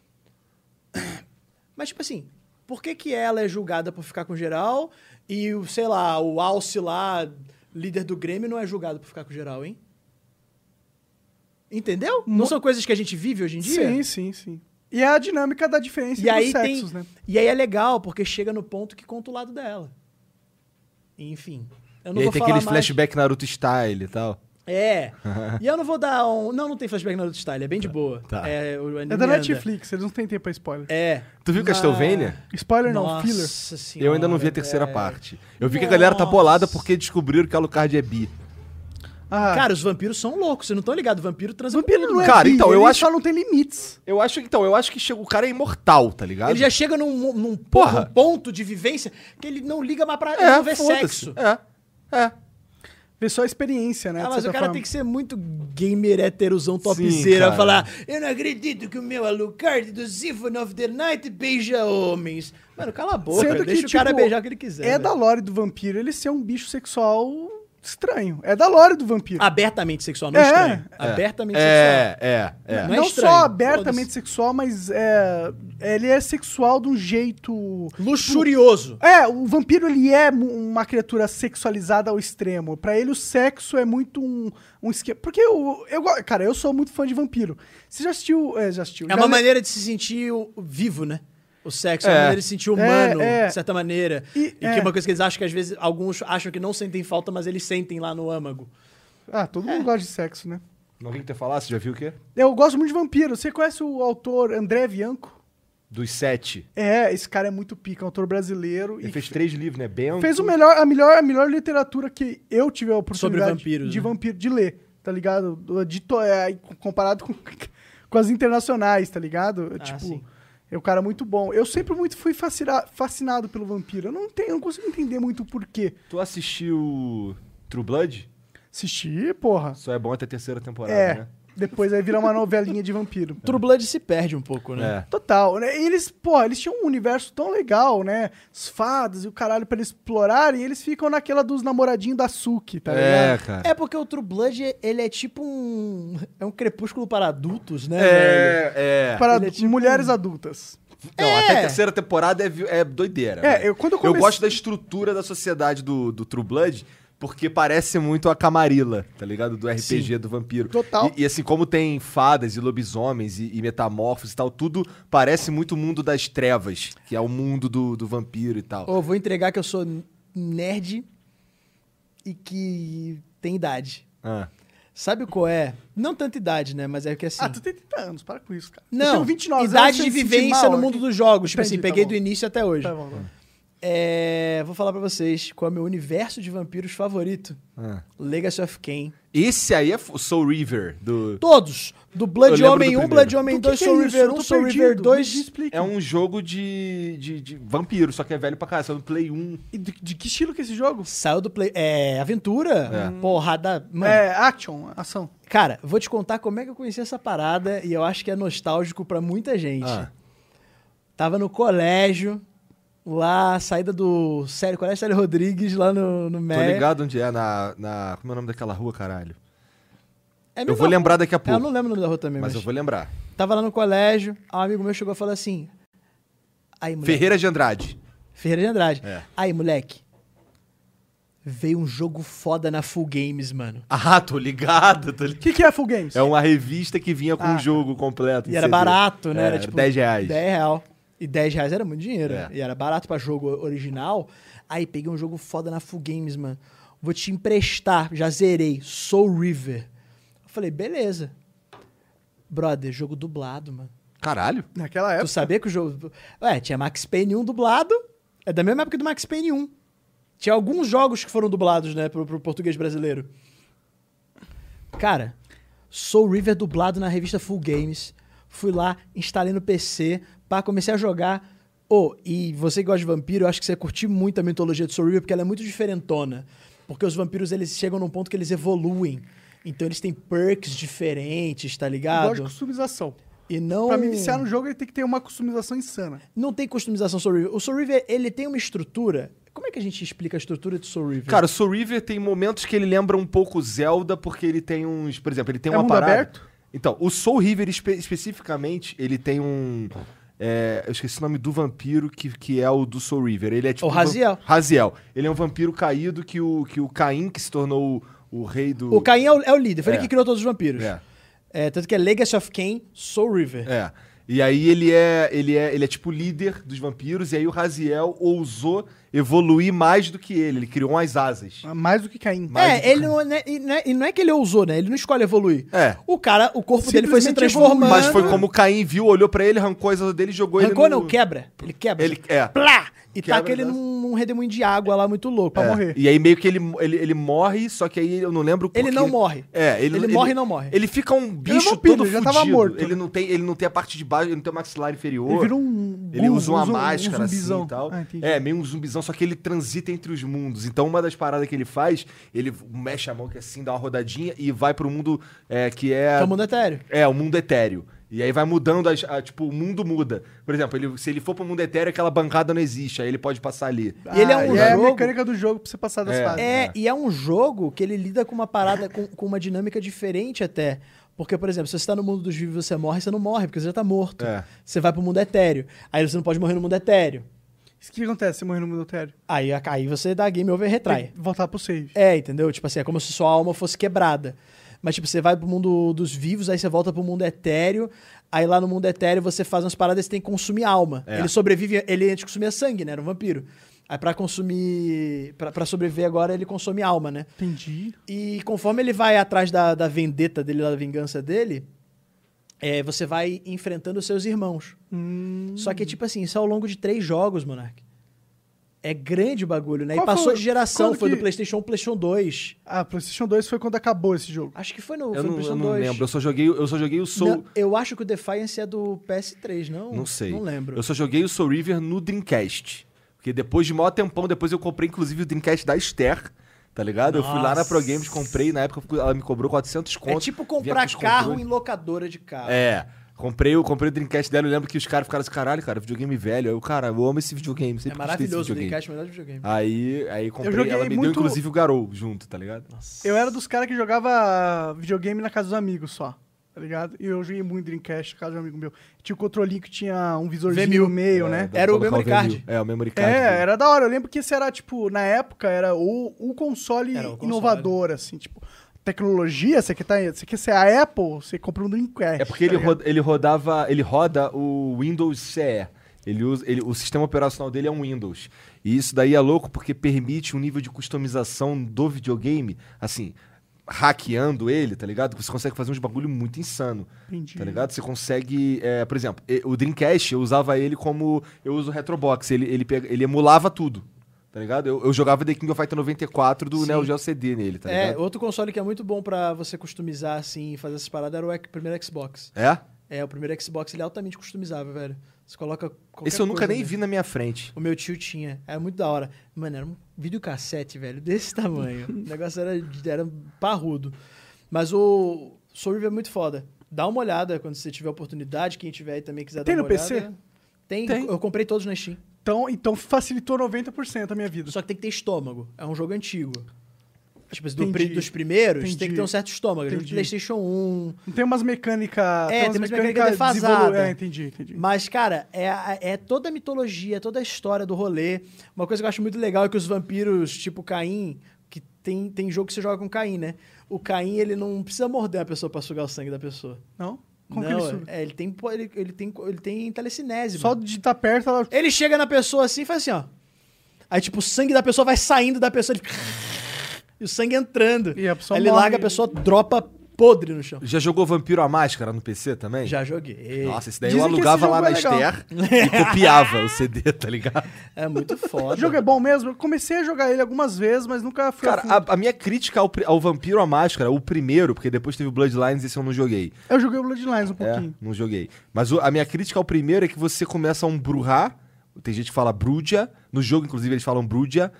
Mas, tipo assim, por que ela é julgada por ficar com geral e, sei lá, o Alce lá, líder do Grêmio, não é julgado por ficar com geral, hein? Entendeu? Não são coisas que a gente vive hoje em dia? Sim. E é a dinâmica da diferença E entre aí os sexos, né? E aí é legal, porque chega no ponto que conta o lado dela. Enfim. Eu não E aí vou tem falar aquele mais. flashback Naruto Style e tal. É. E eu não vou dar um. Não tem flashback Naruto Style, é bem de boa. Tá. O anime É da anda. Netflix, eles não têm tempo pra spoiler. É. Tu viu Castlevania? Spoiler não, Nossa filler. senhora, Eu ainda não vi a terceira velho. parte. Eu vi que a galera tá Nossa. bolada porque descobriram que a Alucard é bi. Ah, Cara, os vampiros são loucos, vocês não estão ligados? Vampiro transa com vampiro tudo. não é Cara, bi, então, eu ele acho- só não tem limites. Eu acho que chega, o cara é imortal, tá ligado? Ele já chega num Porra. ponto de vivência que ele não liga mais pra ele é, não ver foda-se. sexo. É. Vê só a experiência, né? Ah, de mas o certa cara forma. tem que ser muito gamer heterosão Sim, topzera cara. falar: eu não acredito que o meu Alucard do Symphony of the Night beija homens. Mano, cala a boca, Sendo que, deixa o cara tipo, beijar o que ele quiser. É velho. da lore do vampiro ele ser um bicho sexual estranho. É da lore do vampiro. Abertamente sexual, não É. estranho. Abertamente sexual. É. Não é Não estranho, só abertamente foda-se. sexual, mas ele é sexual de um jeito... Luxurioso. O vampiro, ele é uma criatura sexualizada ao extremo. Pra ele, o sexo é muito um esquema... Porque cara, eu sou muito fã de vampiro. Você já assistiu... Já assistiu. É uma maneira de se sentir vivo, né? O sexo é uma maneira de se sentir humano, de certa maneira. E que é uma coisa que eles acham que às vezes alguns acham que não sentem falta, mas eles sentem lá no âmago. Todo mundo gosta de sexo, né? Não vim ter falar, você já viu o quê? Eu gosto muito de vampiro. Você conhece o autor André Bianco? Dos 7. Esse cara é muito pica, autor brasileiro. Ele fez 3 livros, né? Bem Fez a melhor literatura que eu tive a oportunidade vampiros, de né? vampiro, de ler, tá ligado? Comparado com as internacionais, tá ligado? Sim. É um cara muito bom. Eu sempre fui fascinado pelo vampiro. Eu não consigo entender muito o porquê. Tu assistiu True Blood? Assisti, porra. Só é bom até a terceira temporada, né? Depois aí vira uma novelinha de vampiro. True Blood se perde um pouco, né? É. Total, né? E eles tinham um universo tão legal, né? As fadas e o caralho pra eles explorarem, e eles ficam naquela dos namoradinhos da Suki, tá ligado? Cara. É porque o True Blood, ele é tipo um... É um crepúsculo para adultos, né, velho? Para Ele é tipo mulheres adultas. Não, até a terceira temporada é doideira. né? Quando eu Eu comecei... gosto da estrutura da sociedade do True Blood, porque parece muito a Camarilla, tá ligado? Do RPG do vampiro. Total. E assim, como tem fadas e lobisomens e metamorfos e tal, tudo parece muito o mundo das trevas, que é o mundo do vampiro e tal. Vou entregar que eu sou nerd e que tem idade. Ah. Sabe qual é? Não tanta idade, né? Mas é que assim... Ah, tu tem 30 anos, para com isso, cara. Eu Não, tenho 29 idade anos, de você se vivência sentir no mal mundo aqui. dos jogos. Tipo Entendi, assim, tá peguei bom. do início até hoje. Tá bom. Vou falar pra vocês qual é o meu universo de vampiros favorito. Ah. Legacy of Kain. Esse aí é o Soul River. Todos. Do Blood Eu lembro Homem do 1, primeiro. Blood Homem Do 2, que Soul é isso? River Eu 1, tô Soul perdido. River Me 2. explica. É um jogo de vampiro, só que é velho pra caralho. Só no Play 1. E de que estilo que é esse jogo? Saiu do Play... aventura? Porrada... Mano, Action, ação. cara, vou te contar como é que eu conheci essa parada e eu acho que é nostálgico pra muita gente. Ah. Tava no colégio, lá, saída do Colégio Célio Rodrigues, lá no Tô Meia. ligado onde é, como é o nome daquela rua, caralho? É Eu mesmo vou a rua. lembrar daqui a Eu pouco. não lembro o nome da rua também, Mas mas... eu vou lembrar. Tava lá no colégio, um amigo meu chegou e falou assim... Aí, moleque. Ferreira de Andrade. Ferreira de Andrade. É. Aí, moleque. Veio um jogo foda na Full Games, mano. Ah, tô ligado. O que é Full Games? É uma revista que vinha com Ah, um jogo completo. em E era CD. barato, né? É, Era tipo... 10 reais. 10 real. E 10 reais era muito dinheiro. É. E era barato pra jogo original. Aí peguei um jogo foda na Full Games, mano. Vou te emprestar. Já zerei. Soul River. Eu falei, beleza. Brother, jogo dublado, mano. Caralho. Naquela época. Tu sabia que o jogo... tinha Max Payne 1 dublado. É da mesma época do Max Payne 1. Tinha alguns jogos que foram dublados, né, pro português brasileiro. Cara, Soul River dublado na revista Full Games. Fui lá, instalei no PC, comecei a jogar. E você que gosta de vampiro, eu acho que você curte muito a mitologia de Soul River, porque ela é muito diferentona. Porque os vampiros, eles chegam num ponto que eles evoluem. Então eles têm perks diferentes, tá Eu ligado? gosto de customização. E não... Pra me viciar no jogo, ele tem que ter uma customização insana. Não tem customização Soul River. O Soul River, ele tem uma estrutura... Como é que a gente explica a estrutura de Soul River? Cara, o Soul River tem momentos que ele lembra um pouco Zelda, porque ele tem uns... Por exemplo, ele tem É uma mundo parada... aberto? Então, o Soul River especificamente, ele tem um... eu esqueci o nome do vampiro que é o do Soul River. Ele é tipo... O Raziel. Raziel. Ele é um vampiro caído que o Caim, que se tornou o rei do... O Caim é o líder, foi ele É. que criou todos os vampiros. Tanto que é Legacy of Kain, Soul River. É. E aí ele é tipo líder dos vampiros, e aí o Raziel ousou evoluir mais do que ele. Ele criou umas asas. Mais do que Caim. Ele não é que ele ousou, né? Ele não escolhe evoluir. É. O corpo dele foi se Simplesmente transformando. Mas foi como o Caim viu, olhou pra ele, arrancou as asas dele e jogou Arrancou ele no... não, quebra. Ele quebra. Ele, é. Plá! E Quebra taca ele as asas. num redemoinho de água lá muito louco pra É. morrer. E aí meio que ele morre, só que aí eu não lembro porque... Ele não morre. Ele morre e não morre. Ele fica um bicho vampiro, todo ele já fudido. tava morto. Ele não tem a parte de baixo, ele não tem o maxilar inferior. Ele vira um... Ele usa uma máscara zumbizão. assim e tal. Ah, entendi. Meio um zumbizão, só que ele transita entre os mundos. Então uma das paradas que ele faz, ele mexe a mão que assim, dá uma rodadinha e vai pro mundo que é... Que é o mundo etéreo. É, o mundo etéreo. E aí vai mudando, tipo, o mundo muda. Por exemplo, se ele for pro mundo etéreo, aquela bancada não existe, aí ele pode passar ali. E ele é um e é a jogo- mecânica do jogo pra você passar das fases. E é um jogo que ele lida com uma parada, com uma dinâmica diferente até. Porque, por exemplo, se você tá no mundo dos vivos e você morre, você não morre, porque você já tá morto. É. Você vai pro mundo etéreo. Aí você não pode morrer no mundo etéreo. O que acontece se morrer no mundo etéreo? Aí você dá game over e retrai. Tem que voltar pro save. Entendeu? Tipo assim, é como se sua alma fosse quebrada. Mas, tipo, você vai pro mundo dos vivos, aí você volta pro mundo etéreo. Aí lá no mundo etéreo você faz umas paradas e você tem que consumir alma. É. Ele sobrevive, ele antes consumia sangue, né? Era um vampiro. Aí pra consumir. Pra sobreviver agora, ele consome alma, né? Entendi. E conforme ele vai atrás da vendetta dele, da vingança dele, você vai enfrentando os seus irmãos. Só que, tipo assim, isso é ao longo de 3 jogos, Monark. É grande o bagulho, né? Qual E passou foi- de geração, quando foi que- do PlayStation 1 pro PlayStation 2. Ah, PlayStation 2 foi quando acabou esse jogo. Acho que foi no, Eu foi no não PlayStation 2. lembro, eu só joguei o Soul... Não, eu acho que o Defiance é do PS3, não? Não sei. Não lembro. Eu só joguei o Soul River no Dreamcast. Porque depois de maior tempão, depois eu comprei inclusive o Dreamcast da Esther, tá ligado? Eu fui lá na Nossa. Pro Games, comprei, na época ela me cobrou 400 conto. É tipo vinha comprar com os carro controles. em locadora de carro. Comprei o Dreamcast dela, eu lembro que os caras ficaram assim, caralho, cara, videogame velho. Aí eu, cara, eu amo esse videogame, É sempre gostei desse maravilhoso, o videogame. Dreamcast é o melhor videogame. Aí comprei, joguei ela me deu muito- inclusive o Garou junto, tá ligado? Eu era dos caras que jogava videogame na casa dos amigos só, tá ligado? E eu joguei muito Dreamcast na casa de um amigo meu. Tinha o controlinho que tinha um visorzinho V1000. no meio, né? Dá Era pra o colocar memory card. É, o memory card. Era da hora. Eu lembro que esse era, tipo, na época, era o console Era o console. inovador, assim, tipo, tecnologia, você quer ser a Apple, você compra um Dreamcast. É porque tá ligado? ele roda o Windows CE. O sistema operacional dele é um Windows. E isso daí é louco porque permite um nível de customização do videogame, assim, hackeando ele, tá ligado? Você consegue fazer uns bagulho muito insano, Entendi. tá ligado? Você consegue, por exemplo, o Dreamcast, eu usava ele como eu uso o Retrobox, ele emulava tudo, tá ligado? Eu jogava The King of Fighters 94 do Sim. Neo Geo CD nele, tá ligado? Outro console que é muito bom pra você customizar, assim, e fazer essas paradas era o primeiro Xbox. É? O primeiro Xbox, ele é altamente customizável, velho. Você coloca qualquer Esse eu nunca coisa nem nele. vi na minha frente. O meu tio tinha. Era muito da hora. Mano, era um videocassete, velho, desse tamanho. O negócio era parrudo. Mas o Soul River é muito foda. Dá uma olhada quando você tiver oportunidade. Quem tiver aí também quiser Tem dar uma no olhada. PC? Tem. Tem. Eu comprei todos na Steam. Então facilitou 90% a minha vida. Só que tem que ter estômago. É um jogo antigo. Tipo, Entendi. dos primeiros, Entendi. tem que ter um certo estômago. Jogo de Entendi. PlayStation 1. Não tem umas mecânicas... Tem umas mecânicas defasadas. Entendi. Mas, cara, é toda a mitologia, toda a história do rolê. Uma coisa que eu acho muito legal é que os vampiros, tipo Caim, que tem jogo que você joga com Caim, né? O Caim, ele não precisa morder a pessoa pra sugar o sangue da pessoa. Não? Como não, que ele suga? ele tem telecinese, Só mano. de estar perto, ela... Ele chega na pessoa assim e faz assim, ó. Aí, tipo, o sangue da pessoa vai saindo da pessoa. E o sangue entrando. E a pessoa Aí ele morre. larga a pessoa, dropa podre no chão. Já jogou Vampiro à Máscara no PC também? Já joguei. Nossa, esse daí Dizem eu que esse alugava jogo lá é na legal. Esther e copiava o CD, tá ligado? É muito foda. O jogo é bom mesmo? Eu comecei a jogar ele algumas vezes, mas nunca fui Cara, a fundo. a minha crítica ao Vampiro à Máscara, o primeiro, porque depois teve o Bloodlines, esse eu não joguei. Eu joguei o Bloodlines um pouquinho. Não joguei. Mas a minha crítica ao primeiro é que você começa a brujar, tem gente que fala Brudia, no jogo inclusive eles falam Brudia,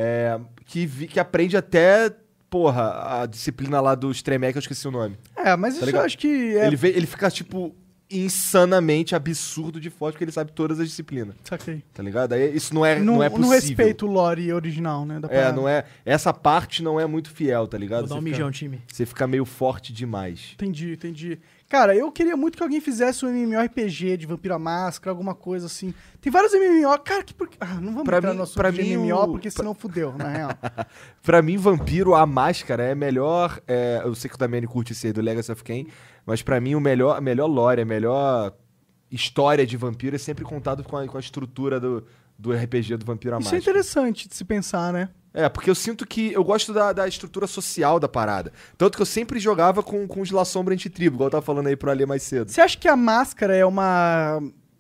que aprende até, porra, a disciplina lá do Stremec, eu esqueci o nome. Mas isso eu ligado? acho que é... Ele fica, tipo, insanamente absurdo de forte, porque ele sabe todas as disciplinas, Saquei. tá ligado? Aí isso não é Não possível. respeito o lore original, né? Da parada. Não é. Essa parte não é muito fiel, tá ligado? Vou dar um Você mijão, fica, time. você fica meio forte demais. Entendi. Cara, eu queria muito que alguém fizesse um MMORPG de Vampiro à Máscara, alguma coisa assim. Tem vários MMO, cara, não vamos Pra entrar mim- no assunto pra de mim, MMO, o- porque senão fudeu, na real. Pra mim, Vampiro à Máscara é melhor. Eu sei que o Damiani curte esse aí do Legacy of Kain, mas pra mim a melhor lore, a melhor história de vampiro é sempre contado com a estrutura do RPG do Vampiro à Isso é Máscara. interessante de se pensar, né? Porque eu sinto que eu gosto da estrutura social da parada. Tanto que eu sempre jogava com os La Sombra Antitribo, igual eu tava falando aí pro Ali mais cedo. Você acha que a máscara é uma...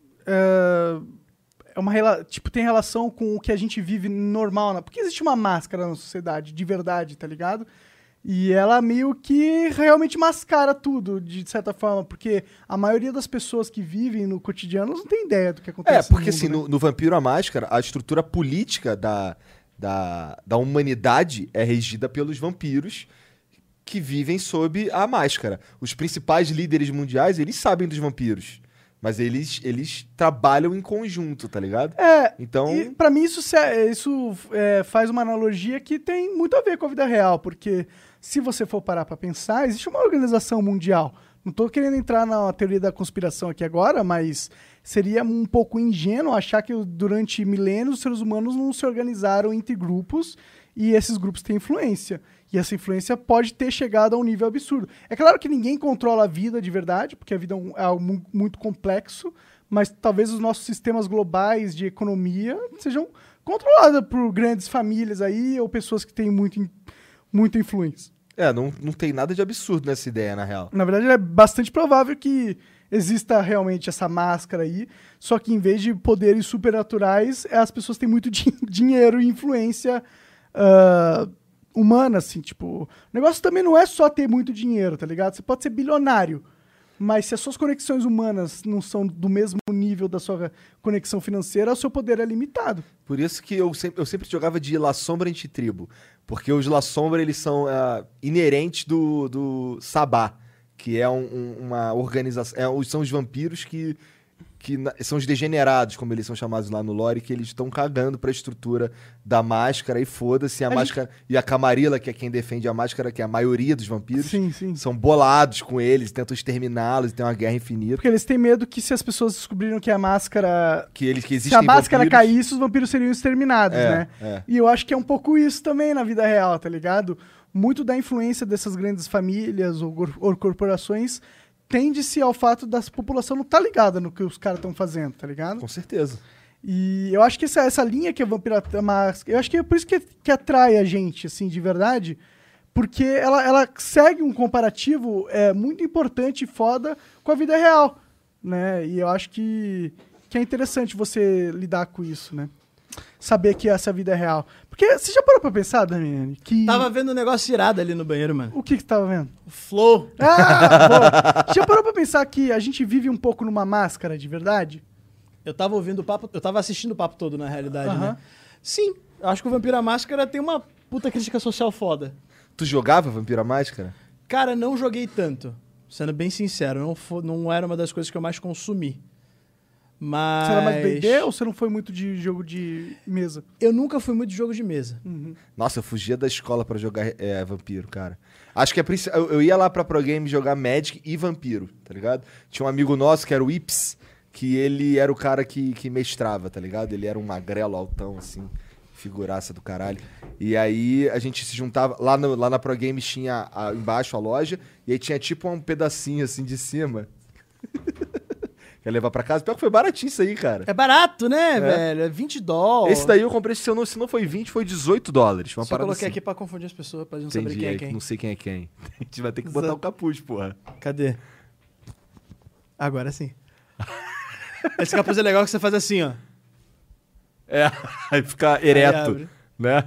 tipo, tem relação com o que a gente vive normal, né? Porque existe uma máscara na sociedade, de verdade, tá ligado? E ela meio que realmente mascara tudo, de certa forma, porque a maioria das pessoas que vivem no cotidiano elas não tem ideia do que acontece Porque no mundo, assim, né? no Vampiro à Máscara, a estrutura política da humanidade é regida pelos vampiros que vivem sob a máscara. Os principais líderes mundiais, eles sabem dos vampiros, mas eles trabalham em conjunto, tá ligado? Então, E pra mim isso faz uma analogia que tem muito a ver com a vida real, porque se você for parar pra pensar, existe uma organização mundial. Não tô querendo entrar na teoria da conspiração aqui agora, mas seria um pouco ingênuo achar que durante milênios os seres humanos não se organizaram entre grupos e esses grupos têm influência. E essa influência pode ter chegado a um nível absurdo. É claro que ninguém controla a vida de verdade, porque a vida é algo muito complexo, mas talvez os nossos sistemas globais de economia sejam controlados por grandes famílias aí ou pessoas que têm muita influência. não tem nada de absurdo nessa ideia, na real. Na verdade, é bastante provável que exista realmente essa máscara aí, só que em vez de poderes supernaturais, as pessoas têm muito dinheiro e influência humana, assim, tipo... O negócio também não é só ter muito dinheiro, tá ligado? Você pode ser bilionário, mas se as suas conexões humanas não são do mesmo nível da sua conexão financeira, o seu poder é limitado. Por isso que eu sempre jogava de La Sombra Antitribo, porque os La Sombra, eles são inerentes do Sabá, que é uma organização... são os vampiros que são os degenerados, como eles são chamados lá no lore, que eles estão cagando pra estrutura da máscara e foda-se a máscara. E a Camarilla, que é quem defende a máscara, que é a maioria dos vampiros, Sim. são bolados com eles, tentam exterminá-los, e tem uma guerra infinita. Porque eles têm medo que se as pessoas descobriram que a máscara... Que existem Se a máscara vampiros. caísse, os vampiros seriam exterminados, né? E eu acho que é um pouco isso também na vida real, tá ligado? Muito da influência dessas grandes famílias ou corporações tende-se ao fato da população não estar ligada no que os caras estão fazendo, tá ligado? Com certeza. E eu acho que essa linha que é Vampira Máscara, eu acho que é por isso que atrai a gente, assim, de verdade, porque ela segue um comparativo muito importante e foda com a vida real, né? E eu acho que é interessante você lidar com isso, né? Saber que essa vida é real. Porque você já parou pra pensar, Damiani, que... Tava vendo um negócio irado ali no banheiro, mano. O que você tava vendo? O Flow. Ah, boa. Já parou pra pensar que a gente vive um pouco numa máscara de verdade? Eu tava ouvindo o papo, eu tava assistindo o papo todo, na realidade, Aham. né? Sim, eu acho que o Vampira Máscara tem uma puta crítica social foda. Tu jogava Vampira Máscara? Cara, não joguei tanto. Sendo bem sincero, não era uma das coisas que eu mais consumi. Mas... Você era mais D&D ou você não foi muito de jogo de mesa? Eu nunca fui muito de jogo de mesa. Nossa, eu fugia da escola pra jogar Vampiro, cara. Acho que eu ia lá pra Pro Game jogar Magic e Vampiro, tá ligado? Tinha um amigo nosso que era o Ips, que ele era o cara que mestrava, tá ligado? Ele era um magrelo altão, assim, figuraça do caralho. E aí a gente se juntava... Lá na Pro Games tinha embaixo a loja, e aí tinha tipo um pedacinho, assim, de cima. Quer levar pra casa? Pior que foi baratinho isso aí, cara. É barato, né, velho? É $20. Esse daí eu comprei, se não foi 20, foi $18. Uma Só parada coloquei assim. aqui pra confundir as pessoas, pra não Entendi, saber quem é quem. Não sei quem é quem. A gente vai ter que botar Exato. o capuz, porra. Cadê? Agora sim. Esse capuz é legal que você faz assim, ó. Aí fica Aí ereto, abre. né?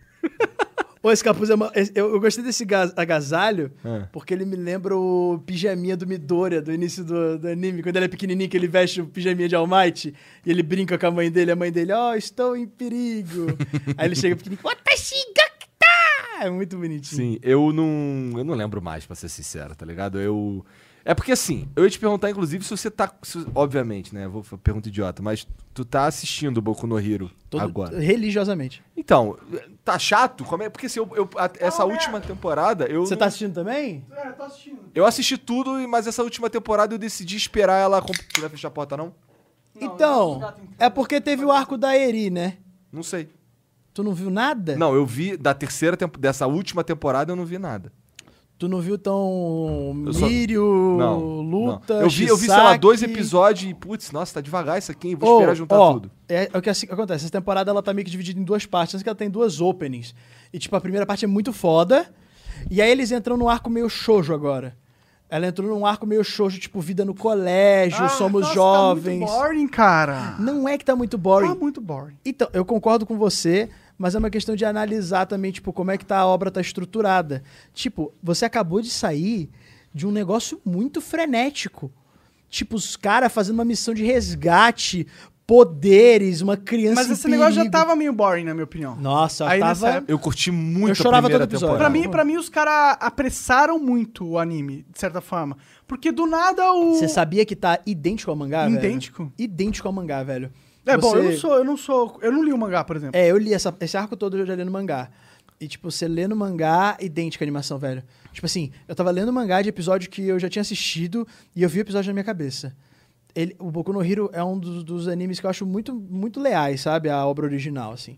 Pô, esse capuz é eu gostei desse agasalho, Ah. porque ele me lembra o pijaminha do Midoriya, do início do anime, quando ele é pequenininho, que ele veste o pijaminha de All Might, e ele brinca com a mãe dele, estou em perigo. Aí ele chega pequenininho, Watashi ga kita! É muito bonitinho. Sim, eu não lembro mais, pra ser sincero, tá ligado? É porque assim, eu ia te perguntar, inclusive, se você tá... obviamente, né? Pergunta idiota, mas tu tá assistindo o Boku no Hero agora. Religiosamente. Então, tá chato? Porque assim, essa última temporada... Você tá assistindo também? Tô assistindo. Eu assisti tudo, mas essa última temporada eu decidi esperar ela... Tu vai fechar a porta, não? Então, é porque teve o arco da Eri, né? Não sei. Tu não viu nada? Não, eu vi dessa última temporada, eu não vi nada. Tu não viu tão Eu só- Mírio, Não, luta, não. Eu vi, sei lá, 2 Shisaki. episódios e, putz, nossa, tá devagar isso aqui, hein? Vou esperar juntar tudo. É o que acontece. Essa temporada ela tá meio que dividida em 2 partes, tanto que ela tem 2 openings. E, tipo, a primeira parte é muito foda. E aí eles entram num arco meio shoujo agora. Ela entrou num arco meio shoujo, tipo, vida no colégio, somos jovens. Tá muito boring, cara. Não é que tá muito boring. Tá muito boring. Então, eu concordo com você, mas é uma questão de analisar também, tipo, como é que a obra tá estruturada. Tipo, você acabou de sair de um negócio muito frenético. Tipo, os caras fazendo uma missão de resgate, poderes, uma criança Mas em esse negócio já perigo. tava meio boring, na minha opinião. Nossa, eu Aí nessa tava... época- Eu curti muito Eu chorava a primeira todo episódio. temporada. Pra mim, os caras apressaram muito o anime, de certa forma. Porque do nada o... Você sabia que tá idêntico ao mangá, velho? Idêntico? Idêntico ao mangá, velho. Bom, Você- eu não li o mangá, por exemplo. Eu li esse arco todo, eu já li no mangá. E, tipo, você lê no mangá, idêntica a animação, velho. Tipo assim, eu tava lendo mangá de episódio que eu já tinha assistido e eu vi o episódio na minha cabeça. O Boku no Hero é um dos animes que eu acho muito, muito leais, sabe? A obra original, assim.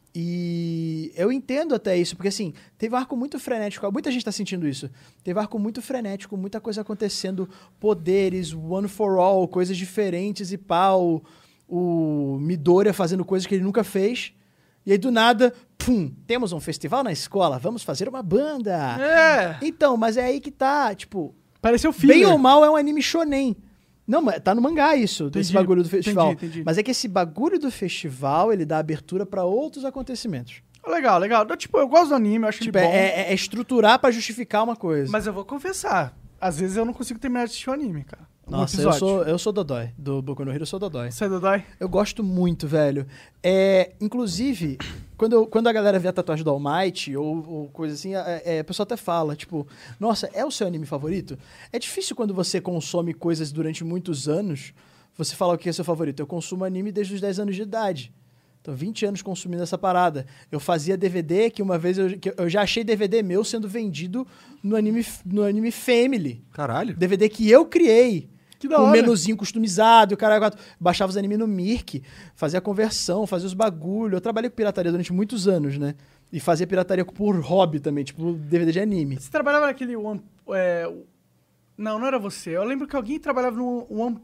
E eu entendo até isso, porque assim, teve um arco muito frenético, muita gente tá sentindo isso. Teve um arco muito frenético, muita coisa acontecendo, poderes, one for all, coisas diferentes e pau. O Midoriya fazendo coisas que ele nunca fez. E aí, do nada, pum, temos um festival na escola, vamos fazer uma banda. Então, mas é aí que tá, tipo, Pareceu filler. bem ou mal é um anime shonen. Não, mas tá no mangá isso, desse Entendi, bagulho do festival. entendi. Mas é que esse bagulho do festival, ele dá abertura pra outros acontecimentos. Legal. Tipo, eu gosto do anime, eu acho Tipo, ele bom. é estruturar pra justificar uma coisa. Mas eu vou confessar, às vezes eu não consigo terminar de assistir o anime, cara. Um Nossa, eu sou dodói. Do Boku no Hero, eu sou dodói. Você é Dodói? Eu gosto muito, velho. Inclusive, quando a galera vê a tatuagem do All Might ou coisa assim, a pessoa até fala, tipo, nossa, é o seu anime favorito? É difícil quando você consome coisas durante muitos anos, você falar o que é seu favorito. Eu consumo anime desde os 10 anos de idade. Então, 20 anos consumindo essa parada. Eu fazia DVD, que uma vez eu já achei DVD meu sendo vendido no anime Family. Caralho. DVD que eu criei. Que da Com um hora. menuzinho customizado, o cara baixava os animes no Mirk, fazia a conversão, fazia os bagulho. Eu trabalhei com pirataria durante muitos anos, né? E fazia pirataria por hobby também, tipo DVD de anime. Você trabalhava naquele Não era você. Eu lembro que alguém trabalhava no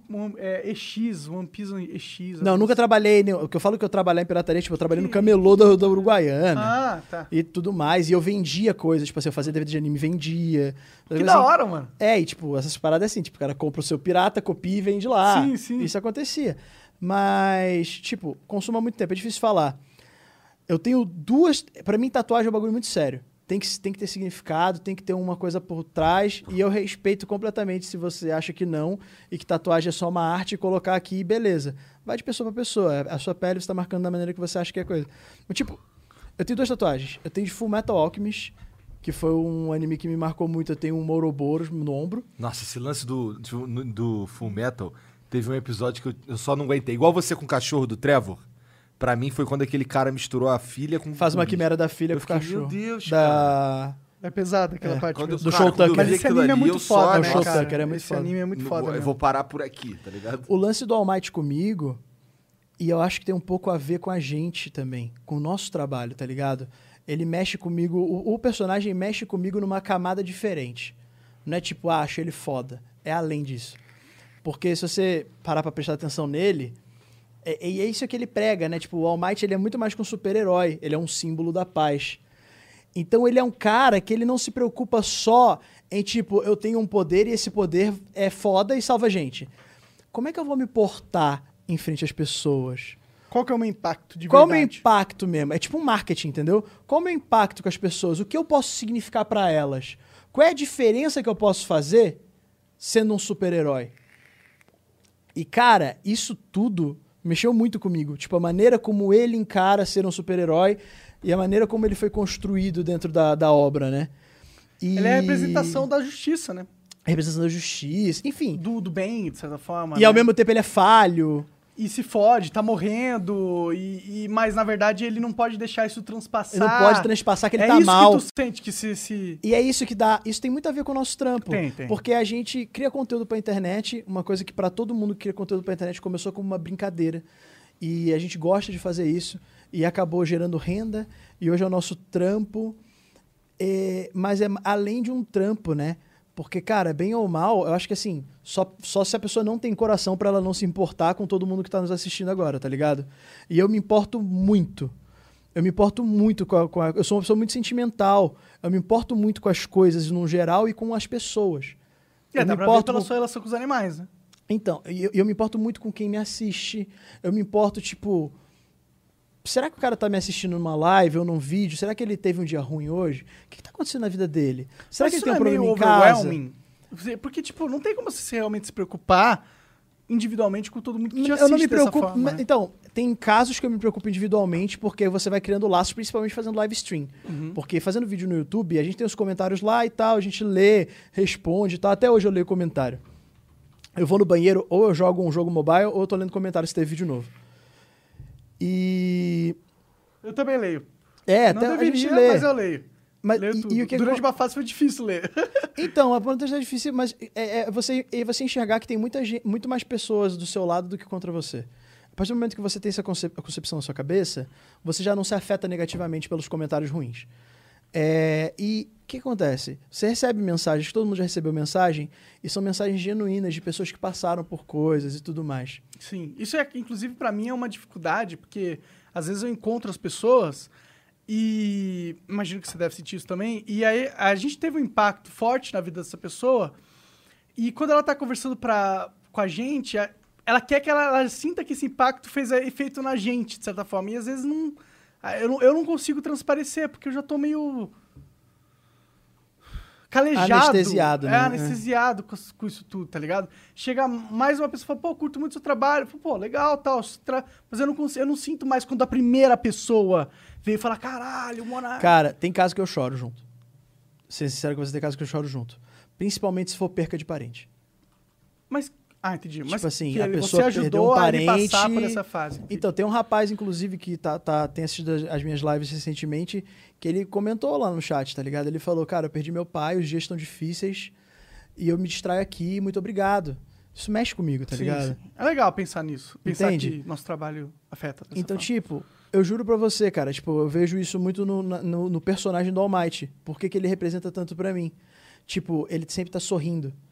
EX, One Piece EX. Não, nunca trabalhei. O que eu falo que eu trabalhei em pirataria, tipo, eu trabalhei no camelô da Uruguaiana. Ah, tá. E tudo mais. E eu vendia coisas. Tipo assim, eu fazia DVD de anime e vendia. Que da hora, mano. E tipo, essas paradas assim. Tipo, o cara compra o seu pirata, copia e vende lá. Sim, sim. Isso acontecia. Mas, tipo, consuma muito tempo. É difícil falar. Eu tenho duas... Pra mim, tatuagem é um bagulho muito sério. Tem que ter significado, tem que ter uma coisa por trás, e eu respeito completamente se você acha que não, e que tatuagem é só uma arte, e colocar aqui, beleza. Vai de pessoa pra pessoa. A sua pele você tá marcando da maneira que você acha que é coisa. Mas, tipo, eu tenho duas tatuagens. Eu tenho de Full Metal Alchemist, que foi um anime que me marcou muito. Eu tenho um Ouroboros no ombro. Nossa, esse lance do Full Metal, teve um episódio que eu só não aguentei. Igual você com o cachorro do Trevor. Pra mim foi quando aquele cara misturou a filha com... Faz uma quimera da filha eu com o fiquei, cachorro. Meu Deus, da... É pesado aquela parte. Quando, do cara, Show quando eu Tucker. Mas vi esse aquilo anime é ali, muito eu só- foda, né, Show cara? Tucker é muito Esse foda. anime é muito Não foda vou- Eu mesmo. vou parar por aqui, tá ligado? O lance do All Might comigo, e eu acho que tem um pouco a ver com a gente também, com o nosso trabalho, tá ligado? Ele mexe comigo, o personagem mexe comigo numa camada diferente. Não é tipo, acho ele foda. É além disso. Porque se você parar pra prestar atenção nele, é isso que ele prega, né? Tipo, o All Might, ele é muito mais que um super-herói. Ele é um símbolo da paz. Então ele é um cara que ele não se preocupa só em tipo, eu tenho um poder e esse poder é foda e salva a gente. Como é que eu vou me portar em frente às pessoas? Qual que é o meu impacto de Qual é o meu verdade? impacto mesmo? É tipo um marketing, entendeu? Qual é o meu impacto com as pessoas? O que eu posso significar pra elas? Qual é a diferença que eu posso fazer sendo um super-herói? E, cara, isso tudo mexeu muito comigo. Tipo, a maneira como ele encara ser um super-herói e a maneira como ele foi construído dentro da obra, né? E... Ele é a representação da justiça, né? representação da justiça, enfim. Do bem, de certa forma. E né? ao mesmo tempo ele é falho. E se fode, tá morrendo, mas na verdade ele não pode deixar isso transpassar. Ele não pode transpassar que ele tá isso mal. que tu sente que se... E é isso que dá. Isso tem muito a ver com o nosso trampo. Tem. Porque a gente cria conteúdo pra internet, uma coisa que pra todo mundo que cria conteúdo pra internet começou como uma brincadeira. E a gente gosta de fazer isso. E acabou gerando renda. E hoje é o nosso trampo. Mas é além de um trampo, né? Porque, cara, bem ou mal, eu acho que assim, só se a pessoa não tem coração pra ela não se importar com todo mundo que tá nos assistindo agora, tá ligado? E eu me importo muito. Eu me importo muito eu sou uma pessoa muito sentimental. Eu me importo muito com as coisas no geral e com as pessoas. dá me pra ver importo pela com- sua relação com os animais, né? Então, eu me importo muito com quem me assiste. Eu me importo, tipo... Será que o cara tá me assistindo numa live ou num vídeo? Será que ele teve um dia ruim hoje? O que tá acontecendo na vida dele? Será Mas que ele isso tem um não é problema meio em casa? overwhelming? Porque, tipo, não tem como você realmente se preocupar individualmente com todo mundo que te assiste Eu não me dessa preocupo. forma, né? Então, tem casos que eu me preocupo individualmente, porque você vai criando laços, principalmente fazendo live stream. Uhum. Porque fazendo vídeo no YouTube, a gente tem os comentários lá e tal, a gente lê, responde e tal. Até hoje eu leio comentário. Eu vou no banheiro, ou eu jogo um jogo mobile, ou eu tô lendo comentário se teve vídeo novo. E. Eu também leio. É, Não até a gente deveria, lê. mas eu leio. Mas, Leio e tudo. o que Durante uma fase foi difícil ler. Então, a plantação é difícil, mas você enxergar que tem muito mais pessoas do seu lado do que contra você. A partir do momento que você tem essa concepção na sua cabeça, você já não se afeta negativamente pelos comentários ruins. E o que acontece? Você recebe mensagens, todo mundo já recebeu mensagem, e são mensagens genuínas de pessoas que passaram por coisas e tudo mais. Sim. Isso, inclusive, pra mim é uma dificuldade, porque às vezes eu encontro as pessoas e imagino que você deve sentir isso também. E aí a gente teve um impacto forte na vida dessa pessoa. E quando ela tá conversando com a gente, ela quer que ela sinta que esse impacto fez efeito na gente, de certa forma. E às vezes eu não consigo transparecer, porque eu já tô meio calejado. Anestesiado, né? Anestesiado com isso tudo, tá ligado? Chega mais uma pessoa e fala, pô, curto muito o seu trabalho. Eu falo, pô, legal, tal. Mas eu não sinto mais quando a primeira pessoa veio falar, caralho, o Monark. Cara, tem caso que eu choro junto. Ser sincero com você, tem caso que eu choro junto. Principalmente se for perca de parente. Mas, entendi. Mas Tipo assim, que a você pessoa perdeu ajudou um a ele parente. passar por essa fase. entendi. Então, tem um rapaz, inclusive, que tem assistido as minhas lives recentemente, que ele comentou lá no chat, tá ligado? Ele falou, cara, eu perdi meu pai, os dias estão difíceis e eu me distraio aqui, muito obrigado. Isso mexe comigo, tá Sim, ligado? sim. É legal pensar nisso. Pensar Entende? que nosso trabalho afeta. dessa Então, forma. tipo, eu juro pra você, cara, tipo, eu vejo isso muito no personagem do All Might. Por que ele representa tanto pra mim? Tipo, ele sempre tá sorrindo.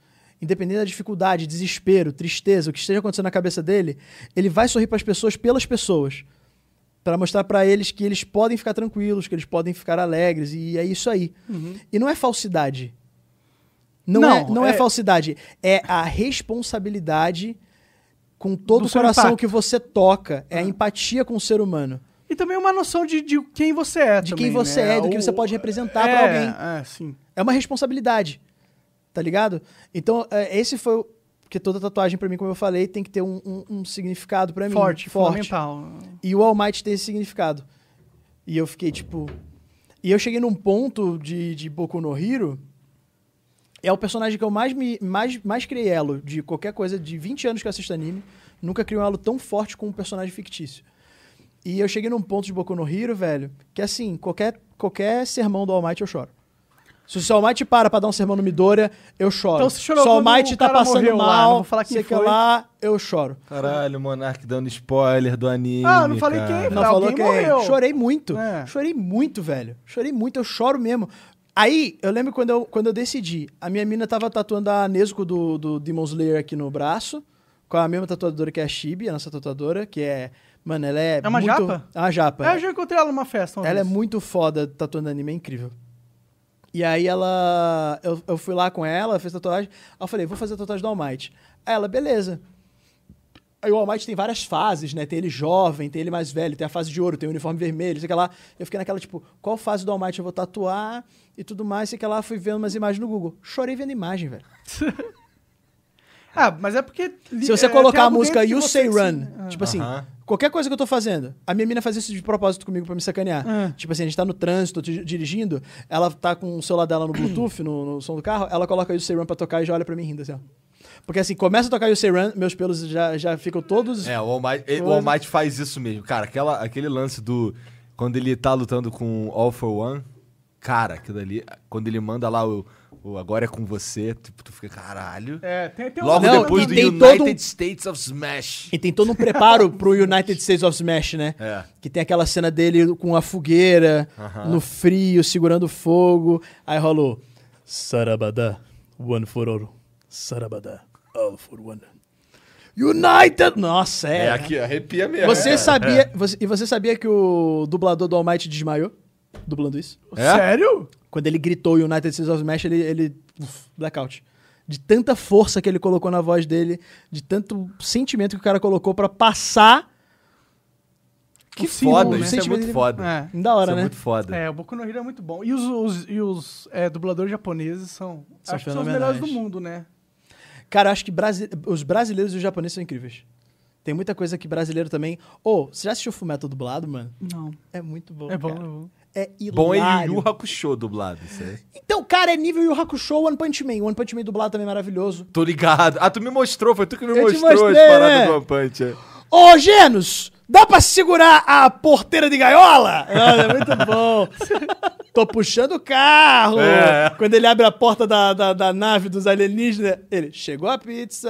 independente da dificuldade, desespero, tristeza, o que esteja acontecendo na cabeça dele, ele vai sorrir para as pessoas pelas pessoas. Para mostrar para eles que eles podem ficar tranquilos, que eles podem ficar alegres, e é isso aí. E não é falsidade. Não é falsidade. É a responsabilidade com todo Do o seu coração impacto. que você toca. É a empatia com o ser humano. E também uma noção de quem você é De também, quem você né? é, do que você pode representar pra alguém. Sim. É uma responsabilidade. Tá ligado? Então, esse foi o... Porque toda tatuagem, pra mim, como eu falei, tem que ter um significado pra mim. Forte, fundamental. E o All Might tem esse significado. E eu fiquei, tipo... E eu cheguei num ponto de Boku no Hero... É o personagem que eu mais criei elo de qualquer coisa de 20 anos que eu assisto anime. Nunca criei um elo tão forte com um personagem fictício. E eu cheguei num ponto de Boku no Hero, velho, que assim, qualquer sermão do All Might eu choro. Se o All Might para pra dar um sermão no Midoriya, eu choro. Então você chorou se o All quando Might o tá cara passando morreu lá, mal, não vou falar quem sei que foi. lá, eu choro. Caralho, o Monark dando spoiler do anime. Ah, não falei cara. quem, Não Alguém falou quem? morreu. Chorei muito. É. Chorei muito, velho. Chorei muito, eu choro mesmo. Aí, eu lembro quando eu decidi. A minha mina tava tatuando a Nezuko do Demon Slayer aqui no braço, com a mesma tatuadora que é a Shibi, a nossa tatuadora, que é... Mano, ela é uma muito... japa? É uma japa. Eu já encontrei ela numa festa. uma Ela é vez. muito foda tatuando anime, é incrível. E aí eu fui lá com ela, fez tatuagem. Aí eu falei, vou fazer a tatuagem do All Might. Aí ela, beleza. Aí o All Might tem várias fases, né? Tem ele jovem, tem ele mais velho, tem a fase de ouro, tem o uniforme vermelho, sei que lá. Eu fiquei naquela, tipo, qual fase do All Might eu vou tatuar e tudo mais, sei que lá. Fui vendo umas imagens no Google. Chorei vendo imagem, velho. Mas é porque... Se você colocar tem a algo música dentro de You você Say que Run, se- tipo assim, Aham. qualquer coisa que eu tô fazendo, a minha mina faz isso de propósito comigo pra me sacanear. Tipo assim, a gente tá no trânsito, dirigindo, ela tá com o celular dela no Bluetooth, no som do carro, ela coloca You Say Run pra tocar e já olha pra mim rindo, assim, ó. Porque assim, começa a tocar You Say Run, meus pelos já ficam todos... É, o All Might faz isso mesmo. Cara, aquele lance do... Quando ele tá lutando com All For One, cara, aquilo ali... Quando ele manda lá o Agora é com você, tipo, tu fica, caralho. Tem Logo Não, depois e do tem United todo um- States of Smash. E tem todo um preparo pro United States of Smash, né? É. Que tem aquela cena dele com a fogueira, no frio, segurando fogo. Aí rolou... Sarabada, one for all. Sarabada, all for one. United! Nossa, É, aqui, arrepia mesmo. Você sabia... Você sabia que o dublador do All Might desmaiou? Dublando isso? É? Sério? Quando ele gritou United States of Smash, ele blackout. De tanta força que ele colocou na voz dele, de tanto sentimento que o cara colocou pra passar... Que O símbolo, foda, né? isso é muito foda. Da hora, Isso é né? muito foda. O Boku no Hero é muito bom. E os dubladores japoneses são acho que são os fenomenais. melhores do mundo, né? Cara, eu acho que os brasileiros e os japoneses são incríveis. Tem muita coisa que brasileiro também... Você já assistiu Fullmetal dublado, mano? Não. É muito bom, É bom, cara. é bom. É hilário. Bom é Yu Yu Hakusho dublado, isso aí. Então, cara, é nível Yu Hakusho, One Punch Man. One Punch Man dublado também é maravilhoso. Tô ligado. Ah, tu me mostrou, foi tu que me Eu te mostrou mostrei, as paradas né? do One Punch. É. Ô, Genos! Dá pra segurar a porteira de gaiola? Nossa, é muito bom. Tô puxando o carro. É. Quando ele abre a porta da nave dos alienígenas, ele... Chegou a pizza.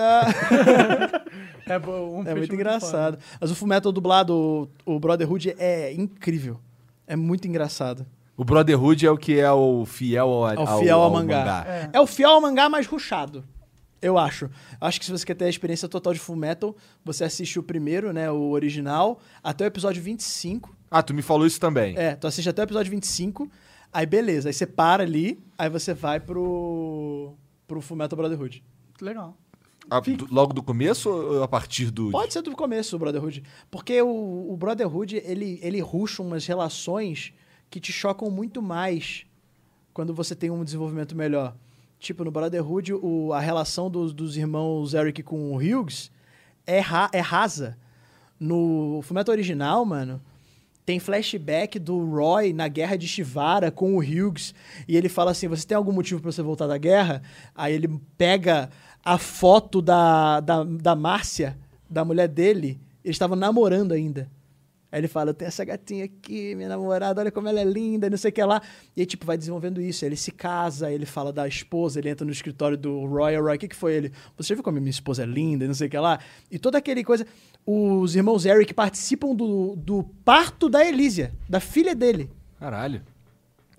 É bom. É muito engraçado. Mas o Fullmetal dublado, o Brotherhood, é incrível. É muito engraçado. O Brotherhood é o que é o fiel ao mangá. É o fiel ao mangá mais rushado, eu acho. Acho que se você quer ter a experiência total de Fullmetal, você assiste o primeiro, né, o original, até o episódio 25. Ah, tu me falou isso também. Tu assiste até o episódio 25, aí beleza, aí você para ali, aí você vai pro Fullmetal Brotherhood. Legal. Logo do começo ou a partir do... Pode ser do começo o Brotherhood, porque o Brotherhood, ele rusha umas relações que te chocam muito mais quando você tem um desenvolvimento melhor. Tipo, no Brotherhood, a relação dos irmãos Eric com o Hughes é rasa. No Fullmetal original, mano, tem flashback do Roy na guerra de Shivara com o Hughes, e ele fala assim, você tem algum motivo pra você voltar da guerra? Aí ele pega a foto da Márcia, da mulher dele, eles estavam namorando ainda. Aí ele fala, eu tenho essa gatinha aqui, minha namorada, olha como ela é linda, não sei o que lá. E aí, tipo, vai desenvolvendo isso. Aí ele se casa, aí ele fala da esposa, ele entra no escritório do Roy. O Roy, o que foi ele? Você já viu como minha esposa é linda, não sei o que lá? E toda aquele coisa... Os irmãos Eric participam do parto da Elysia, da filha dele. Caralho.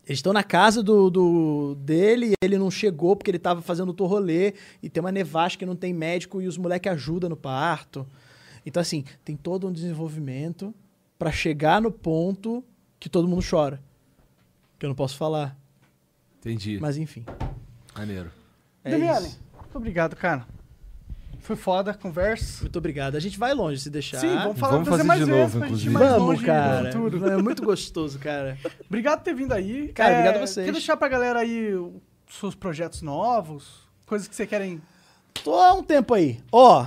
Eles estão na casa dele e ele não chegou porque ele tava fazendo outro rolê e tem uma nevasca que não tem médico e os moleques ajudam no parto. Então, assim, tem todo um desenvolvimento pra chegar no ponto que todo mundo chora. Que eu não posso falar. Entendi. Mas, enfim. Maneiro. É Damiani, isso. muito obrigado, cara. Foi foda a conversa. Muito obrigado. A gente vai longe se deixar. Sim, vamos falar Vamos fazer mais de vezes novo, pra gente ir inclusive. mais Vamos, longe no cara. futuro. É muito gostoso, cara. Obrigado por ter vindo aí. Cara, obrigado a vocês. Quer deixar pra galera aí os seus projetos novos? Coisas que você querem... Tô há um tempo aí. Ó.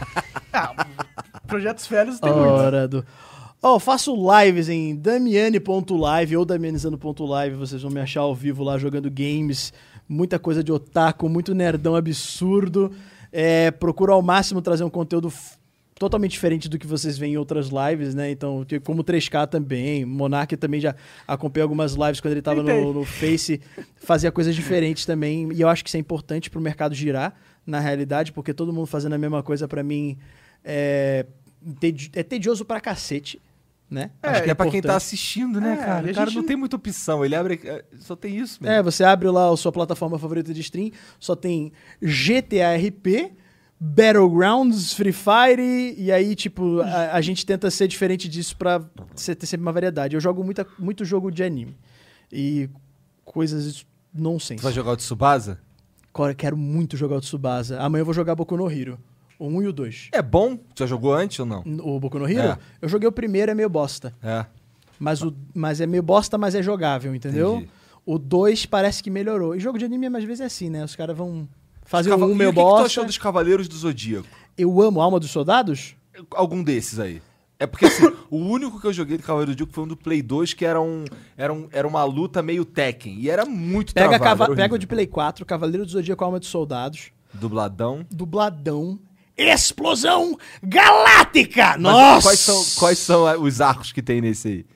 Projetos velhos tem muitos. Hora do... faço lives em damiani.live ou damianizando.live. Vocês vão me achar ao vivo lá jogando games. Muita coisa de otaku, muito nerdão absurdo. Procuro ao máximo trazer um conteúdo totalmente diferente do que vocês veem em outras lives, né? Então, como 3K também. Monark também já acompanhei algumas lives quando ele tava no Face. Fazia coisas diferentes também. E eu acho que isso é importante pro mercado girar, na realidade, porque todo mundo fazendo a mesma coisa, pra mim, é tedioso pra cacete, né? Acho que é pra quem tá importante. assistindo, né, É, cara? e a O cara gente- não tem muita opção. Ele abre... Só tem isso, mesmo. Você abre lá a sua plataforma favorita de stream, só tem GTA RP, Battlegrounds, Free Fire, e aí, tipo, a gente tenta ser diferente disso pra você ter sempre uma variedade. Eu jogo muito jogo de anime e coisas nonsense. Tu vai jogar o Tsubasa? Cara, eu quero muito jogar o Tsubasa. Amanhã eu vou jogar Boku no Hero, o 1 e o 2. É bom? Tu já jogou antes ou não? O Boku no Hero? É. Eu joguei o primeiro, é meio bosta. É. Mas é meio bosta, mas é jogável, entendeu? Entendi. O 2 parece que melhorou. E jogo de anime, às vezes, é assim, né? Os caras vão fazer E um o meio que tu bosta. achou dos Cavaleiros do Zodíaco? Eu amo Alma dos Soldados? Algum desses aí. É porque, assim, o único que eu joguei do Cavaleiro do Zodíaco foi um do Play 2, que era uma luta meio Tekken. E era muito Pega travado, era o horrível. de Play 4, Cavaleiro do Zodíaco Alma dos Soldados, Dubladão. dubladão, Explosão Galáctica! Mas Nossa! quais são os arcos que tem nesse aí?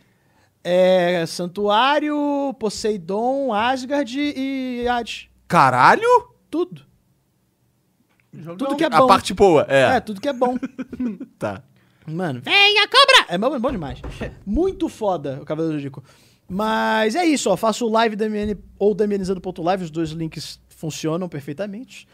Santuário, Poseidon, Asgard e Hades. Caralho? Tudo. Jogão. Tudo que é A bom. parte boa, Tudo que é bom. Tá. Mano, venha cobra! É bom demais. Muito foda o Cavaleiro do Zodíaco. Mas é isso, ó. Faço live Damiani ou damianizando.live, os dois links funcionam perfeitamente.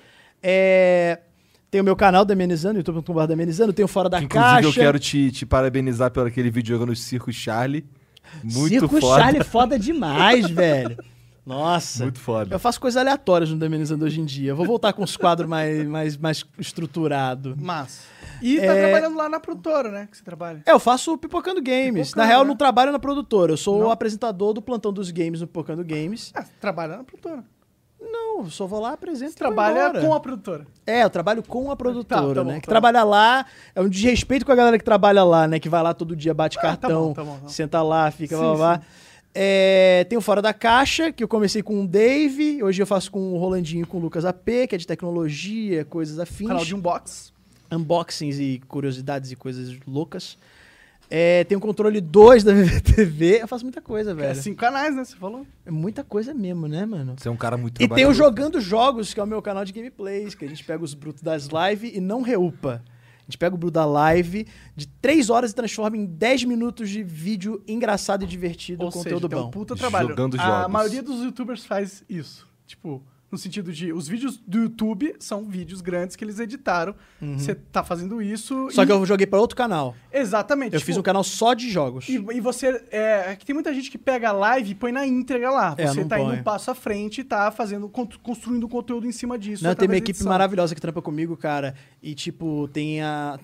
Tem o meu canal Damianizando, youtube.com/damianizando, tem o Fora da Inclusive, Caixa. eu quero te parabenizar pelo aquele vídeo jogando Circo Charlie. Muito Circo foda. Charlie é foda demais, velho. Nossa. Muito foda. Eu faço coisas aleatórias no Damianizando hoje em dia. Eu vou voltar com os quadros mais estruturados. Massa. E tá trabalhando lá na produtora, né? Que você trabalha. Eu faço Pipocando Games. Pipocando, Na real, eu né? não trabalho na produtora. Eu sou Não? o apresentador do plantão dos games no Pipocando Games. Você trabalha na produtora. Não, eu só vou lá, apresento Você e vou trabalha embora. com a produtora. Eu trabalho com a produtora, Tá bom, né? Que tá trabalha lá, é um desrespeito com a galera que trabalha lá, né? Que vai lá todo dia, bate cartão, tá bom. senta lá, fica Sim, blá, blá, blá. sim. Tem o Fora da Caixa, que eu comecei com o Dave, hoje eu faço com o Rolandinho e com o Lucas AP, que é de tecnologia, coisas afins. Canal de unbox. Unboxings e curiosidades e coisas loucas. Tem o Controle 2 da VVTV, eu faço muita coisa, É velho. 5 canais, né? Você falou. É muita coisa mesmo, né, mano? Você é um cara muito E tem o trabalhador. Jogando Jogos, que é o meu canal de gameplays, que a gente pega os brutos das lives e não reupa. A gente pega o bruto da live de 3 horas e transforma em 10 minutos de vídeo engraçado e divertido, Ou conteúdo seja, tem bom. um puta trabalho. Jogando A jogos. maioria dos youtubers faz isso. Tipo, no sentido de... Os vídeos do YouTube são vídeos grandes que eles editaram. Você tá fazendo isso Só e... que eu joguei pra outro canal. Exatamente. Eu tipo, fiz um canal só de jogos. E você... É que tem muita gente que pega a live e põe na íntegra lá. Você não tá indo põe. um passo à frente e tá construindo conteúdo em cima disso. Não, tem uma através da equipe edição. maravilhosa que trampa comigo, cara. E, tipo, tem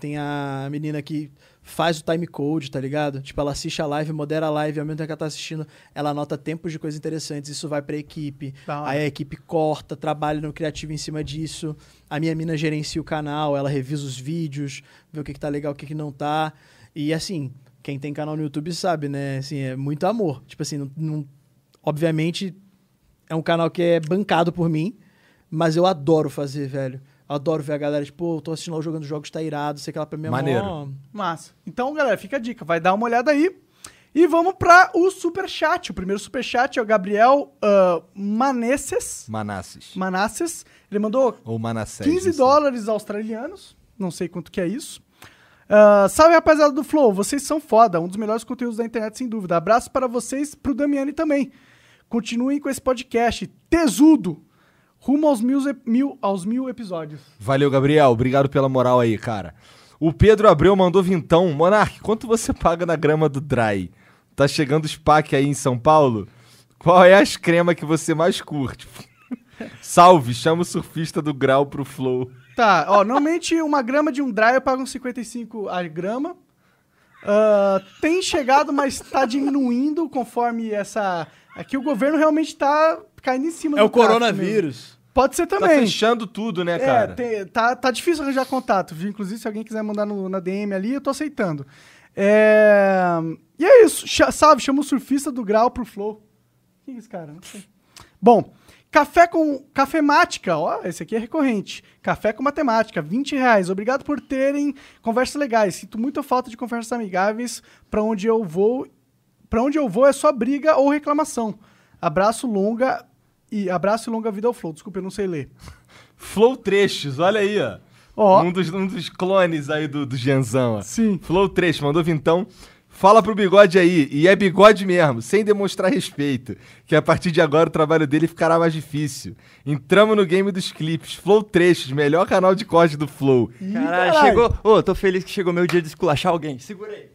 a menina que faz o timecode, tá ligado? Tipo, ela assiste a live, modera a live, ao mesmo tempo que ela tá assistindo, ela anota tempos de coisas interessantes, isso vai pra equipe. Da hora. Aí a equipe corta, trabalha no criativo em cima disso. A minha mina gerencia o canal, ela revisa os vídeos, vê o que tá legal, o que não tá. E, assim, quem tem canal no YouTube sabe, né? Assim, é muito amor. Tipo assim, obviamente, é um canal que é bancado por mim, mas eu adoro fazer, velho. Adoro ver a galera, tipo, tô assistindo lá o Jogando Jogos, tá irado, sei que lá pra mim é Maneiro. mó... Massa. Então, galera, fica a dica. Vai dar uma olhada aí. E vamos pra o superchat. O primeiro superchat é o Gabriel Manasses. Ele mandou Ou Manassés. 15 isso. dólares australianos. Não sei quanto que é isso. Salve, rapaziada do Flow. Vocês são foda. Um dos melhores conteúdos da internet, sem dúvida. Abraço para vocês, pro Damiani também. Continuem com esse podcast tesudo. Rumo aos mil episódios. Valeu, Gabriel. Obrigado pela moral aí, cara. O Pedro Abreu mandou vintão. Monark, quanto você paga na grama do Dry? Tá chegando o SPAC aí em São Paulo? Qual é as cremas que você mais curte? Salve, chama o surfista do grau pro Flow. Tá, ó, normalmente uma grama de um Dry eu pago uns 55 a grama. Tem chegado, mas tá diminuindo conforme essa... Aqui o governo realmente tá caindo em cima do É o coronavírus. mesmo. Pode ser Tá também. fechando tudo, né, cara? Tá difícil arranjar contato, viu? Inclusive, se alguém quiser mandar na DM ali, eu tô aceitando. E é isso. Salve, chama o surfista do grau pro Flow. Quem é esse cara? Não sei. Bom, Cafemática, ó, esse aqui é recorrente. Café com matemática, R$20. Obrigado por terem conversas legais. Sinto muita falta de conversas amigáveis. Pra onde eu vou é só briga ou reclamação. Abraço e longa vida ao Flow. Desculpa, eu não sei ler. Flow Trechos, olha aí, ó. Ó. Um dos clones aí do Genzão, ó. Sim. Flow Trechos, mandou vintão. Fala pro Bigode aí, e é bigode mesmo, sem demonstrar respeito, que a partir de agora o trabalho dele ficará mais difícil. Entramos no game dos clipes, Flow Trechos, melhor canal de corte do Flow. Caralho, chegou... Ô, tô feliz que chegou meu dia de esculachar alguém. Segura aí.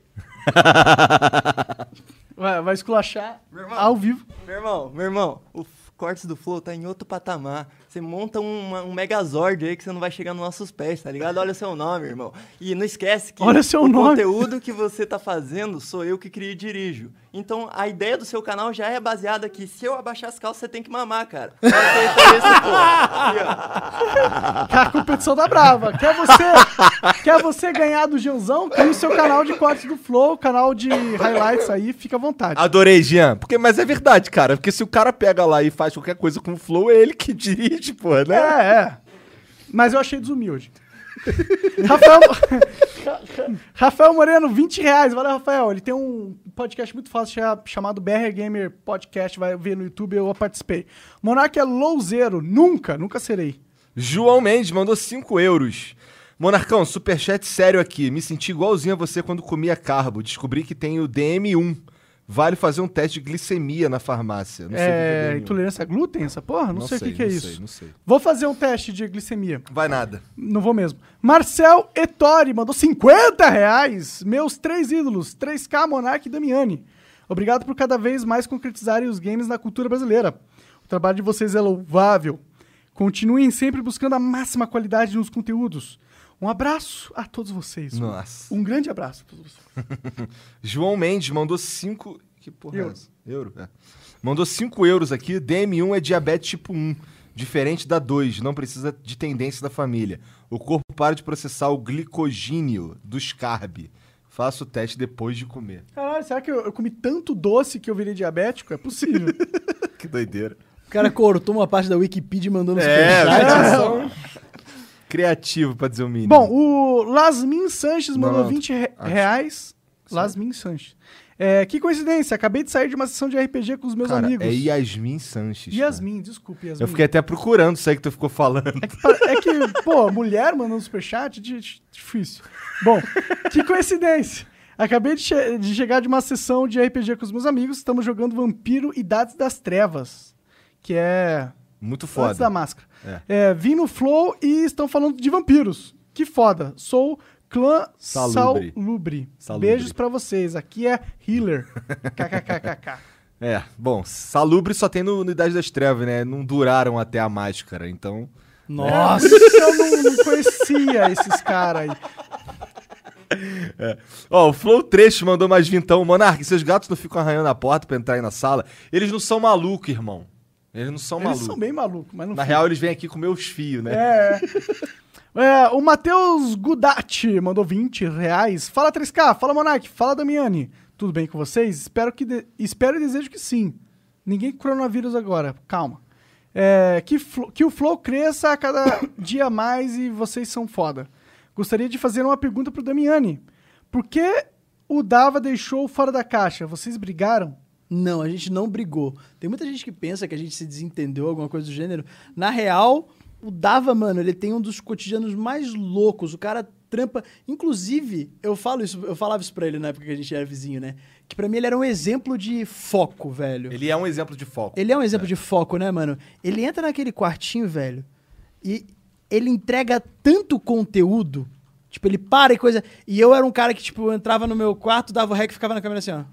Vai esculachar Meu irmão. ao vivo. Meu irmão, o cortes do Flow tá em outro patamar. Você monta um Megazord aí que você não vai chegar nos nossos pés, tá ligado? Olha o seu nome, irmão. E não esquece que Olha o seu nome. conteúdo que você tá fazendo sou eu que crio e dirijo. Então, a ideia do seu canal já é baseada que se eu abaixar as calças, você tem que mamar, cara. Aceita isso, pô. A competição tá brava. Quer você ganhar do Genzão? Cria o seu canal de cortes do Flow, canal de highlights aí, fica à vontade. Adorei, Jean. Mas é verdade, cara. Porque se o cara pega lá e faz qualquer coisa com o Flow, é ele que dirige, pô, né? É. Mas eu achei desumilde. Rafael Moreno, R$20. Valeu, Rafael. Ele tem um podcast muito fácil chamado BR Gamer Podcast. Vai ver no YouTube, eu participei. Monark é louzeiro. Nunca serei. João Mendes mandou 5 euros. Monarcão, superchat sério aqui. Me senti igualzinho a você quando comia carbo. Descobri que tem o DM1. Vale fazer um teste de glicemia na farmácia. Não sei o que é DM1. Intolerância a glúten, essa porra? Não sei o que é isso. Não sei. Vou fazer um teste de glicemia. Vai nada. Não vou mesmo. Marcel Ettore mandou R$50. Meus 3 ídolos, 3K, Monark e Damiani. Obrigado por cada vez mais concretizarem os games na cultura brasileira. O trabalho de vocês é louvável. Continuem sempre buscando a máxima qualidade nos conteúdos. Um abraço a todos vocês. Nossa. Um grande abraço a todos vocês. João Mendes mandou 5... Que porra Euro. é essa? Euro? É. Mandou 5 euros aqui. DM1 é diabetes tipo 1. Diferente da 2. Não precisa de tendência da família. O corpo para de processar o glicogênio dos carb. Faça o teste depois de comer. Caralho, será que eu comi tanto doce que eu virei diabético? É possível. Que doideira. O cara cortou uma parte da Wikipedia e mandou no É, superchat. são criativo pra dizer o mínimo. Bom, o Lasmin Sanches mandou Não, R$20. Lasmin Sanches. Que coincidência, acabei de sair de uma sessão de RPG com os meus cara, amigos. é Yasmin Sanches. Yasmin, desculpe, Yasmin. Eu fiquei até procurando isso aí que tu ficou falando. É que, pô, mulher mandando superchat, difícil. Bom, que coincidência. Acabei de chegar de uma sessão de RPG com os meus amigos, estamos jogando Vampiro Idades das Trevas, que é... Muito foda. Antes da máscara. Vim no Flow e estão falando de vampiros. Que foda. Sou clã Salubre. Beijos pra vocês. Aqui é Healer. KKKKK. Bom, Salubre só tem no Idade das Trevas, né? Não duraram até a máscara, então... Nossa! Eu não conhecia esses caras aí. Ó, o Flow Trecho mandou mais vintão. Monark, seus gatos não ficam arranhando a porta pra entrar aí na sala? Eles não são malucos, irmão. Eles não são malucos. Eles são bem malucos, mas não Na real, eles vêm aqui comer os fios, né? O Matheus Gudatti mandou R$20. Fala 3K, fala Monark, fala Damiani. Tudo bem com vocês? Espero e desejo que sim. Ninguém com coronavírus agora, calma. Que o Flow cresça a cada dia mais e vocês são foda. Gostaria de fazer uma pergunta pro Damiani. Por que o Dava deixou fora da caixa? Vocês brigaram? Não, a gente não brigou. Tem muita gente que pensa que a gente se desentendeu, alguma coisa do gênero. Na real, o Dava, mano, ele tem um dos cotidianos mais loucos. O cara trampa. Inclusive, eu falava isso pra ele na época que a gente era vizinho, né? Que pra mim ele era um exemplo de foco, velho. Ele é um exemplo de foco. Ele é um exemplo de foco, né, mano? Ele entra naquele quartinho, velho, e ele entrega tanto conteúdo. Tipo, ele para e coisa... E eu era um cara que, tipo, eu entrava no meu quarto, dava o rec e ficava na câmera assim, ó.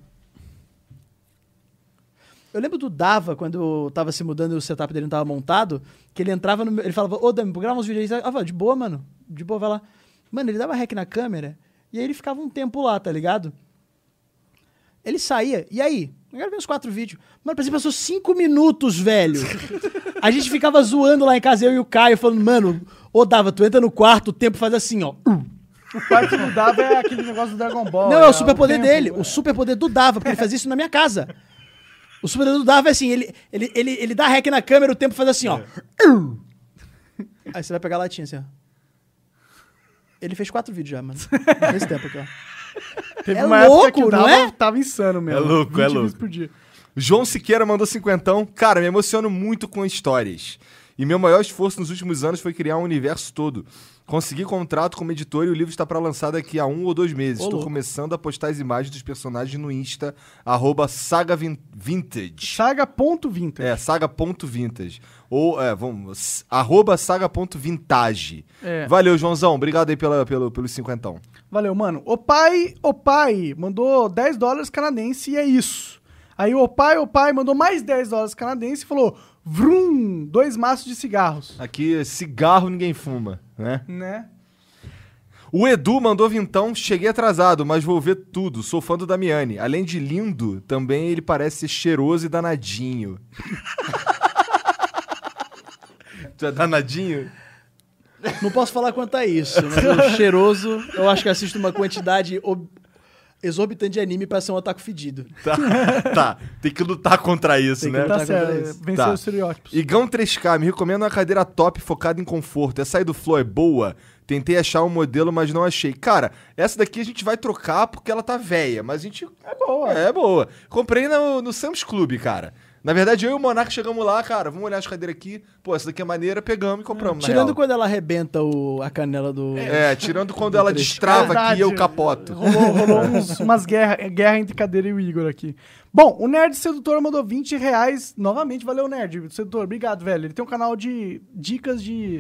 Eu lembro do Dava, quando eu tava se mudando e o setup dele não tava montado, que ele entrava no meu... Ele falava, ô, Dami, grava uns vídeos aí. Eu falava, de boa, mano. De boa, vai lá. Mano, ele dava rec na câmera e aí ele ficava um tempo lá, tá ligado? Ele saía. E aí? Eu quero ver uns 4 vídeos. Mano, parece que passou 5 minutos, velho. A gente ficava zoando lá em casa, eu e o Caio, falando, mano, ô, Dava, tu entra no quarto, o tempo faz assim, ó. O quarto do Dava é aquele negócio do Dragon Ball. Não, é o superpoder tempo, dele. O superpoder do Dava, porque ele fazia isso na minha casa. O superpoder do Dava é assim, ele dá rec na câmera, o tempo faz assim, ó. Aí você vai pegar a latinha assim, ó. Ele fez 4 vídeos já, mano. Nesse tempo aqui, ó. Teve É uma época louco, que o não Dava é? tava insano mesmo. É louco, 20 é louco. vídeos por dia. João Siqueira mandou 50. Cara, me emociono muito com histórias. E meu maior esforço nos últimos anos foi criar um universo todo. Consegui contrato como editor e o livro está para lançar daqui a 1 ou 2 meses. Estou começando a postar as imagens dos personagens no Insta, @sagavintage. Saga.vintage. Saga.vintage. Ou, @saga.vintage. É. Valeu, Joãozão. Obrigado aí pelo 50. Valeu, mano. O pai mandou $10 canadense e é isso. Aí o pai mandou mais $10 canadense e falou, vrum, 2 maços de cigarros. Aqui, cigarro ninguém fuma, né? Né? O Edu mandou vintão, cheguei atrasado, mas vou ver tudo. Sou fã do Damiani. Além de lindo, também ele parece ser cheiroso e danadinho. Tu é danadinho? Não posso falar quanto a isso, mas o cheiroso, eu acho que assisto uma quantidade exorbitante de anime pra ser um otaku fedido. Tá. Tem que lutar contra isso, Tem que né? lutar. Tá certo, contra isso. venceu Tá. os estereótipos. Igão 3K, me recomenda uma cadeira top focada em conforto. Essa aí do Flow é boa? Tentei achar um modelo, mas não achei. Cara, essa daqui a gente vai trocar porque ela tá velha, mas a gente... É boa. É boa. Comprei no Sam's Club, cara. Na verdade, eu e o Monark chegamos lá, cara, vamos olhar as cadeiras aqui. Pô, essa daqui é maneira, pegamos e compramos, na Tirando real. quando ela arrebenta a canela do... Tirando quando ela destrava aqui e eu capoto. Rolou umas guerra entre Cadeira e o Igor aqui. Bom, o Nerd Sedutor mandou R$20. Novamente, valeu, Nerd Sedutor. Obrigado, velho. Ele tem um canal de dicas de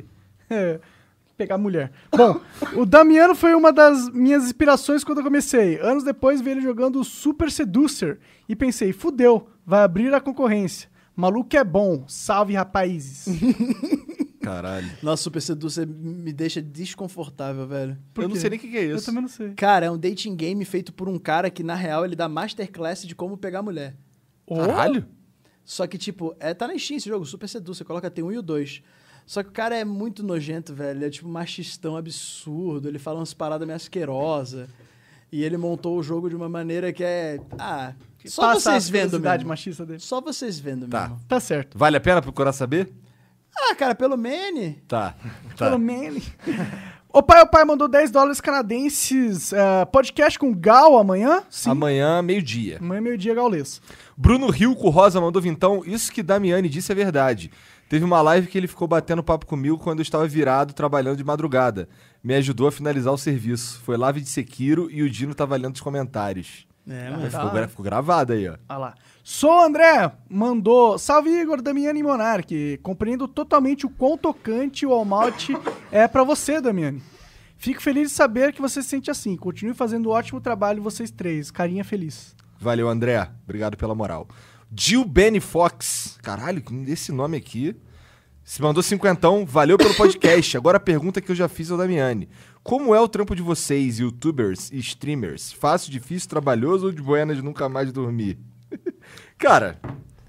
pegar mulher. Bom, o Damiano foi uma das minhas inspirações quando eu comecei. Anos depois, vi ele jogando o Super Seducer e pensei, fudeu, vai abrir a concorrência. Maluco é bom. Salve, rapazes. Caralho. Nossa, Super Seducer me deixa desconfortável, velho. Por Eu não quê? sei nem o que é Eu isso. também não sei. Cara, é um dating game feito por um cara que, na real, ele dá masterclass de como pegar mulher. Caralho? Só que, tipo, tá na Steam esse jogo, Super Seducer, coloca tem 1 e o 2. Só que o cara é muito nojento, velho. Ele é, tipo, machistão absurdo. Ele fala umas paradas meio asquerosas. E ele montou o jogo de uma maneira que é... só Passa vocês a vendo curiosidade mesmo. machista dele. Só vocês vendo Tá. mesmo. Tá certo. Vale a pena procurar saber? Cara, pelo Mene... Tá. Pelo menos. O pai mandou $10 canadenses. Podcast com Gal amanhã? Sim. Amanhã, meio-dia. Amanhã, meio-dia, gaulês. Bruno Rilco Rosa mandou vintão. Isso que Damiani disse é verdade. Teve uma live que ele ficou batendo papo comigo quando eu estava virado, trabalhando de madrugada. Me ajudou a finalizar o serviço. Foi live de Sekiro e o Dino tava lendo os comentários. Mas... Ficou gravado aí, ó. Olha lá. Sou André, mandou. Salve Igor, Damiani e Monark. Compreendo totalmente o quão tocante o Almaty é pra você, Damiani. Fico feliz de saber que você se sente assim. Continue fazendo um ótimo trabalho, vocês três. Carinha feliz. Valeu, André. Obrigado pela moral. Jill Benny Fox. Caralho, esse nome aqui. Se mandou 50. Valeu pelo podcast. Agora a pergunta que eu já fiz ao Damiani. Como é o trampo de vocês, youtubers e streamers? Fácil, difícil, trabalhoso ou de buena de nunca mais dormir? Cara,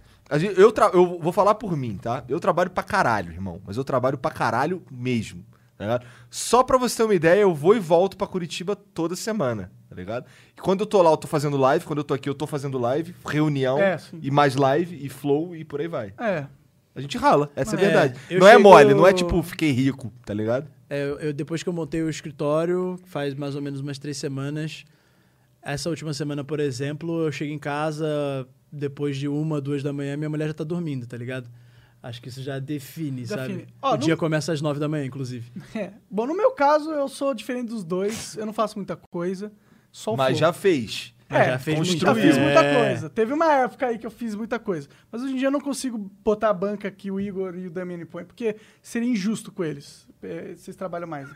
eu vou falar por mim, tá? Eu trabalho pra caralho, irmão. Mas eu trabalho pra caralho mesmo, tá ligado? Só pra você ter uma ideia, eu vou e volto pra Curitiba toda semana, tá ligado? E quando eu tô lá, eu tô fazendo live. Quando eu tô aqui, eu tô fazendo live. Reunião, sim. e mais live, e flow, e por aí vai. A gente rala, essa é a verdade. eu Não é chego- mole, não é tipo, fiquei rico, tá ligado? Depois que eu montei o escritório, faz mais ou menos umas 3 semanas, essa última semana, por exemplo, eu chego em casa depois de 1, 2 da manhã, minha mulher já tá dormindo, tá ligado? Acho que isso já define, sabe? Ó, o dia começa às 9 da manhã, inclusive. Bom, no meu caso, eu sou diferente dos dois. Eu não faço muita coisa. Só o Mas flow. já fez. Já fez Já fiz muita coisa. Teve uma época aí que eu fiz muita coisa. Mas hoje em dia eu não consigo botar a banca que o Igor e o Damiani põem, porque seria injusto com eles. Vocês trabalham mais.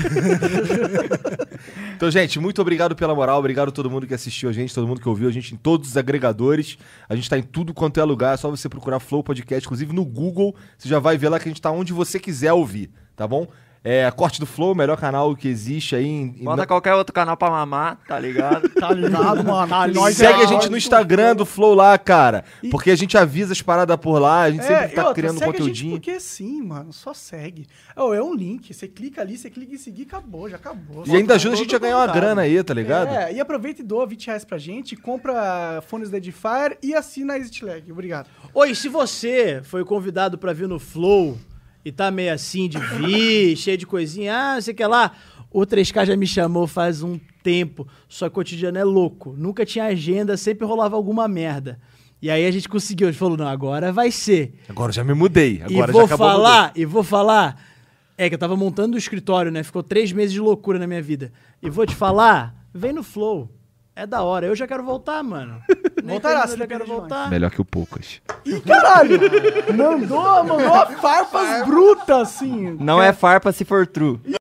Então, gente, muito obrigado pela moral. Obrigado a todo mundo que assistiu a gente, todo mundo que ouviu a gente em todos os agregadores. A gente tá em tudo quanto é lugar. É só você procurar Flow Podcast. Inclusive no Google, você já vai ver lá que a gente tá onde você quiser ouvir, tá bom? A Corte do Flow, o melhor canal que existe aí. Bota qualquer outro canal pra mamar, tá ligado? Tá ligado, mano? Segue a gente no Instagram do Flow lá, cara. Porque a gente avisa as paradas por lá, a gente sempre tá criando segue conteúdinho. A gente porque sim, mano, só segue. É um link, você clica ali, você clica em seguir, acabou, já acabou. E ainda ajuda a gente a ganhar uma grana aí, tá ligado? E aproveita e doa R$20 pra gente, compra fones da Edifier e assina a ExitLag. Obrigado. Oi, se você foi convidado pra vir no Flow e tá meio assim de vir, cheio de coisinha, sei que lá, o 3K já me chamou faz um tempo, só que o cotidiano é louco, nunca tinha agenda, sempre rolava alguma merda. E aí a gente conseguiu, a gente falou, não, agora vai ser. Agora eu já me mudei, agora e já acabou. Vou falar, que eu tava montando o escritório, né, ficou 3 meses de loucura na minha vida. E vou te falar, vem no Flow. É da hora, eu já quero voltar, mano. Voltará, eu já quero voltar. Melhor que o Poucas. Ih, caralho! mandou farpas brutas, assim. Não é farpa se for true.